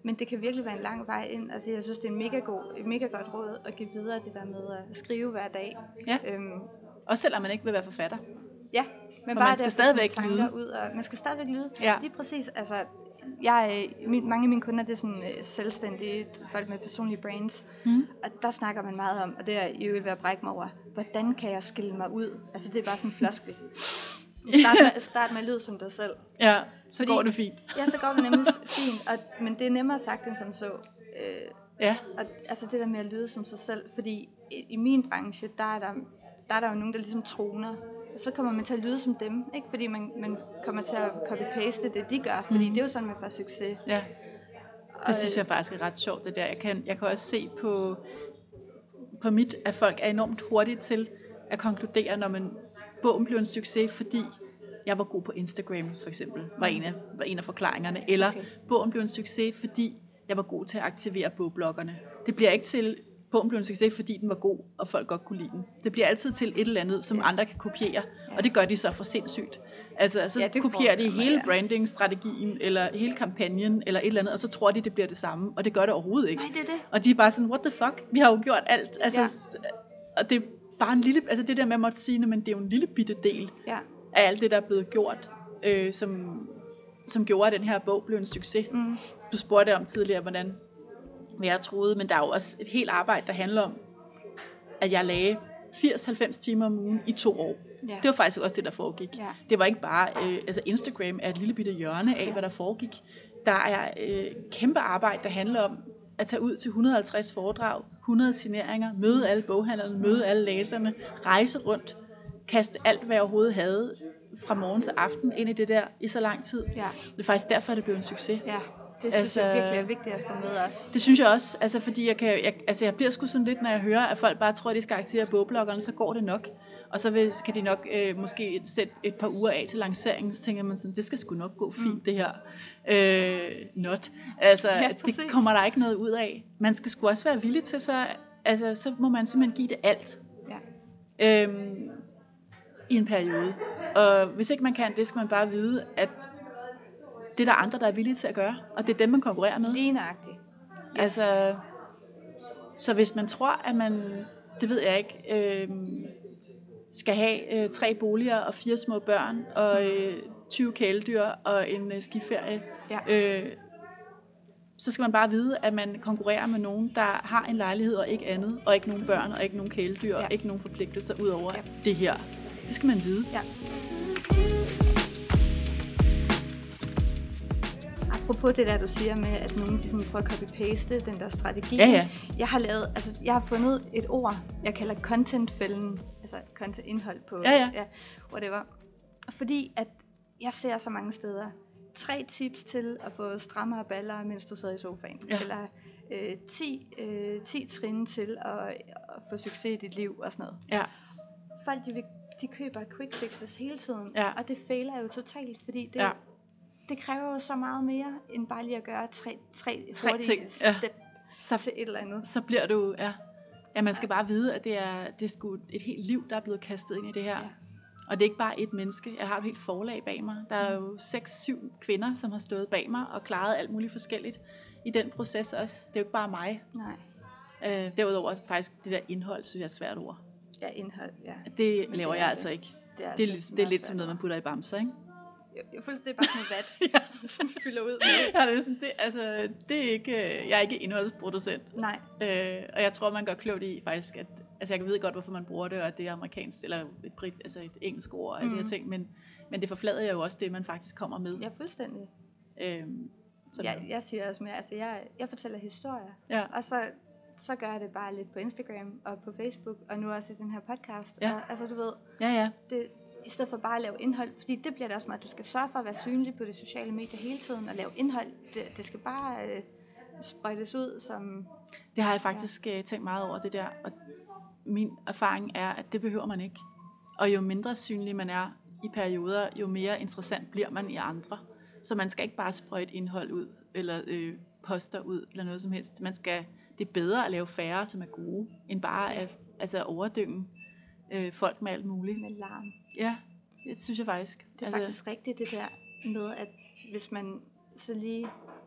men det kan virkelig være en lang vej ind. Altså, jeg synes, det er en mega god, et mega godt råd at give videre det der med at skrive hver dag. Ja. Øhm, Også selvom man ikke vil være forfatter. Ja, men For bare man skal stadigvæk lyde. Ud, og man skal stadigvæk lyde. Ja. Lige præcis. Altså, jeg, min, mange af mine kunder, det er sådan uh, selvstændige folk med personlige brands. Mm. Og der snakker man meget om, og det er I vil være at brække mig over, hvordan kan jeg skille mig ud? Altså, det er bare sådan en floskel. Start med, start med at lyde som dig selv. Ja, så Fordi, går det fint. Ja, så går det nemlig fint. Og, men det er nemmere sagt end som så. Øh, ja. Og, altså det der med at lyde som sig selv. Fordi i, i min branche, der er der, der er der jo nogen, der ligesom troner. Og så kommer man til at lyde som dem. Ikke? Fordi man, man kommer til at copy-paste det, de gør. Fordi mm. det er jo sådan, man får succes. Ja. Det synes jeg faktisk er ret sjovt, det der. Jeg kan, jeg kan også se på, på mit, at folk er enormt hurtige til at konkludere, når man bogen blev en succes, fordi jeg var god på Instagram, for eksempel, var en af, var en af forklaringerne. Eller okay. Bogen blev en succes, fordi jeg var god til at aktivere bogbloggerne. Det bliver ikke til, bogen blev en succes, fordi den var god, og folk godt kunne lide den. Det bliver altid til et eller andet, som andre kan kopiere, ja. Og det gør de så for sindssygt. Altså, så ja, kopierer de hele ja. branding-strategien, eller hele kampagnen, eller et eller andet, og så tror de, det bliver det samme, og det gør det overhovedet ikke. Nej, det er det. Og de er bare sådan, what the fuck? Vi har jo gjort alt. Altså, ja. Og det er bare en lille, altså det der med at måtte sige, men det er jo en lille bitte del ja. af alt det, der er blevet gjort, øh, som, som gjorde, at den her bog blev en succes. Mm. Du spurgte om tidligere, hvordan jeg troede, men der er jo også et helt arbejde, der handler om, at jeg lagde firs til halvfems timer om ugen i to år. Ja. Det var faktisk også det, der foregik. Ja. Det var ikke bare, øh, altså Instagram er et lille bitte hjørne af, ja. Hvad der foregik. Der er øh, kæmpe arbejde, der handler om at tage ud til et hundrede og halvtreds foredrag, hundrede signeringer, møde alle boghandlerne, møde alle læserne, rejse rundt, kaste alt, hvad jeg overhovedet havde, fra morgen til aften ind i det der i så lang tid. Ja. Det er faktisk derfor, det blev en succes. Ja. Det synes altså, jeg virkelig er vigtigt at få med os. Det synes jeg også, altså fordi jeg kan, jeg, altså jeg bliver sgu sådan lidt, når jeg hører, at folk bare tror, at de skal aktivere bogbloggerne, så går det nok. Og så vil, kan de nok øh, måske sætte et par uger af til lanceringen, så tænker man sådan, det skal sgu nok gå fint, mm. det her. Øh, not. Altså, ja, det kommer der ikke noget ud af. Man skal sgu også være villig til, så, altså, så må man simpelthen give det alt. Ja. Øhm, I en periode. Og hvis ikke man kan det, skal man bare vide, at det er der andre, der er villige til at gøre, og det er dem, man konkurrerer med. Lige nøjagtigt. Yes. Altså, så hvis man tror, at man, det ved jeg ikke, øh, skal have øh, tre boliger og fire små børn og øh, tyve kæledyr og en øh, skiferie, ja. øh, så skal man bare vide, at man konkurrerer med nogen, der har en lejlighed og ikke andet, og ikke nogen børn og ikke nogen kæledyr ja. Og ikke nogen forpligtelser ud over ja. Det her. Det skal man vide. Ja. Apropos det der, du siger med, at nogen de sådan prøver at copy-paste den der strategi. Ja, ja. Jeg har lavet, altså jeg har fundet et ord, jeg kalder content-fælden, altså content-indhold på, ja, ja. Ja, whatever. Fordi at jeg ser så mange steder, tre tips til at få strammere baller, mens du sidder i sofaen. Ja. Eller øh, ti, øh, ti trin til at, at få succes i dit liv og sådan noget. Ja. Folk, de, vil, de køber quick fixes hele tiden, ja. Og det fejler jo totalt, fordi det... Ja. Det kræver jo så meget mere, end bare lige at gøre tre, tre, tre hurtige ting. step Ja. Så, til et eller andet. Så bliver du, ja. Ja, man skal bare vide, at det er, det er sgu et helt liv, der er blevet kastet ind i det her. Ja. Og det er ikke bare et menneske. Jeg har et helt forlag bag mig. Der er jo seks, syv kvinder, som har stået bag mig og klaret alt muligt forskelligt i den proces også. Det er jo ikke bare mig. Nej. Øh, derudover faktisk det der indhold, synes jeg er et svært ord. Ja, indhold, ja. Det Men laver det jeg altså ikke. Det er, det er, altså det er lidt som noget, man putter i bamser, ikke? Jeg føler, det er bare sådan et vat, ja. Sådan fylder ud med. Ja, det er sådan, det, altså, det er ikke, jeg er ikke indholdsproducent. Nej. Øh, og jeg tror, man gør klogt i faktisk, at altså, jeg ved godt, hvorfor man bruger det, og at det er amerikansk, eller et, brit, altså et engelsk ord, og mm. de her ting, men, men det forflader jo også det, man faktisk kommer med. Ja, fuldstændig. Øhm, jeg, jeg siger også mere, altså jeg, jeg fortæller historier, ja. Og så, så gør jeg det bare lidt på Instagram, og på Facebook, og nu også i den her podcast. Ja. Og, altså du ved, ja, ja. Det, i stedet for bare at lave indhold, fordi det bliver det også meget, at du skal sørge for at være synlig på de sociale medier hele tiden, og lave indhold, det, det skal bare øh, sprøjtes ud som... Det har jeg faktisk ja. tænkt meget over det der, og min erfaring er, at det behøver man ikke. Og jo mindre synlig man er i perioder, jo mere interessant bliver man i andre. Så man skal ikke bare sprøjte indhold ud, eller øh, poster ud, eller noget som helst. Man skal, det er bedre at lave færre, som er gode, end bare at altså overdynge øh, folk med alt muligt. Med larm. Ja, det synes jeg faktisk. Det er altså faktisk rigtigt det der med, at hvis man så lige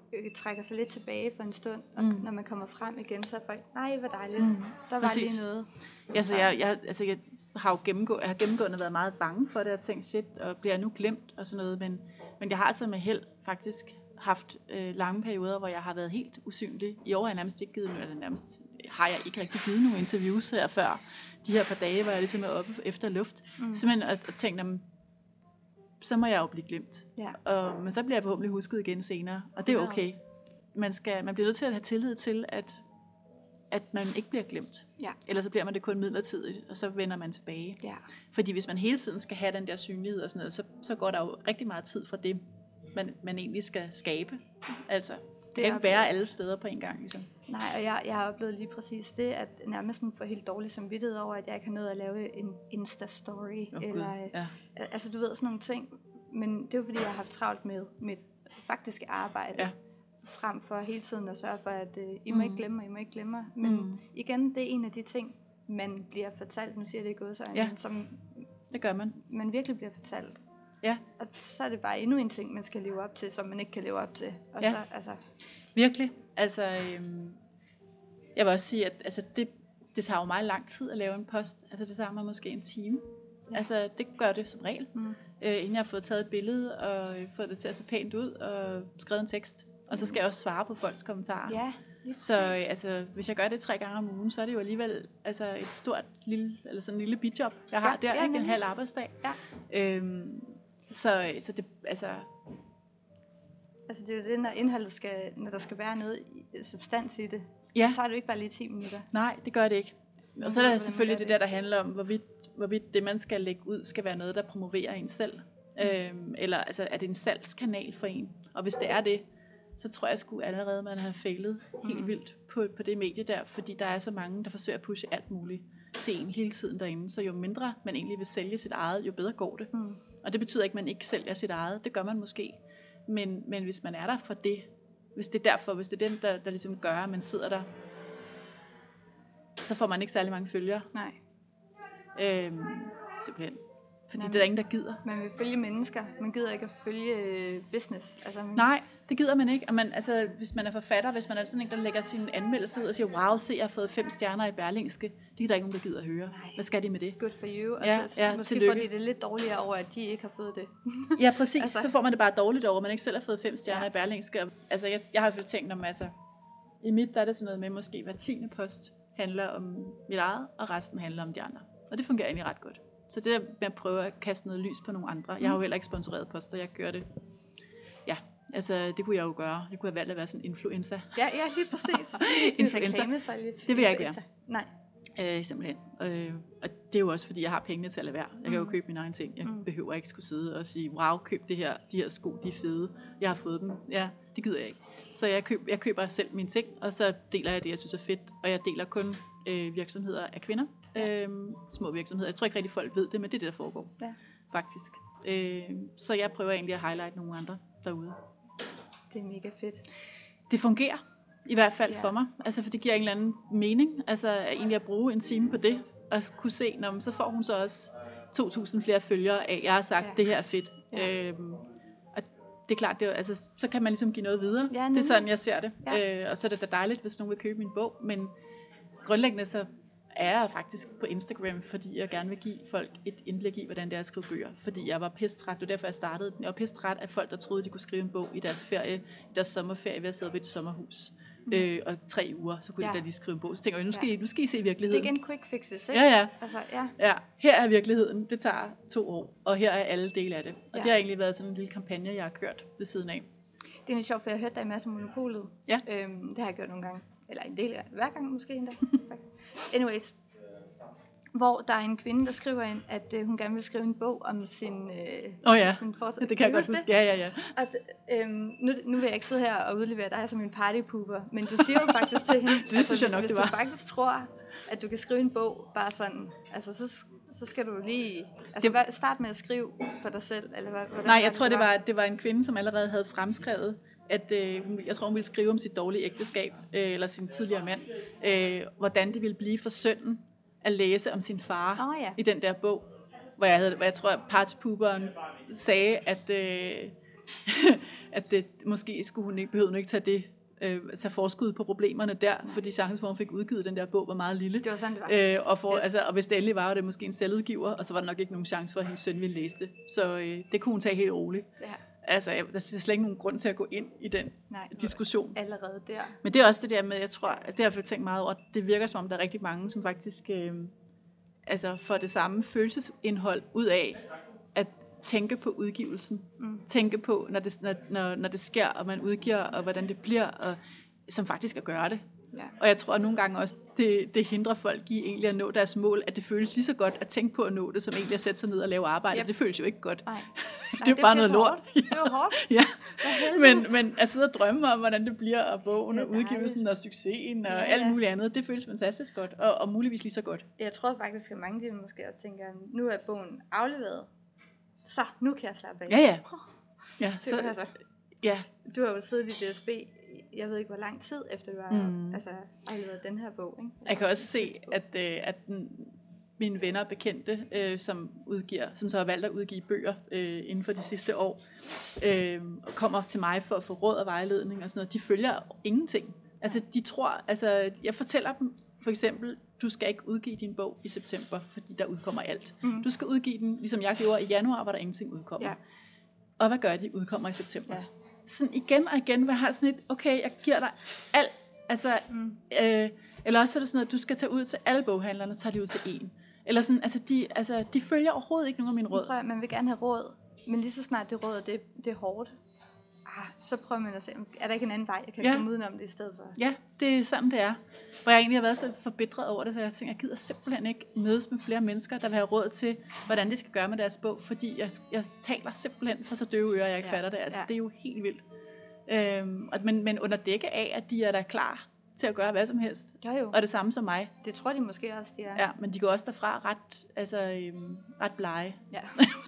øh, trækker sig lidt tilbage for en stund, og Mm. når man kommer frem igen, så er folk, nej, hvor dejligt, Mm. der var Præcis. lige noget. Altså, jeg, jeg, altså, jeg har jo gennemgå, jeg har gennemgående været meget bange for det, og tænkt, shit, og bliver jeg nu glemt, og sådan noget, men, men jeg har altså med held faktisk haft øh, lange perioder, hvor jeg har været helt usynlig. I år har jeg nærmest ikke givet, eller nærmest har jeg ikke rigtig givet nogle interviews her før, de her par dage, hvor jeg ligesom er oppe efter luft. Mm. Simpelthen at, at tænke, jamen, så må jeg jo blive glemt. Ja. Og, men så bliver jeg forhåbentlig husket igen senere, og det er okay. Man, skal, man bliver nødt til at have tillid til, at, at man ikke bliver glemt. Ja. Ellers så bliver man det kun midlertidigt, og så vender man tilbage. Ja. Fordi hvis man hele tiden skal have den der synlighed og sådan noget, så, så går der jo rigtig meget tid fra det, man, man egentlig skal skabe. Altså, det, det kan ikke være alle steder på en gang. Ligesom. Nej, og jeg, jeg har oplevet lige præcis det, at nærmest får helt dårlig samvittighed over, at jeg ikke har nået at lave en Insta-story. Oh, eller, ja. Altså, du ved, sådan nogle ting. Men det er jo fordi, jeg har haft travlt med mit faktiske arbejde. Ja. Frem for hele tiden at sørge for, at uh, I må mm. ikke glemme mig, I må ikke glemme mig. Men mm. igen, det er en af de ting, man bliver fortalt. Nu siger jeg det i gåseøjne, ja. som det gør man. Man virkelig bliver fortalt. Ja. Og så er det bare endnu en ting, man skal leve op til, som man ikke kan leve op til. Og ja. så, altså... Virkelig. Altså, øhm, jeg vil også sige, at altså, det, det tager jo meget lang tid at lave en post. Altså, det tager mig måske en time. Ja. Altså, det gør det som regel. Mm. Øh, inden jeg har fået taget et billede, og fået det til at se pænt ud, og skrevet en tekst. Og så skal jeg også svare på folks kommentarer. Ja, så altså, hvis jeg gør det tre gange om ugen, så er det jo alligevel altså, et stort lille, eller sådan en lille bidjob, jeg har ja, der, ja, ikke en halv arbejdsdag. Ja. Øhm, så, så det, altså... Altså det er jo det, når indholdet skal, når der skal være noget substans i det, ja. så tager det jo ikke bare lige ti minutter. Nej, det gør det ikke. Og så er der selvfølgelig det der, der handler om, hvorvidt, hvorvidt det, man skal lægge ud, skal være noget, der promoverer en selv. Mm. Øhm, eller altså, er det en salgskanal for en? Og hvis det er det, så tror jeg sgu allerede, man har fejlet helt vildt på, på det medie der, fordi der er så mange, der forsøger at pushe alt muligt til en hele tiden derinde. Så jo mindre man egentlig vil sælge sit eget, jo bedre går det. Mm. Og det betyder ikke, at man ikke sælger sit eget. Det gør man måske. Men, men hvis man er der for det, hvis det er derfor, hvis det er den, der, der ligesom gør, at man sidder der, så får man ikke særlig mange følgere. Nej. Øhm, simpelthen. Fordi Nej, det er der ingen, der gider. Man vil følge mennesker. Man gider ikke at følge business. Altså, man... Nej, det gider man ikke. Og man, altså, hvis man er forfatter, hvis man er sådan en, der lægger sin anmeldelse ud og siger, wow, se, jeg har fået fem stjerner i Berlingske. Det er der ikke nogen, der gider at høre. Nej. Hvad skal de med det? Good for you. Og ja, så, ja, måske tillykke. får de det lidt dårligere over, at de ikke har fået det. Ja, præcis. altså. Så får man det bare dårligt over, at man ikke selv har fået fem stjerner ja. i Berlingske. Altså, jeg, jeg har i hvert fald tænkt om, altså, i mit, der er det sådan noget med, måske hver tiende post handler om mit eget, og resten handler om de andre. Og det fungerer egentlig ret godt. Så det der med at prøve at kaste noget lys på nogle andre. Jeg har jo heller ikke sponsoreret poster, jeg gør det. Ja, altså det kunne jeg jo gøre. Det kunne jeg valgt at være sådan en influencer. Ja, ja, lige præcis. Influencer. Det vil jeg ikke være. Nej. Øh, simpelthen. Øh, og det er jo også, fordi jeg har pengene til at lade være. Jeg kan jo købe mine egne ting. Jeg mm. behøver ikke skulle sidde og sige, wow, køb det her, de her sko, de er fede. Jeg har fået dem. Ja, det gider jeg ikke. Så jeg, køb, jeg køber selv mine ting, og så deler jeg det, jeg synes er fedt. Og jeg deler kun øh, virksomheder af kvinder. Ja. Øhm, små virksomheder. Jeg tror ikke rigtig folk ved det, men det er det, der foregår. Ja. Faktisk. Øh, så jeg prøver egentlig at highlight nogle andre derude. Det er mega fedt. Det fungerer. I hvert fald ja. for mig. Altså, for det giver en eller anden mening. Altså, at egentlig at bruge en time på det. Og kunne se, når så får hun så også to tusind flere følgere af, jeg har sagt, ja. det her er fedt. Ja. Øhm, og det er klart, det er, altså, så kan man ligesom give noget videre. Ja, det er sådan, jeg ser det. Ja. Øh, og så er det da dejligt, hvis nogen vil købe min bog. Men grundlæggende så er jeg faktisk på Instagram, fordi jeg gerne vil give folk et indblik i, hvordan det er at skrive bøger. Fordi jeg var pestræt, det var derfor jeg startede. Jeg var pestræt af folk, der troede, de kunne skrive en bog i deres ferie, i deres sommerferie ved at sidde ved et sommerhus. Mm. Øh, og tre uger, så kunne ja. de da lige skrive en bog. Så tænker jeg, nu skal, ja. I, nu skal I se virkeligheden. Det er igen quick fixes, ikke? Ja, ja. Altså, ja. ja. Her er virkeligheden. Det tager to år, og her er alle dele af det. Og ja. det har egentlig været sådan en lille kampagne, jeg har kørt ved siden af. Det er lidt sjovt, for jeg har hørt dig i masse om Monopolet. Ja. Øhm, det har jeg gjort nogle gange. Eller en del af hver gang måske endda. Anyways. Hvor der er en kvinde, der skriver ind, at øh, hun gerne vil skrive en bog om sin, øh, oh ja. sin fortid. Det kan jeg godt huske. Ja, ja, ja. Og, øhm, nu, nu vil jeg ikke sidde her og udlevere dig som en partypooper, men du siger jo faktisk til hende, det altså, synes jeg nok, hvis det var. du faktisk tror, at du kan skrive en bog bare sådan, altså så, så skal du lige altså, det... starte med at skrive for dig selv. Eller hvordan Nej, jeg tror, det var, det var en kvinde, som allerede havde fremskrevet, at øh, jeg tror, hun ville skrive om sit dårlige ægteskab, øh, eller sin tidligere mand, øh, hvordan det ville blive for sønnen at læse om sin far oh, ja. i den der bog, hvor jeg, havde, hvor jeg tror, at partypooperen sagde, at, øh, at det, måske skulle hun ikke, behøvede hun ikke tage det, øh, tage forskud på problemerne der, fordi chancen for, at hun fik udgivet den der bog, var meget lille. Det var sådan, det var. Øh, og, for, yes. altså, og hvis det endelig var, var det måske en selvudgiver, og så var der nok ikke nogen chance for, at hendes søn ville læse det. Så øh, det kunne hun tage helt roligt. Ja. Altså, der er slet ikke nogen grund til at gå ind i den Nej, diskussion. Allerede der. Men det er også det der med, jeg tror, at det har jeg tænkt meget over, det virker som om, der er rigtig mange, som faktisk øh, altså får det samme følelsesindhold ud af, at tænke på udgivelsen. Mm. Tænke på, når det, når, når, når det sker, og man udgiver, og hvordan det bliver, og som faktisk at gøre det. Ja. Og jeg tror, at nogle gange også, det, det hindrer folk i egentlig at nå deres mål, at det føles lige så godt at tænke på at nå det, som egentlig at sætte sig ned og lave arbejde. Yep. Det føles jo ikke godt. Nej. Nej, det er bare noget lort. Det er jo hårdt. Ja. Men, men at sidde og drømme om, hvordan det bliver, og bogen, og udgivelsen, og succesen, og ja, ja. alt muligt andet, det føles fantastisk godt, og, og muligvis lige så godt. Jeg tror faktisk, at mange af dem måske også tænker, nu er bogen afleveret, så nu kan jeg slappe af. Ja, ja. ja det så, altså. Ja. Du har jo siddet i D S B, jeg ved ikke hvor lang tid efter du har mm. altså, afleveret den her bog. Ikke? Jeg kan også se, at, øh, at den, mine venner og bekendte, øh, som udgiver, som så har valgt at udgive bøger øh, inden for de sidste år, øh, og kommer til mig for at få råd og vejledning og sådan noget, de følger ingenting. Altså de tror, altså jeg fortæller dem for eksempel, du skal ikke udgive din bog i september, fordi der udkommer alt. Mm. Du skal udgive den, ligesom jeg gjorde i januar, hvor der ingenting udkommer. Ja. Og hvad gør de? Udkommer i september. Ja. Sådan igen og igen, hvad har sådan et, okay, jeg giver dig alt, altså, mm. øh, eller også er det sådan noget, du skal tage ud til alle boghandlerne, tager de ud til en. Eller sådan, altså de, altså, de følger overhovedet ikke nogen af mine råd. Prøv, man vil gerne have råd, men lige så snart det råd, det, det er hårdt, ah, så prøver man at se, er der ikke en anden vej, jeg kan ja. komme udenom det i stedet for? Ja, det er sådan, det er. Hvor jeg egentlig har været så forbitret over det, så jeg tænker, jeg gider simpelthen ikke mødes med flere mennesker, der vil have råd til, hvordan de skal gøre med deres bog, fordi jeg, jeg taler simpelthen for så døve ører, jeg ikke ja. fatter det. Altså, ja. det er jo helt vildt. Øhm, og, men, men under dække af, at de er da klar til at gøre hvad som helst. Jo, jo. Og det samme som mig. Det tror de måske også, de er. Ja, men de går også derfra ret, altså, øhm, ret blege. Ja.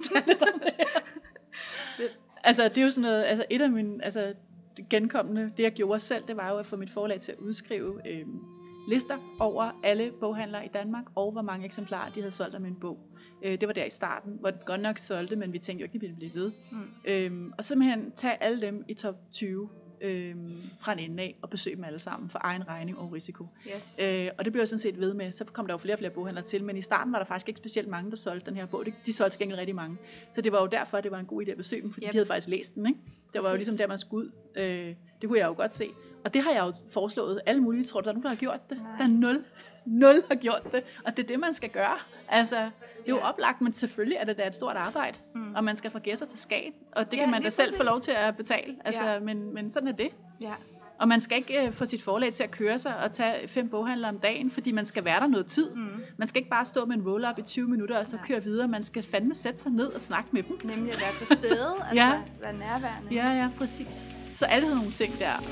Altså, det er jo sådan noget, altså et af mine altså, genkommende, det jeg gjorde selv, det var jo at få mit forlag til at udskrive øh, lister over alle boghandlere i Danmark, og hvor mange eksemplarer de havde solgt af min bog. Øh, det var der i starten, hvor det godt nok solgte, men vi tænkte jo ikke, at det ville blive ved. Mm. Øh, og simpelthen tage alle dem i top tyve øh, fra en ende af, og besøge dem alle sammen for egen regning og risiko. Yes. Øh, og det blev jeg sådan set ved med. Så kom der jo flere og flere boghandlere til, men i starten var der faktisk ikke specielt mange, der solgte den her bog. De, de solgte til gengæld rigtig mange. Så det var jo derfor, at det var en god idé at besøge dem, fordi yep. de havde faktisk læst den. Ikke? Det var jo ligesom der, man skulle ud. Øh, det kunne jeg jo godt se. Og det har jeg jo foreslået alle mulige. Tror du, der er nogen, der har gjort det? Nej. Der er nul. Nul har gjort det. Og det er det, man skal gøre. Altså, det er jo ja. oplagt, men selvfølgelig er det da et stort arbejde. Mm. Og man skal fra Gedser til Skagen. Og det ja, kan man da selv præcis. få lov til at betale. Altså, ja. men, men sådan er det. Ja. Og man skal ikke uh, få sit forlag til at køre sig og tage fem boghandler om dagen, fordi man skal være der noget tid. Mm. Man skal ikke bare stå med en roll-up i tyve minutter og så ja. køre videre. Man skal fandme sætte sig ned og snakke med dem. Nemlig at være til stede, altså ja. være nærværende. Ja, ja, præcis. Så alle sådan nogle ting der.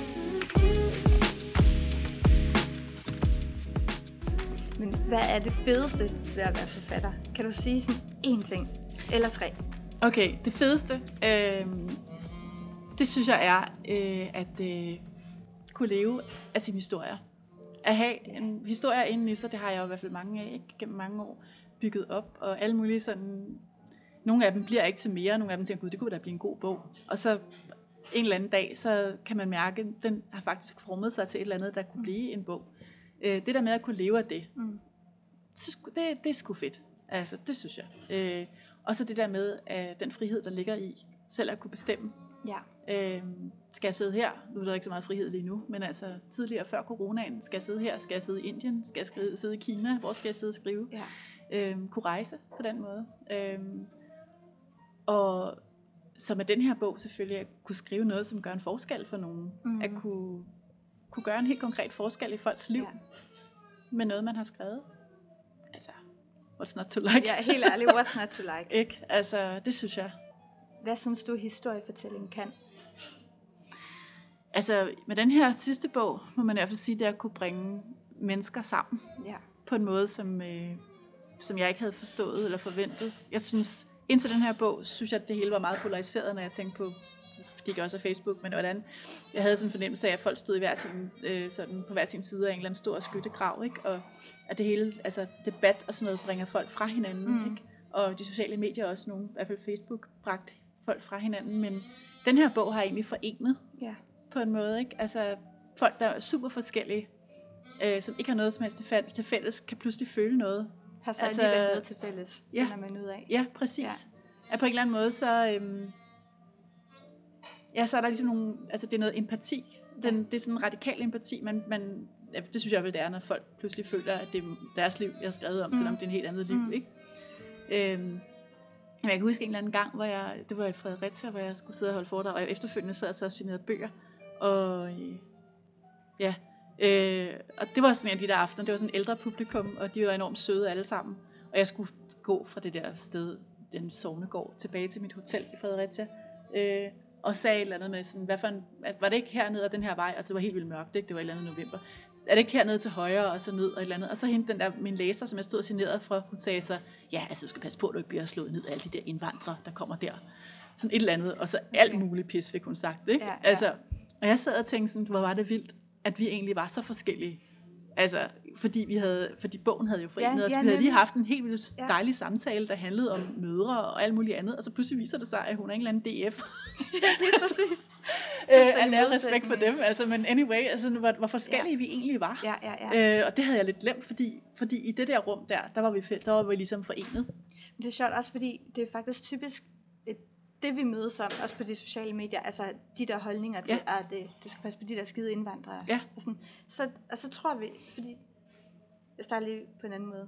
Men hvad er det fedeste ved at være forfatter? Kan du sige sådan én ting? Eller tre? Okay, det fedeste, øh, det synes jeg er, øh, at øh, kunne leve af sine historier. At have en historie inden i sig, det har jeg jo i hvert fald mange af, ikke? Gennem mange år bygget op. Og alle mulige sådan, nogle af dem bliver ikke til mere, nogle af dem tænker, gud, det kunne da blive en god bog. Og så en eller anden dag, så kan man mærke, at den har faktisk formet sig til et eller andet, der kunne blive en bog. Øh, det der med at kunne leve af det, mm. det, det er sgu fedt. Altså, det synes jeg. Øh, og så det der med at den frihed, der ligger i selv at kunne bestemme. Ja. Øh, skal jeg sidde her? Nu er der ikke så meget frihed lige nu, men altså tidligere før coronaen, skal jeg sidde her? Skal jeg sidde i Indien? Skal jeg skrive, sidde i Kina? Hvor skal jeg sidde og skrive? Ja. Øh, kunne rejse på den måde. Øh, og så med den her bog selvfølgelig at kunne skrive noget, som gør en forskel for nogen. Mm. At kunne, kunne gøre en helt konkret forskel i folks liv. Ja. Med noget, man har skrevet. Altså, what's not to like? Ja, helt ærligt, what's not to like? Ikke? Altså, det synes jeg. Hvad synes du, historiefortælling kan? Altså, med den her sidste bog, må man i hvert fald sige, det er at kunne bringe mennesker sammen. Ja. På en måde, som, øh, som jeg ikke havde forstået eller forventet. Jeg synes, indtil den her bog, synes jeg, at det hele var meget polariseret, når jeg tænkte på, det gik også af Facebook, men hvordan jeg havde sådan en fornemmelse af, at folk stod i hver sin, øh, sådan på hver sin side af en eller anden stor skyttegrav, ikke? Og at det hele, altså debat og sådan noget, bringer folk fra hinanden, mm. ikke? Og de sociale medier også, nogle, i hvert fald Facebook, bragte folk fra hinanden, men den her bog har egentlig forenet ja. på en måde, ikke? Altså folk, der er super forskellige, øh, som ikke har noget som helst til fælles, kan pludselig føle noget. Har så altså, alligevel noget til fælles, ja, finder man ud af. Ja, præcis. Ja. At på en eller anden måde, så, øhm, ja, så er der ligesom nogle, altså det er noget empati. Den, ja. Det er sådan en radikal empati, man, man, ja, det synes jeg vel det er, når folk pludselig føler, at det er deres liv, jeg har skrevet om, mm. selvom det er en helt andet liv, mm. ikke? Øhm, jeg kan huske en eller anden gang, hvor jeg, det var i Fredericia, hvor jeg skulle sidde og holde foredrag, og jeg efterfølgende sad og så og signerede bøger, og ja, øh, og det var sådan en af de der aftener, det var sådan en ældre publikum, og de var enormt søde alle sammen, og jeg skulle gå fra det der sted, den sognegård, tilbage til mit hotel i Fredericia, øh, og sagde et eller andet med sådan, hvad for en, var det ikke hernede af den her vej, og så var helt vildt mørkt, ikke? Det var et eller andet november, er det ikke hernede til højre, og så ned, og et eller andet, og så hende den der, min læser, som jeg stod og signerede fra, hun sagde så, ja, altså du skal passe på, at du ikke bliver slået ned af alle de der indvandrere, der kommer der, sådan et eller andet, og så alt muligt pis fik hun sagt, ikke? Ja, ja. Altså, og jeg sad og tænkte sådan, hvor var det vildt, at vi egentlig var så forskellige. Altså, fordi, vi havde, fordi bogen havde jo forenet ja, os. Ja, vi havde lige haft en helt vildt dejlig ja. samtale, der handlede om mødre og alt muligt andet, og så pludselig viser det sig, at hun er en eller anden D F. Ja, lige præcis. Al ære respekt for dem, altså, men anyway, altså, hvor, hvor forskellige ja. vi egentlig var. Ja, ja, ja. Øh, og det havde jeg lidt glemt, fordi, fordi i det der rum der, der var vi, der var vi ligesom forenet. Men det er sjovt også, fordi det er faktisk typisk et det vi mødes om, også på de sociale medier, altså de der holdninger til, ja. at det, du skal passe på de der skide indvandrere. Ja. Og, sådan, så, og så tror vi, fordi, jeg starter lige på en anden måde,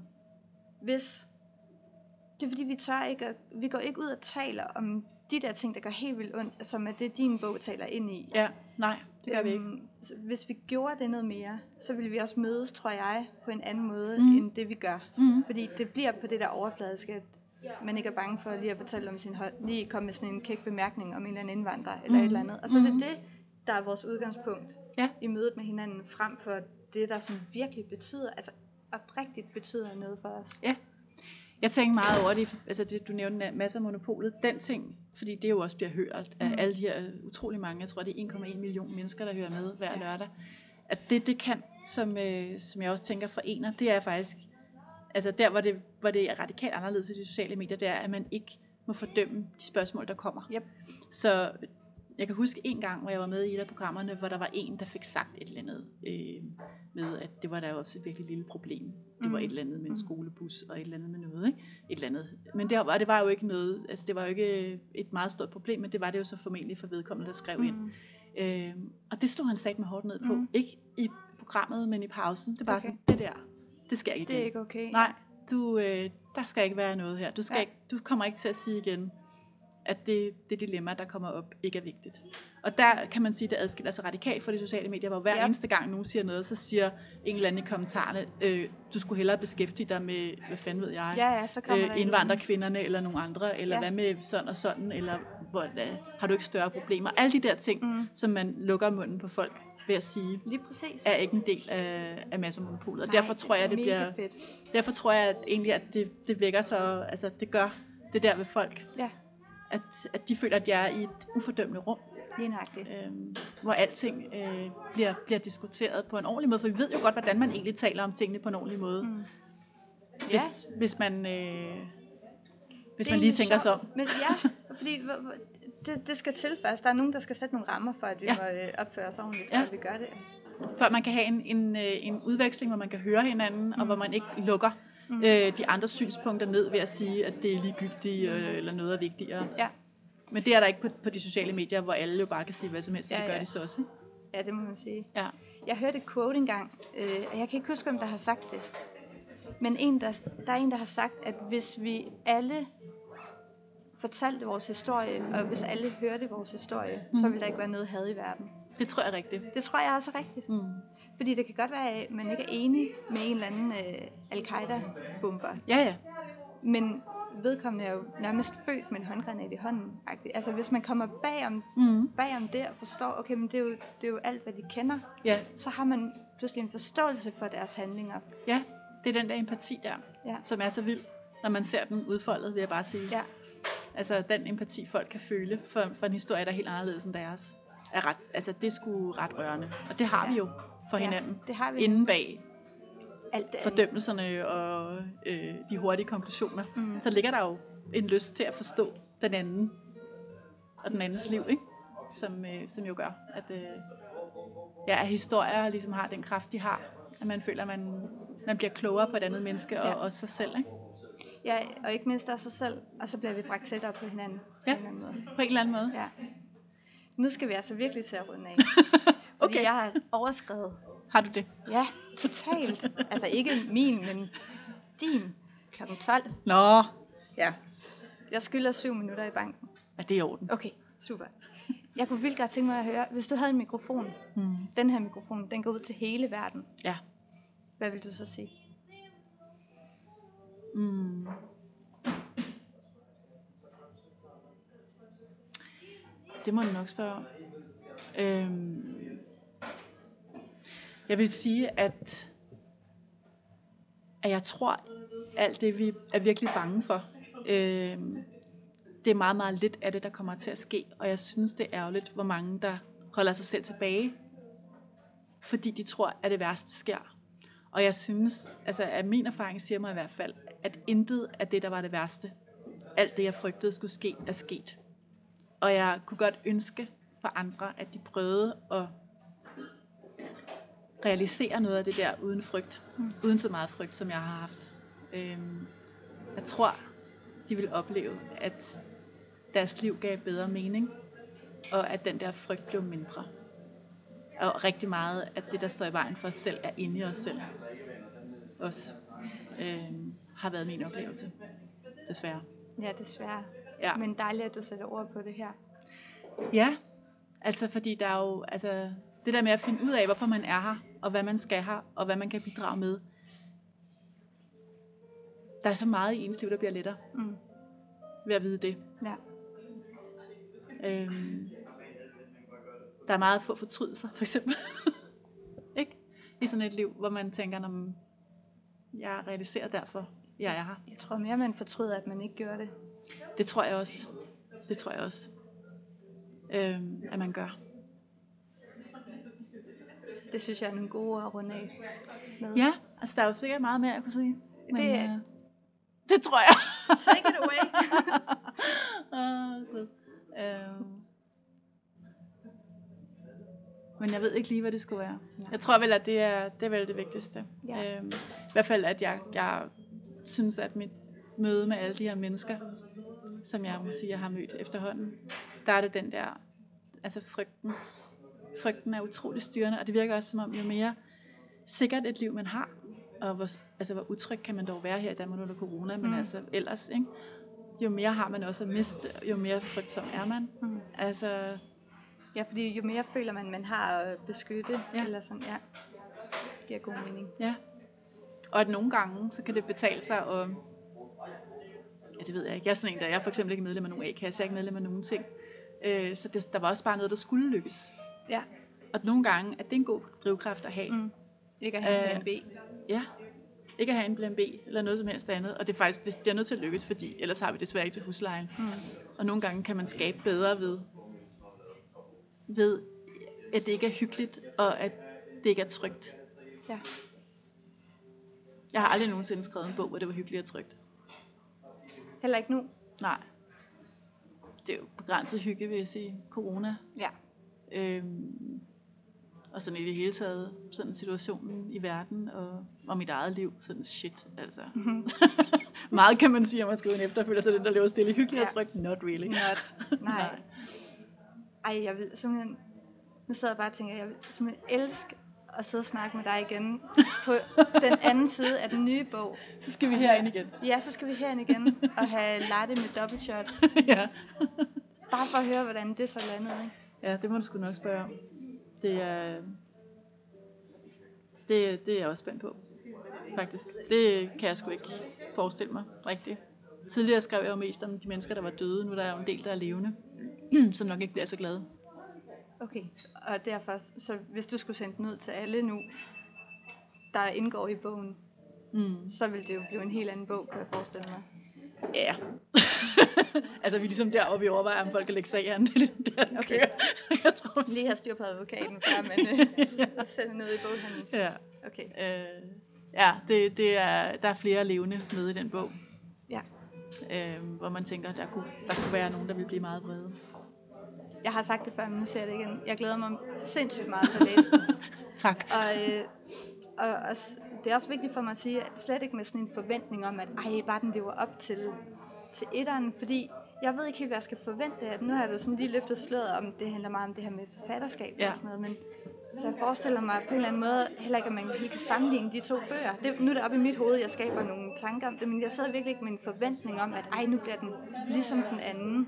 hvis, det er fordi vi tør ikke, at, vi går ikke ud og taler om de der ting, der gør helt vildt ondt, som er det din bog taler ind i. Ja, nej, det gør øhm, vi ikke. Hvis vi gjorde det noget mere, så ville vi også mødes, tror jeg, på en anden måde, mm. end det vi gør. Mm. Fordi det bliver på det der overfladiske, man ikke er bange for lige at fortælle om sin hold, lige komme med sådan en kæk bemærkning om en eller anden indvandrer, eller mm. et eller andet. Og så er det det, der er vores udgangspunkt ja. i mødet med hinanden, frem for det, der sådan virkelig betyder, altså oprigtigt betyder noget for os. Ja, jeg tænker meget over det, altså det, du nævnte masser af monopolet, den ting, fordi det jo også bliver hørt af mm. alle de her utrolig mange, jeg tror det er en komma en million mennesker, der hører med hver ja. lørdag, at det, det kan, som, øh, som jeg også tænker forener, det er faktisk, altså der, hvor det, hvor det er radikalt anderledes i de sociale medier, det er, at man ikke må fordømme de spørgsmål, der kommer. Yep. Så jeg kan huske en gang, hvor jeg var med i et af programmerne, hvor der var en, der fik sagt et eller andet øh, med, at det var der også et virkelig lille problem. Det mm. var et eller andet med en skolebus og et eller andet med noget, ikke? Et eller andet. Men det var, det var jo ikke noget, altså det var jo ikke et meget stort problem, men det var det jo så formentlig for vedkommende, der skrev mm. ind. Øh, og det stod han sat med hårdt ned på. Mm. Ikke i programmet, men i pausen. Det er bare okay. sådan, det der, det skal ikke igen. Det er ikke okay. Nej, du, øh, der skal ikke være noget her. Du, skal ja. ikke, du kommer ikke til at sige igen, at det, det dilemma, der kommer op, ikke er vigtigt. Og der kan man sige, at det adskiller sig radikalt fra de sociale medier, hvor hver yep. eneste gang nogen siger noget, så siger en eller anden i kommentarerne, øh, du skulle hellere beskæftige dig med, hvad fanden ved jeg, ja, ja, så øh, indvandrerkvinderne eller nogle andre, eller ja. hvad med sådan og sådan, eller hvor, øh, har du ikke større problemer? Alle de der ting, mm. som man lukker munden på folk ved at sige, lige præcis. er ikke en del af, af massemonopolet. Og derfor tror jeg, det bliver, fedt. derfor tror jeg at egentlig, at det, det vækker så, altså det gør det der ved folk. Ja. At, at de føler, at jeg er i et ufordømmende rum, øhm, hvor alting øh, bliver, bliver diskuteret på en ordentlig måde, for vi ved jo godt, hvordan man egentlig taler om tingene på en ordentlig måde, mm. hvis, ja. hvis man, øh, hvis man lige tænker sig om. Men ja, fordi det, det skal til først. Der er nogen, der skal sætte nogle rammer for, at vi ja. må opføre os ordentligt, for ja. at vi gør det. For at man kan have en, en, en udveksling, hvor man kan høre hinanden, mm. og hvor man ikke lukker Mm. Øh, de andre synspunkter ned ved at sige, at det er ligegyldigt øh, eller noget er vigtigere. Ja. Men det er der ikke på, på de sociale medier, hvor alle jo bare kan sige hvad som helst, så ja, det gør ja. de så også. Ikke? Ja, det må man sige. Ja. Jeg hørte et quote engang, øh, jeg kan ikke huske, hvem der har sagt det, men en, der, der er en, der har sagt, at hvis vi alle fortalte vores historie, og hvis alle hørte vores historie, mm. så ville der ikke være noget had i verden. Det tror jeg er rigtigt. Det tror jeg også er rigtigt. Mm. Fordi det kan godt være, at man ikke er enig med en eller anden øh, al-Qaida-bomber. Ja, ja. Men vedkommende er jo nærmest født med en håndgranat i hånden. Altså hvis man kommer bagom, mm. bagom det og forstår, okay, men det er, jo, det er jo alt, hvad de kender, ja. så har man pludselig en forståelse for deres handlinger. Ja, det er den der empati der, ja. som er så vild, når man ser den udfoldet, vil jeg bare sige. Ja. Altså den empati, folk kan føle for, for en historie, der er helt anderledes end deres. Er ret, altså det er sgu ret rørende. Og det har ja. vi jo for hinanden. Ja, det har vi. Inden bag alt det fordømmelserne og øh, de hurtige konklusioner. Mm. Så ligger der jo en lyst til at forstå den anden og den andens liv, ikke? som, øh, som jo gør, at, øh, ja, at historier ligesom har den kraft, de har. At man føler, at man, man bliver klogere på et andet menneske og, Ja. og sig selv. Ikke? Ja, og ikke mindst også sig selv, og så bliver vi bragt tættere på hinanden. Ja, på en eller anden måde. på en eller anden måde. Ja. Nu skal vi altså virkelig til at runde af. Fordi Okay. jeg har overskrevet. Har du det? Ja, totalt. Altså ikke min, men din. klokken tolv. Nå, ja. Jeg skylder syv minutter i banken. Ja, det er i orden. Okay, super. Jeg kunne vildt godt tænke mig at høre, hvis du havde en mikrofon, Mm. den her mikrofon, den går ud til hele verden. Ja. Hvad vil du så sige? Mm. Det må du nok spørge om. Øhm. Jeg vil sige, at, at jeg tror, alt det, vi er virkelig bange for, øhm, det er meget, meget lidt af det, der kommer til at ske. Og jeg synes, det er ærgerligt, hvor mange, der holder sig selv tilbage, fordi de tror, at det værste sker. Og jeg synes, altså at min erfaring siger mig i hvert fald, at intet af det, der var det værste, alt det, jeg frygtede skulle ske, er sket. Og jeg kunne godt ønske for andre, at de prøvede at realisere noget af det der uden frygt. Mm. Uden så meget frygt, som jeg har haft. Øhm, jeg tror, de vil opleve, at deres liv gav bedre mening, og at den der frygt blev mindre. Og rigtig meget, at det, der står i vejen for os selv, er inde i os selv. Også øhm, har været min oplevelse. Desværre. Ja, desværre. Ja. Men dejligt, at du sætter ord på det her. Ja, altså fordi der er jo, altså det der med at finde ud af, hvorfor man er her, og hvad man skal her, og hvad man kan bidrage med. Der er så meget i ens liv, der bliver lettere Mm. ved at vide det. Ja. Øhm, der er meget få fortrydelser, for eksempel. Ikke? I sådan et liv, hvor man tænker, når jeg realiserer derfor, jeg er her. Jeg tror mere, man fortryder, at man ikke gør det. Det tror jeg også. Det tror jeg også, øhm, at man gør. Det synes jeg er nogle gode ord at runde af med. Ja, altså der er jo sikkert meget mere, jeg kunne sige. Men, Det er- øh, det tror jeg. Take it away. Åh, Gud. Øhm. Men jeg ved ikke lige, hvad det skulle være. Nej. Jeg tror vel, at det er det, er vel det vigtigste. Ja. Øhm, I hvert fald, at jeg, jeg synes, at mit møde med alle de her mennesker, som jeg må sige, jeg har mødt efterhånden, der er det den der, altså frygten. Frygten er utrolig styrende, og det virker også som om, jo mere sikkert et liv man har, og hvor, altså, hvor utryg kan man dog være her i Danmark under corona, men Mm. altså ellers, ikke? Jo mere har man også at miste, jo mere frygtsom er man. Mm. Altså, Ja, fordi jo mere føler man, man har at beskytte, Ja. eller sådan, ja, det giver god mening. ja. Og at nogle gange, så kan det betale sig, og ja, det ved jeg ikke. Jeg er sådan en, der jeg er for eksempel ikke medlem af nogen A-kasse, jeg er ikke medlem af nogen ting. Øh, så det, der var også bare noget, der skulle lykkes. Ja. Og at nogle gange, at det er en god drivkraft at have. Mm. Ikke at have en Øh, plan B. Ja, ikke at have en plan B eller noget som helst andet. Og det er faktisk det, det er nødt til at lykkes, fordi ellers har vi desværre ikke til huslejen. Mm. Og nogle gange kan man skabe bedre ved, ved at det ikke er hyggeligt, og at det ikke er trygt. Ja. Jeg har aldrig nogensinde skrevet en bog, hvor det var hyggeligt og trygt. Heller ikke nu. Nej. Det er jo begrænset hygge, vil jeg sige. Corona. Ja. Øhm, og sådan i det hele taget, sådan situationen i verden, og, og mit eget liv, sådan shit, altså. Meget kan man sige, om man skriver en efterfølger til den, der lever stille hyggeligt Ja. og trygt. Not really. Not. Nej. Ej, jeg vil simpelthen... Nu sidder jeg bare og tænker, jeg vil simpelthen elske at sidde og snakke med dig igen på den anden side af den nye bog. Så skal vi herind igen. Ja, så skal vi herind igen og have latte med dobbeltshot. Ja. Bare for at høre, hvordan det så landede, ikke? Ja, det må du sgu nok spørge om. Det er, det, det er jeg også spændt på, faktisk. Det kan jeg sgu ikke forestille mig rigtigt. Tidligere skrev jeg jo mest om de mennesker, der var døde. Nu er der jo en del, der er levende, som nok ikke bliver så glade. Okay, og derfor, så hvis du skulle sende den ud til alle nu, der indgår i bogen, Mm. så ville det jo blive en helt anden bog, kan jeg forestille mig. Ja. Altså, vi er ligesom deroppe, vi overvejer, om folk kan lægge sag an. Det er der, den Okay. kører. Så jeg tror, Lige har styr på advokaten, før man øh, sender noget i boghandlen. ja. Okay, Øh, ja, det, det er, der er flere levende med i den bog, ja. øh, hvor man tænker, der kunne, der kunne være nogen, der ville blive meget vrede. jeg har sagt det før, men nu ser jeg det igen. Jeg glæder mig sindssygt meget til at læse den. Tak. Og, øh, og, og det er også vigtigt for mig at sige, at slet ikke med sådan en forventning om, at ej, bare den lever op til, til etteren, fordi jeg ved ikke helt, hvad jeg skal forvente af den. Nu har jeg da sådan lige løftet sløret om, det handler meget om det her med forfatterskab ja. og sådan noget, men så jeg forestiller mig på en eller anden måde heller ikke, at man helt kan sammenligne de to bøger. Det, nu er det oppe i mit hoved, jeg skaber nogle tanker om det, men jeg sidder virkelig ikke med en forventning om, at ej, nu bliver den ligesom den anden.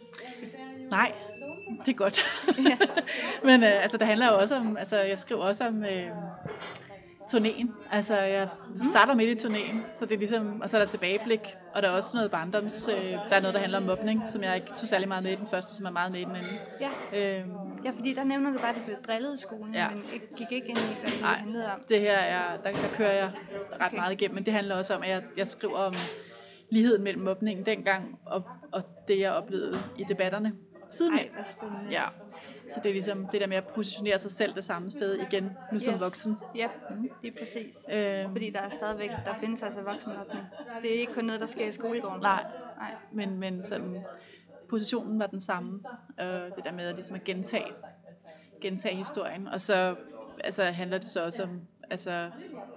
Nej, det er godt. Ja. Men øh, altså, det handler jo også om, altså jeg skriver også om øh, turnéen. Altså jeg starter midt i turnéen, så det er ligesom, og så er der tilbageblik, og der er også noget barndoms, øh, der er noget, der handler om mobning, som jeg ikke tog særlig meget med i den første, som er meget med i den anden. Ja, øhm, ja fordi der nævner du bare, at du blev drillet i skolen, ja. men jeg gik ikke ind i, hvad det Nej, handlede om. det her er, der, der kører jeg ret okay. meget igennem, men det handler også om, at jeg, jeg skriver om ligheden mellem mobningen dengang, og, og det jeg oplevede i debatterne siden. Ej, hvad spændende. Ja. Så det er ligesom det der med at positionere sig selv det samme sted igen, nu yes. som voksen. Ja, mm. det er præcis. Øhm. Fordi der er stadigvæk, der findes altså voksenmobning. Det er ikke kun noget, der sker i skolegården. Nej, Nej. Men, men sådan, positionen var den samme. Øh, det der med at, ligesom at gentage, gentage historien. Og så altså, handler det så også om, altså,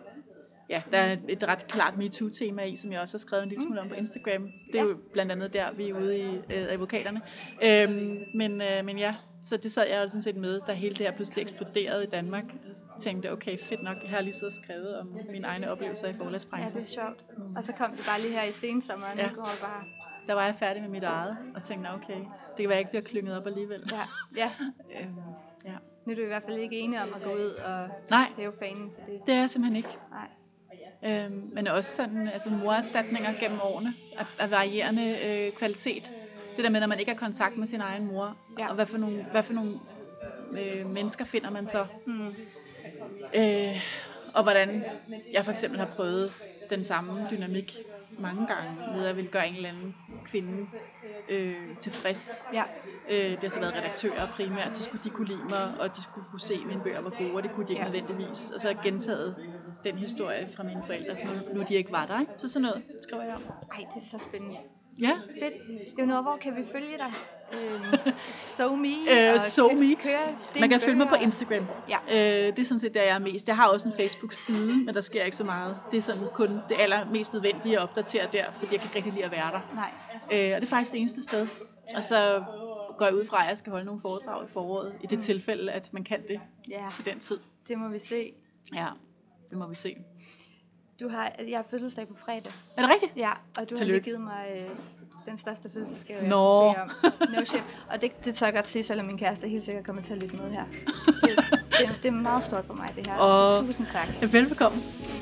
ja, der er et ret klart MeToo-tema i, som jeg også har skrevet en lille smule om på Instagram. Det er jo blandt andet der, vi er ude i øh, advokaterne. Øhm, men, øh, men ja, så det sad jeg jo sådan set med, da hele det her pludselig eksploderede i Danmark. Jeg tænkte, okay, fedt nok, jeg har lige siddet og skrevet om mine egne oplevelser i forlagsbranchen. Ja, det er sjovt. Mm. Og så kom det bare lige her i sensommeren, ja. Nu går det bare... Der var jeg færdig med mit eget, og tænkte, okay, det kan være, jeg ikke bliver klynget op alligevel. Ja, ja. øhm, ja. Nu er du i hvert fald ikke enig om at gå ud og hæve fanen for det. Det er jeg simpelthen ikke. Nej. Øhm, men også sådan, altså morerstatninger gennem årene af, af varierende øh, kvalitet. Det der med, når man ikke har kontakt med sin egen mor, ja. og hvad for nogle, hvad for nogle øh, mennesker finder man så. Mm. Øh, og hvordan jeg for eksempel har prøvet den samme dynamik mange gange, ved at ville gøre en eller anden kvinde øh, tilfreds. Ja. Øh, det har så været redaktører primært, så skulle de kunne lide mig, og de skulle kunne se, at mine bøger var gode, og det kunne de ikke ja. nødvendigvis. Og så har jeg gentaget den historie fra mine forældre, for nu, nu de ikke var der. Ikke? Så sådan noget skriver jeg om. Ej, det er så spændende. Ja. Fedt. Det er jo noget, hvor kan vi følge dig? Øh, so me. Øh, so kø- me. Køre Man kan følge mig på Instagram. Ja. Øh, det er sådan set der, jeg er mest. Jeg har også en Facebook-side, men der sker ikke så meget. Det er sådan kun det allermest nødvendige at opdatere der, fordi jeg kan ikke rigtig lide at være der. Nej. Øh, og det er faktisk det eneste sted. Og så går jeg ud fra, at jeg skal holde nogle foredrag i foråret, i det mm. tilfælde, at man kan det ja. til den tid. Det må vi se. Ja, det må vi se. Du har, jeg har fødselsdag på fredag. Er det rigtigt? Ja, og du Tillykke. har lige givet mig øh, den største fødselsdagsgave, jeg Nå. har bedt om. No shit. Og det, det tør jeg godt sige, selvom min kæreste helt sikkert kommer til at lytte med her. Det, det, det er meget stort for mig, det her. Og så tusind tak. Velbekomme.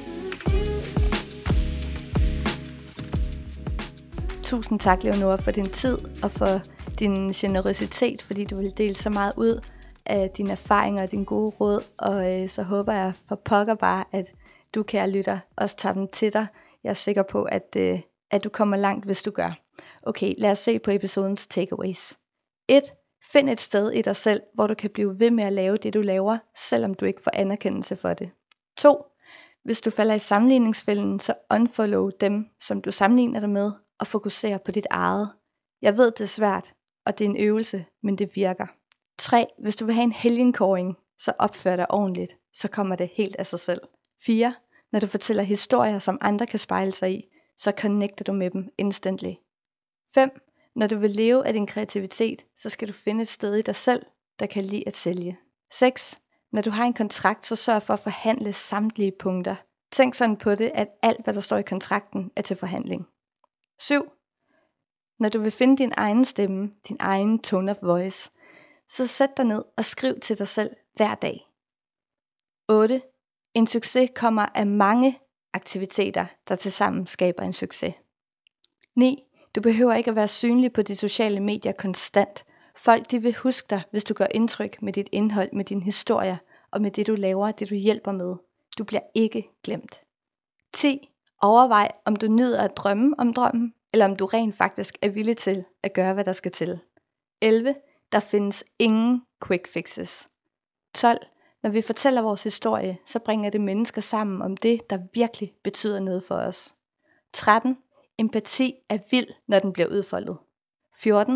Tusind tak, Leonora, for din tid og for din generøsitet, fordi du vil dele så meget ud af dine erfaringer og dine gode råd. Og øh, så håber jeg for pokker bare, at du, kære lytter, også tager dem til dig. Jeg er sikker på, at, øh, at du kommer langt, hvis du gør. Okay, lad os se på episodens takeaways. et. Find et sted i dig selv, hvor du kan blive ved med at lave det, du laver, selvom du ikke får anerkendelse for det. to. Hvis du falder i sammenligningsfælden, så unfollow dem, som du sammenligner dig med, og fokuser på dit eget. Jeg ved, det er svært, og det er en øvelse, men det virker. tre. Hvis du vil have en helgenkåring, så opfør dig ordentligt, så kommer det helt af sig selv. fire. Når du fortæller historier, som andre kan spejle sig i, så connecter du med dem instantly. fem. Når du vil leve af din kreativitet, så skal du finde et sted i dig selv, der kan lide at sælge. seks. Når du har en kontrakt, så sørg for at forhandle samtlige punkter. Tænk sådan på det, at alt, hvad der står i kontrakten, er til forhandling. syv. Når du vil finde din egen stemme, din egen tone of voice, så sæt dig ned og skriv til dig selv hver dag. otte. En succes kommer af mange aktiviteter, der tilsammen skaber en succes. ni. Du behøver ikke at være synlig på de sociale medier konstant. Folk de vil huske dig, hvis du gør indtryk med dit indhold, med dine historier og med det du laver, det du hjælper med. Du bliver ikke glemt. ti. Overvej, om du nyder at drømme om drømmen, eller om du rent faktisk er villig til at gøre, hvad der skal til. elleve. Der findes ingen quick fixes. tolv. Når vi fortæller vores historie, så bringer det mennesker sammen om det, der virkelig betyder noget for os. tretten. Empati er vild, når den bliver udfoldet. fjorten.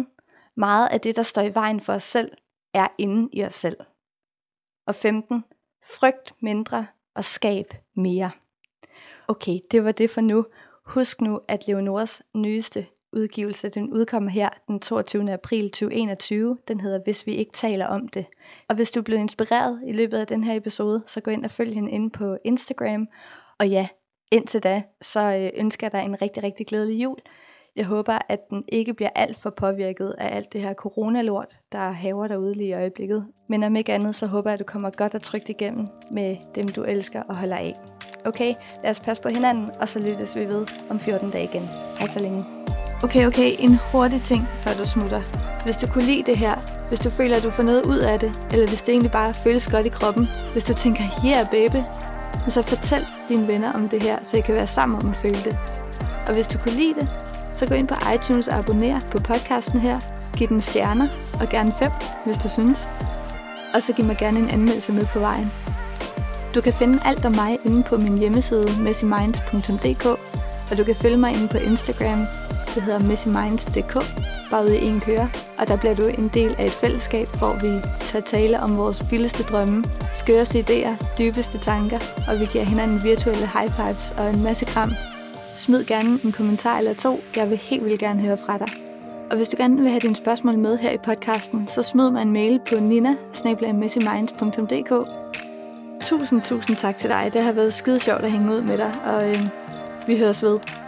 Meget af det, der står i vejen for os selv, er inde i os selv. Og femten. Frygt mindre og skab mere. Okay, det var det for nu. Husk nu, at Leonoras nyeste udgivelse, den udkommer her den toogtyvende april to tusind og enogtyve. Den hedder Hvis vi ikke taler om det. Og hvis du er blevet inspireret i løbet af den her episode, så gå ind og følg hende inde på Instagram. Og ja, indtil da, så ønsker jeg dig en rigtig, rigtig glædelig jul. Jeg håber, at den ikke bliver alt for påvirket af alt det her coronalort, der haver derude lige i øjeblikket. Men om ikke andet, så håber jeg, at du kommer godt og trygt igennem med dem, du elsker og holder af. Okay, lad os passe på hinanden, og så lyttes vi ved om fjorten dage igen. Hej så længe. Okay, okay, en hurtig ting, før du smutter. Hvis du kunne lide det her, hvis du føler, at du får noget ud af det, eller hvis det egentlig bare føles godt i kroppen, hvis du tænker, yeah baby, så fortæl dine venner om det her, så I kan være sammen om at føle det. Og hvis du kunne lide det, så gå ind på iTunes og abonner på podcasten her. Giv den stjerner, og gerne fem, hvis du synes. Og så giv mig gerne en anmeldelse med på vejen. Du kan finde alt om mig inde på min hjemmeside messy minds punktum d k, og du kan følge mig inde på Instagram. Det hedder messy minds punktum d k, bare ude i en køre. Og der bliver du en del af et fællesskab, hvor vi tager tale om vores vildeste drømme, skøreste idéer, dybeste tanker, og vi giver hinanden virtuelle high fives og en masse kram. Smid gerne en kommentar eller to. Jeg vil helt vildt gerne høre fra dig. Og hvis du gerne vil have dine spørgsmål med her i podcasten, så smid mig en mail på nina bindestreg messy minds punktum d k. Tusind, tusind tak til dig. Det har været skide sjovt at hænge ud med dig, og øh, vi høres ved.